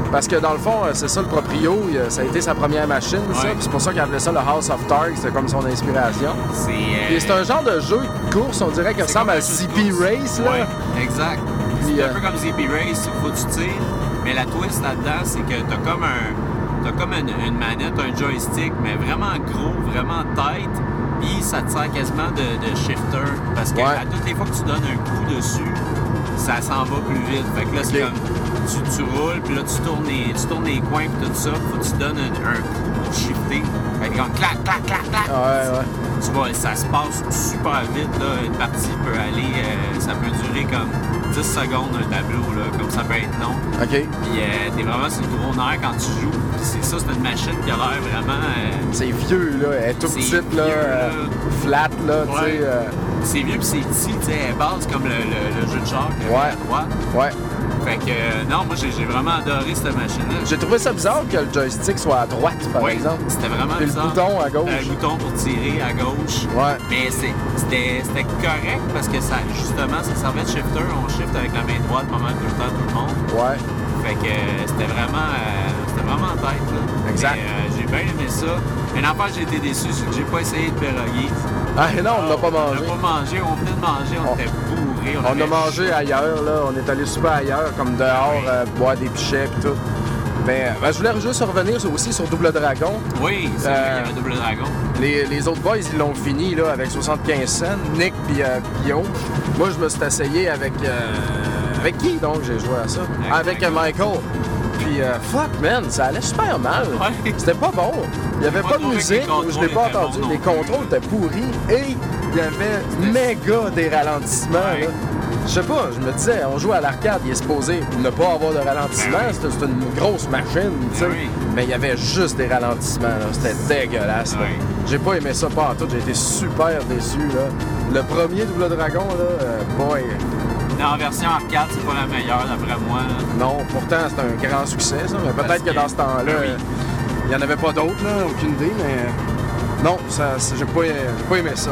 Parce que dans le fond, c'est ça le proprio, ça a été sa première machine, ouais. ça. C'est pour ça qu'il appelait ça le House of Targ, c'était comme son inspiration. C'est, euh... Et c'est un genre de jeu de course, on dirait qu'il ressemble à Z P Race, là. Ouais, exact. Puis, c'est euh... un peu comme Z P Race, il faut que tu tires, mais la twist là-dedans, c'est que t'as comme un... T'as comme une, une manette, un joystick, mais vraiment gros, vraiment tight, puis ça te sert quasiment de, de shifter, parce que ouais. à toutes les fois que tu donnes un coup dessus, ça s'en va plus vite. Fait que là, c'est okay. comme... Tu, tu roules, puis là, tu tournes les, tu tournes les coins, puis tout ça, faut que tu donnes un, un coup pour shifter. Fait que comme clac, clac, clac, clac. Ouais, ouais. Tu vois, ça se passe super vite, là. Une partie peut aller, euh, ça peut durer comme dix secondes un tableau, là, comme ça peut être long. OK. Puis euh, t'es vraiment sur le gros nerf quand tu joues. Puis c'est ça, c'est une machine qui a l'air vraiment... Euh, c'est vieux, là. Elle est toute petite, là, euh, flat, là, ouais. tu sais. Euh... C'est vieux, puis c'est petit, tu sais. Elle base comme le, le, le jeu de char qui est ouais. à droite. Ouais. Fait que, euh, non, moi, j'ai, j'ai vraiment adoré cette machine-là. J'ai trouvé ça bizarre que le joystick soit à droite, par oui, exemple. C'était vraiment Et bizarre. le bouton à gauche. Le bouton pour tirer à gauche. Ouais. Mais c'est, c'était, c'était correct parce que, ça, justement, ça servait de shifter. On shift avec la main droite pas mal tout le temps, tout le monde. Ouais. Fait que euh, c'était vraiment euh, c'était vraiment en tête, là. Exact. Mais, euh, j'ai bien aimé ça. Une affaire, j'ai été déçu, c'est que j'ai pas essayé de piroguer. Ah non, on l'a pas mangé. On n'a pas mangé, on venait de manger, on, on... était bourrés. On, on a mangé chaud. Ailleurs, là. On est allé super ailleurs, comme dehors, oui. euh, boire des pichets et tout. Ben, ben, je voulais juste revenir aussi sur Double Dragon. Oui, c'est euh, vrai, il y avait Double Dragon. Les, les autres boys, ils l'ont fini là, avec soixante-quinze cents. Nick puis euh, Guillaume. Moi, je me suis essayé avec... Euh, avec qui, donc, j'ai joué à ça? Avec, avec euh, Michael. Puis, euh, fuck, man, ça allait super mal. Ouais. C'était pas bon. Il n'y avait pas, pas de musique, je l'ai pas entendu. Bon les contrôles étaient pourris et il y avait méga des ralentissements. Ouais. Là. Je sais pas, je me disais, on joue à l'arcade, il est supposé ne pas avoir de ralentissement, ben oui. c'est une grosse machine, tu sais. Ben oui. Mais il y avait juste des ralentissements, là. C'était dégueulasse. Là. Oui. J'ai pas aimé ça pas en tout, j'ai été super déçu. Là. Le premier Double Dragon, là, euh, boy. En version arcade, c'est pas la meilleure d'après moi. Là. Non, pourtant c'est un grand succès, ça. Mais peut-être que... que dans ce temps-là, il oui. euh, n'y en avait pas d'autres, là, aucune idée, mais non, ça, j'ai pas, pas aimé ça.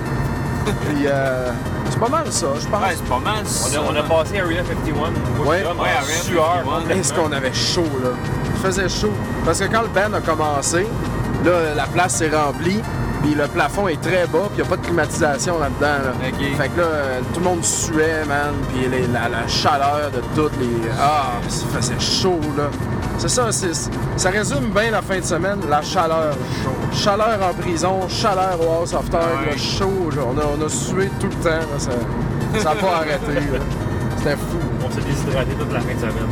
Puis, euh, c'est pas mal ça, je pense. Ouais, c'est pas mal ça. On a, on a passé Area cinquante et un. Ouais, ouais, sueur. Est-ce qu'on avait chaud, là? Il faisait chaud. Parce que quand le band a commencé, là, la place s'est remplie, puis le plafond est très bas, puis il n'y a pas de climatisation là-dedans. Là. Okay. Fait que là, tout le monde suait, man, puis les, la, la chaleur de toutes les... Ah, ça faisait chaud, là. C'est ça, c'est, ça résume bien la fin de semaine, la chaleur. Chaud. Chaleur en prison, chaleur au House of Targ, ouais. là, chaud, là. On, a, on a sué tout le temps, là. Ça n'a pas arrêté, là. C'était fou. On s'est déshydraté toute la fin de semaine.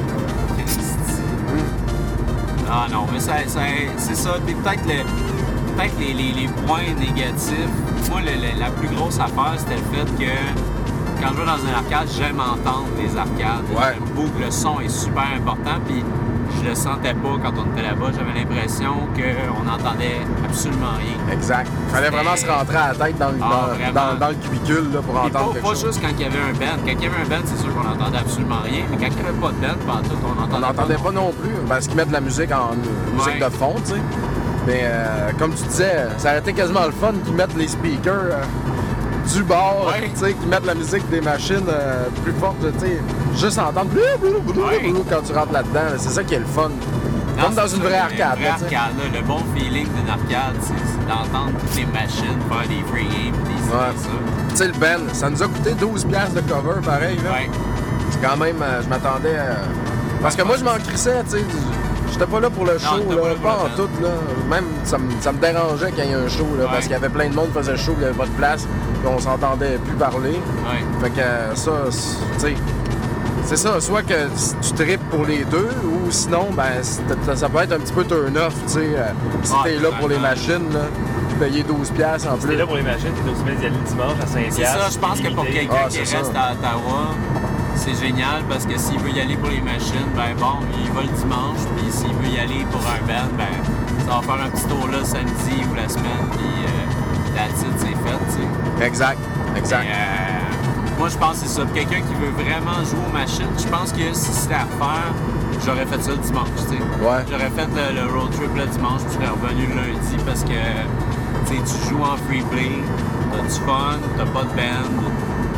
mm. Ah non, mais ça, ça, c'est ça, puis peut-être le... Peut-être les, les, les points négatifs. Moi, le, le, la plus grosse affaire, c'était le fait que quand je vais dans un arcade, j'aime entendre les arcades. Ouais. J'aime beaucoup que le son est super important. Puis je le sentais pas quand on était là-bas. J'avais l'impression qu'on n'entendait absolument rien. Exact. Il fallait c'était... vraiment se rentrer à la tête dans le, ah, dans, dans, dans le cubicule là, pour puis entendre pas, quelque pas chose. Pas juste quand il y avait un band. Quand il y avait un band, c'est sûr qu'on n'entendait absolument rien. Mais quand il n'y avait pas de band, pendant tout, on n'entendait on n'entendait pas, pas non plus. Parce qu'ils mettent de la musique en musique ouais. de fond, tu sais. Mais euh, comme tu disais, ça aurait été quasiment le fun qu'ils mettent les speakers euh, du bord, ouais. tu sais, qu'ils mettent la musique des machines euh, plus forte, tu sais, juste entendre ouais. quand tu rentres là-dedans. Là, c'est ça qui est le fun. Non, comme dans une vraie arcade. Une vraie arcade là, le bon feeling d'une arcade, c'est, c'est d'entendre toutes les machines faire des free games, des ouais. ça. Tu sais, le band, ça nous a coûté douze piastres de cover, pareil. Là. Ouais. C'est quand même, euh, je m'attendais à... Parce que moi, je m'en crissais, tu sais. J'étais pas là pour le show, non, là, pas, pas en tout. Là. Même, ça me, ça me dérangeait qu'il y ait un show, là, ouais. parce qu'il y avait plein de monde qui faisait show, il n'y avait pas de place, puis on s'entendait plus parler. Ouais. Fait que ça, tu sais, c'est ça, soit que tu tripes pour les deux, ou sinon, ben, ça peut être un petit peu turn-off, tu sais, si ah, t'es là pour les machines, là. Payer douze piastres en plus. Si t'es là pour les machines, t'es aussi bien d'y aller le dimanche à cinq piastres. C'est ça, je pense que pour quelqu'un ah, qui reste ça. à Ottawa, c'est génial parce que s'il veut y aller pour les machines, ben bon, il va le dimanche, puis s'il veut y aller pour un band, ben ça va faire un petit tour là samedi ou la semaine, puis euh, la titre, c'est fait, tu sais. Exact, exact. Et, euh, moi, je pense que c'est ça. Pour quelqu'un qui veut vraiment jouer aux machines, je pense que si c'était à refaire, j'aurais fait ça le dimanche, tu sais. Ouais. J'aurais fait le, le road trip le dimanche, puis je serais revenu le lundi parce que tu joues en free play, t'as du fun, t'as pas de band.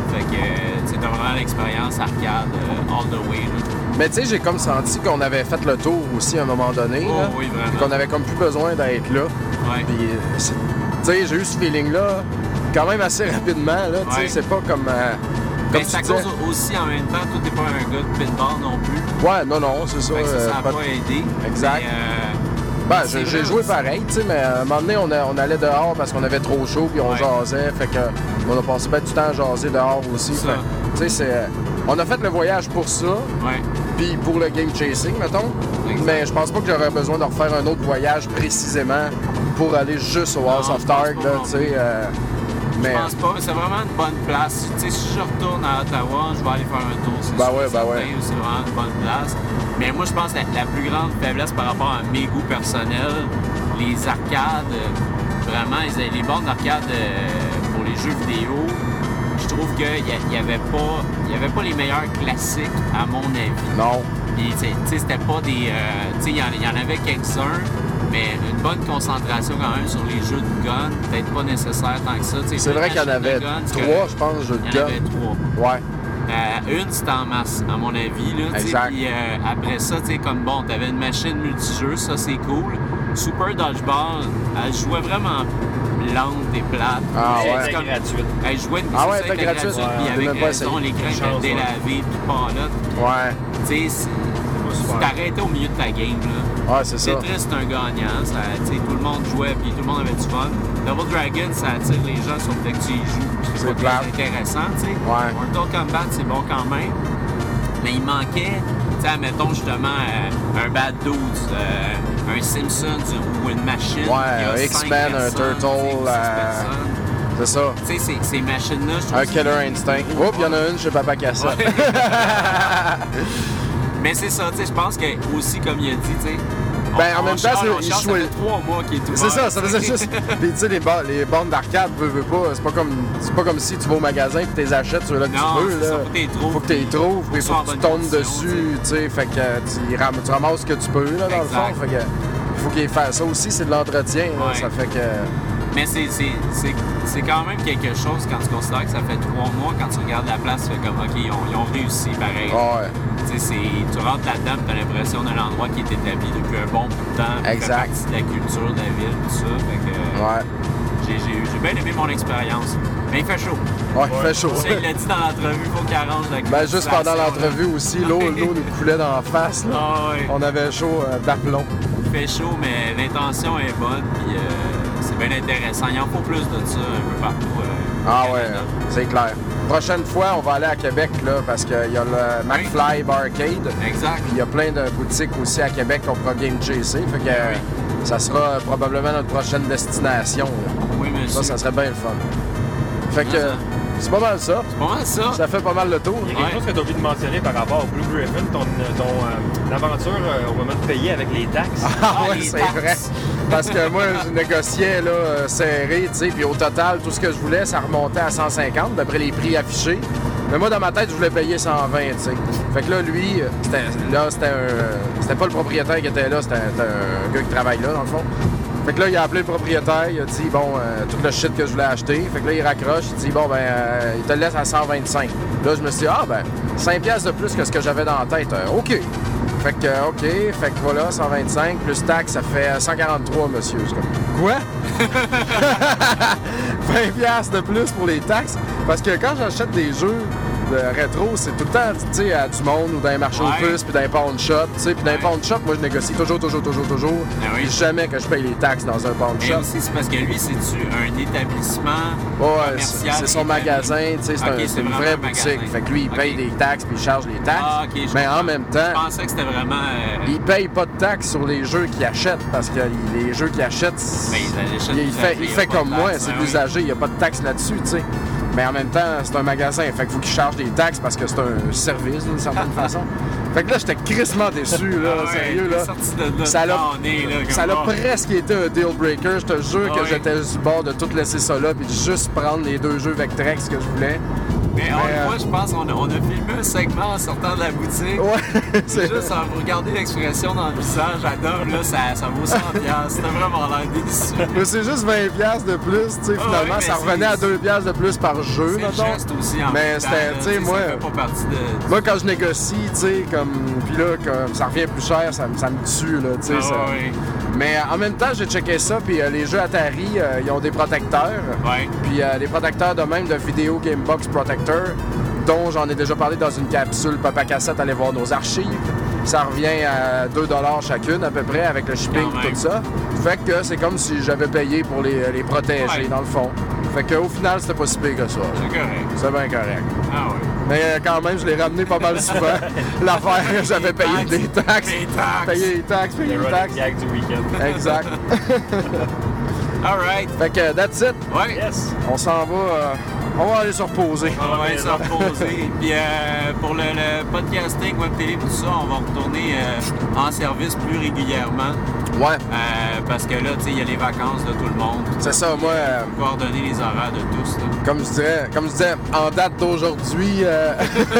Fait que c'est vraiment l'expérience arcade euh, all the way. Là. Mais tu sais, j'ai comme senti qu'on avait fait le tour aussi à un moment donné. Oh, là, oui, vraiment. Qu'on avait comme plus besoin d'être là. Ouais. Puis, tu sais, j'ai eu ce feeling-là quand même assez rapidement. Là, tu sais, Ouais. c'est pas comme. Euh, Mais comme c'est à tu disais. cause aussi, en même temps, toi, t'es pas un gars de pinball non plus. Ouais, non, non, c'est ça. Fait que ça, ça euh, a pas pas, de- aidé. Exact. Mais, euh, Ben, c'est j'ai, j'ai vrai joué aussi. pareil, tu sais, mais à un moment donné, on, a- on allait dehors parce qu'on avait trop chaud, puis on Ouais. jasait, fait que on a passé bien du temps à jaser dehors aussi. C'est Fait ça. que, tu sais, c'est... On a fait le voyage pour ça, Ouais. puis pour le game chasing, mettons. Exact. Mais je pense pas que j'aurais besoin de refaire un autre voyage précisément pour aller juste au House Non, of je pense Dark, pas là, non tu sais. euh, mais... Je pense pas, mais c'est vraiment une bonne place. Tu sais, si je retourne à Ottawa, je vais aller faire un tour. C'est Ben sûr, ouais, ben certain, ouais. C'est vraiment une bonne place. Mais moi, je pense que la, la plus grande faiblesse par rapport à mes goûts personnels, les arcades, euh, vraiment, les, les bornes d'arcade euh, pour les jeux vidéo, je trouve qu'il n'y avait pas, il y avait pas les meilleurs classiques, à mon avis. Non. Puis, tu sais, tu sais, c'était pas des. euh, tu sais, il y, en- il y en avait quelques-uns, mais une bonne concentration quand même sur les jeux de gun, peut-être pas nécessaire tant que ça. Tu sais, C'est une vrai qu'il y en machine de avait gun, c'est trois, correct. je pense, jeux Il de y en gun. avait trois. Ouais. Euh, une, c'était en masse, à mon avis. Là, tu sais, Exact. puis euh, après ça, tu sais, comme bon, t'avais une machine multijeux, ça c'est cool. Super Dodgeball, elle jouait vraiment lente et plate. Ah Puis, ouais. c'est C'était comme- gratuite. Elle jouait une Ah ouais, c'est ça, elle était gratuite. puis Ouais, j'ai avec même pas raison, essayé. l'écran Chance, était ouais. délavé, puis pas là. Ouais. Tu sais, c'est- Pas tu super. t'arrêtais au milieu de ta game. Là. Ouais, c'est ça. Tetris, c'est un gagnant. Ça, tu sais, tout le monde jouait, puis tout le monde avait du fun. Double Dragon, ça attire les gens sur le fait que tu y joues, puis C'est c'est pas plate. très intéressant. tu sais. Ouais. Mortal Kombat, c'est bon quand même. Mais il manquait, tu sais, admettons justement euh, un Bad Dudes, euh, un Simpsons ou une machine. Ouais, qui a un cinq X-Men, un personnes, Turtle, tu sais, ou six euh, personnes. C'est ça. Tu sais, ces, ces machines-là, je trouve Un que Killer c'est- Instinct. Oups, il y en a une chez Papa Cassette. Mais c'est ça, tu sais, je pense que aussi, comme il a dit, tu sais. Ben, on- en même on temps, charge- c'est- on il charge, ça choisit- fait trois mois qu'il est ouvert. C'est ça, ça faisait tu sais. juste. Puis tu sais, les, ba- les bornes d'arcade, veux, veux pas, c'est pas comme c'est pas comme si tu vas au magasin et tu les achètes ceux-là que Non, tu veux. c'est Là. ça, faut que tu les trouves. Faut que tu les trouves, puis Faut faut qu'ils que tu soient en bonne tombes condition, dessus, tu sais. Fait que tu, ram- tu ramasses ce que tu peux, là, dans Exact. le fond. Fait que il faut qu'ils fassent ça aussi, c'est de l'entretien. là. Ouais. Ça fait que. Mais c'est, c'est, c'est, c'est quand même quelque chose quand tu considères que ça fait trois mois, quand tu regardes la place, tu fais comme, OK, ils ont, ils ont réussi pareil. Ah ouais. Tu sais, c'est- tu rentres là-dedans, tu as l'impression d'un endroit qui est établi depuis un bon bout de temps. puis Exact. fait partie de la culture de la ville, tout ça. Fait que, euh, Ouais. j'ai, j'ai, j'ai bien aimé mon expérience. Mais il fait chaud. Ouais, il fait chaud. Ça, il l'a dit dans l'entrevue, il faut qu'il arrange la Ben, juste pendant climatisation, l'entrevue aussi, l'eau, l'eau nous coulait dans la face. là. Là. Ah ouais. On avait chaud euh, d'aplomb. Il fait chaud, mais l'intention est bonne, puis euh, c'est bien intéressant. Il en faut plus de ça un peu partout. euh, au Ah ouais, Canada. c'est clair. Prochaine fois, on va aller à Québec, là, parce qu'il y a le McFly Barcade. Exact. Puis il y a plein de boutiques aussi à Québec qu'on pourra game chasser. Fait que euh, Oui. ça sera probablement notre prochaine destination. là. Oui, monsieur. Ça, ça serait bien le fun. Fait que Ah, ça. euh, c'est pas mal ça. C'est pas mal ça. Ça fait pas mal le tour. Il y a quelque Ouais. chose que tu as oublié de mentionner par rapport au Blue Griffin, ton, ton euh, aventure euh, au moment de payer avec les taxes. Ah Ah, ouais, les c'est taxes. vrai. Parce que moi, je négociais là, euh, serré, tu sais, puis au total, tout ce que je voulais, ça remontait à cent cinquante d'après les prix affichés. Mais moi, dans ma tête, je voulais payer cent vingt, tu sais. Fait que là, lui, euh, c'était, là, c'était un... C'était pas le propriétaire qui était là, c'était c'était un gars qui travaille là, dans le fond. Fait que là, il a appelé le propriétaire, il a dit, bon, euh, tout le shit que je voulais acheter. Fait que là, il raccroche, il dit, bon, ben, euh, il te le laisse à cent vingt-cinq. Là, je me suis dit, ah, ben, cinq piastres de plus que ce que j'avais dans la tête. Euh, OK. Fait que, euh, OK. Fait que voilà, cent vingt-cinq plus taxe, ça fait cent quarante-trois, monsieur. Je suis comme, quoi? vingt piastres de plus pour les taxes. Parce que quand j'achète des jeux de rétro, c'est tout le temps, tu sais, à du monde ou dans les marchés aux Ouais. puces, puis dans les pawn shop, tu sais. Puis dans les Ouais. pawn shop, moi, je négocie toujours, toujours, toujours, toujours. Ah oui. Puis jamais que je paye les taxes dans un pawn Mais shop. aussi, c'est parce que lui, c'est-tu un établissement Ouais, commercial? c'est son établi? magasin, tu sais, c'est Ok, un- c'est c'est une vraiment vraie un magasin. boutique. Fait que lui, il paye Ok. des taxes, puis il charge les taxes. Ah, ok, je Mais comprends. en même Je temps, pensais que c'était vraiment... euh, il paye pas de taxes sur les jeux qu'il achète, parce que les jeux qu'il achète, Ben, ils achètent il, il des fait, usagers, il y a fait pas de comme moi, taxes, c'est ben de oui. l'usager, il n'y a pas de taxes là-dessus, tu sais. Mais en même temps, c'est un magasin, fait qu'il faut qu'il charge des taxes parce que c'est un service d'une certaine façon. Fait que là, j'étais crissement déçu, là, Ah ouais, sérieux, il est là. sorti de là, Ça l'a, tanné, là, comme ça l'a ça. presque été un deal breaker. Je te jure Ah que ouais. j'étais sur le bord de tout laisser ça là puis de juste prendre les deux jeux Vectrex que je voulais. Mais on le voit, je pense, on a, on a filmé un segment en sortant de la boutique. Ouais, c'est juste à vous regarder l'expression dans le visage à Dom, là, ça, ça vaut cent dollars. C'était vraiment l'air déçu. Mais c'est juste vingt dollars de plus, tu sais, oh, finalement, ouais, ça revenait à deux dollars de plus par jeu, c'est le geste aussi en mais c'était, tu sais, moi, ça fait pas partie de... moi, quand je négocie, tu sais, comme, puis là, comme ça revient plus cher, ça, ça me tue, là, tu sais. Ah, ça... oui. Mais en même temps, j'ai checké ça, puis euh, les jeux Atari, euh, ils ont des protecteurs. Ouais. Puis euh, les protecteurs de même de Video Game Box Protector, dont j'en ai déjà parlé dans une capsule Papa Cassette, allez voir nos archives. Ça revient à deux dollars chacune à peu près avec le shipping et tout ça. Fait que c'est comme si j'avais payé pour les, les protéger ouais. dans le fond. Fait qu'au final, c'était pas si pire que ça. C'est correct. C'est bien correct. Ah oui. Mais euh, quand même, je l'ai ramené pas mal souvent. L'affaire, j'avais payé des taxes. Des taxes. Payé des taxes, payé des taxes. Gag du week-end. Exact. All right. Fait que that's it. Ouais. Yes. On s'en va... Euh, on va aller se reposer. On va aller se reposer. Puis euh, pour le, le podcasting, web télé, tout ça, on va retourner euh, en service plus régulièrement. Ouais. Euh, parce que là, tu sais, il y a les vacances de tout le monde. C'est ça, moi... Euh, coordonner les horaires de tous. Là. Comme je dirais, comme je disais, en date d'aujourd'hui, euh,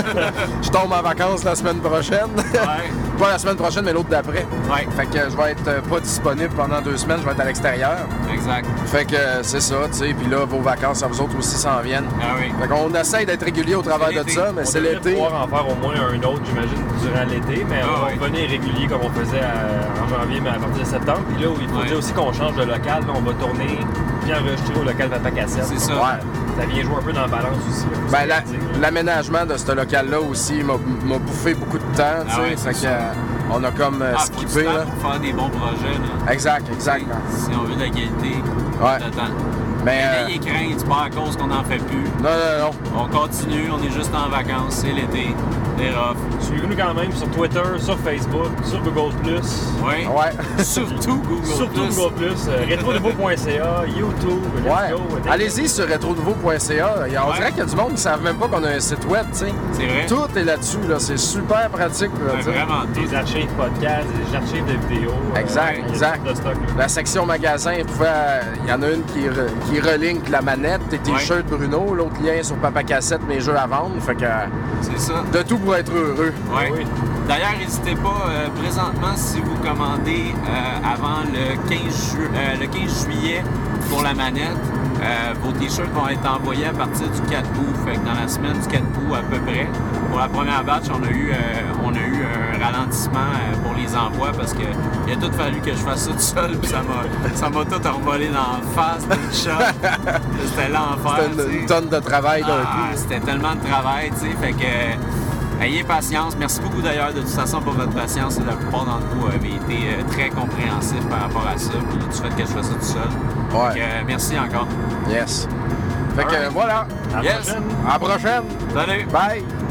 je tombe en vacances la semaine prochaine. Ouais. Pas la semaine prochaine, mais l'autre d'après. Ouais. Fait que je vais être euh, pas disponible pendant deux semaines, je vais être à l'extérieur. Exact. Fait que euh, c'est ça, tu sais. Puis là, vos vacances, à vous autres aussi s'en viennent. Ah oui. Fait qu'on essaye d'être régulier au travers de ça, mais on c'est l'été. On va pouvoir en faire au moins un autre, j'imagine, durant l'été, mais ah, on va oui. revenir régulier comme on faisait à, en janvier, mais à partir de septembre. Puis là, où il faut ouais. dire aussi qu'on change de local, là, on va tourner puis enregistrer au local Papa Cassette. C'est ça. Ouais. Ça vient jouer un peu dans la balance aussi. Là, ben, la, l'aménagement de ce local-là aussi m'a, m'a bouffé beaucoup de temps, tu sais. Ah ouais, fait que, ça. euh, on a comme euh, ah, skippé, là. Pour faire des bons projets, là. Exact, exact. Si on veut de la qualité, ouais. de temps. Mais euh... les craintes, c'est pas à cause qu'on n'en fait plus. Non, non, non. On continue, on est juste en vacances, c'est l'été, c'est rough. Suivez-nous quand même sur Twitter, sur Facebook, sur Google plus. Oui. Ouais. Surtout Google Surtout plus. Google plus. Euh, rétro nouveau point c a, YouTube, ouais. Let's Go. Allez-y sur rétro nouveau point c a. On ouais. dirait qu'il y a du monde qui ne savent même pas qu'on a un site web, tu sais. C'est vrai. Tout est là-dessus, là. C'est super pratique. Là, ouais, vraiment. Des archives podcasts, des archives de vidéos. Exact, euh, exact. De stock, la section magasin, il y en a une qui, re, qui relinque la manette, tes t-shirts ouais. Bruno, l'autre lien sur Papa Cassette, mes jeux à vendre. Fait que. C'est ça. De tout pour être heureux. Ouais. Oui. D'ailleurs, n'hésitez pas, euh, présentement, si vous commandez euh, avant le quinze, ju- euh, le quinze juillet pour la manette, euh, vos t-shirts vont être envoyés à partir du quatre août. Fait que dans la semaine du quatre août à peu près. Pour la première batch, on a eu, euh, on a eu un ralentissement euh, pour les envois parce que il a tout fallu que je fasse ça tout seul. Puis ça m'a, ça m'a tout envolé dans la face d'une shot. C'était l'enfer. C'était une, une tonne de travail d'un ah, coup. C'était tellement de travail, tu sais. Fait que. Ayez patience. Merci beaucoup d'ailleurs de toute façon pour votre patience. La plupart d'entre vous avez été euh, très compréhensifs par rapport à ça. Puis du fait que je fasse ça tout seul. Ouais. Donc, euh, merci encore. Yes. Fait All que right. voilà. À la yes. prochaine. À la prochaine. Salut. Bye.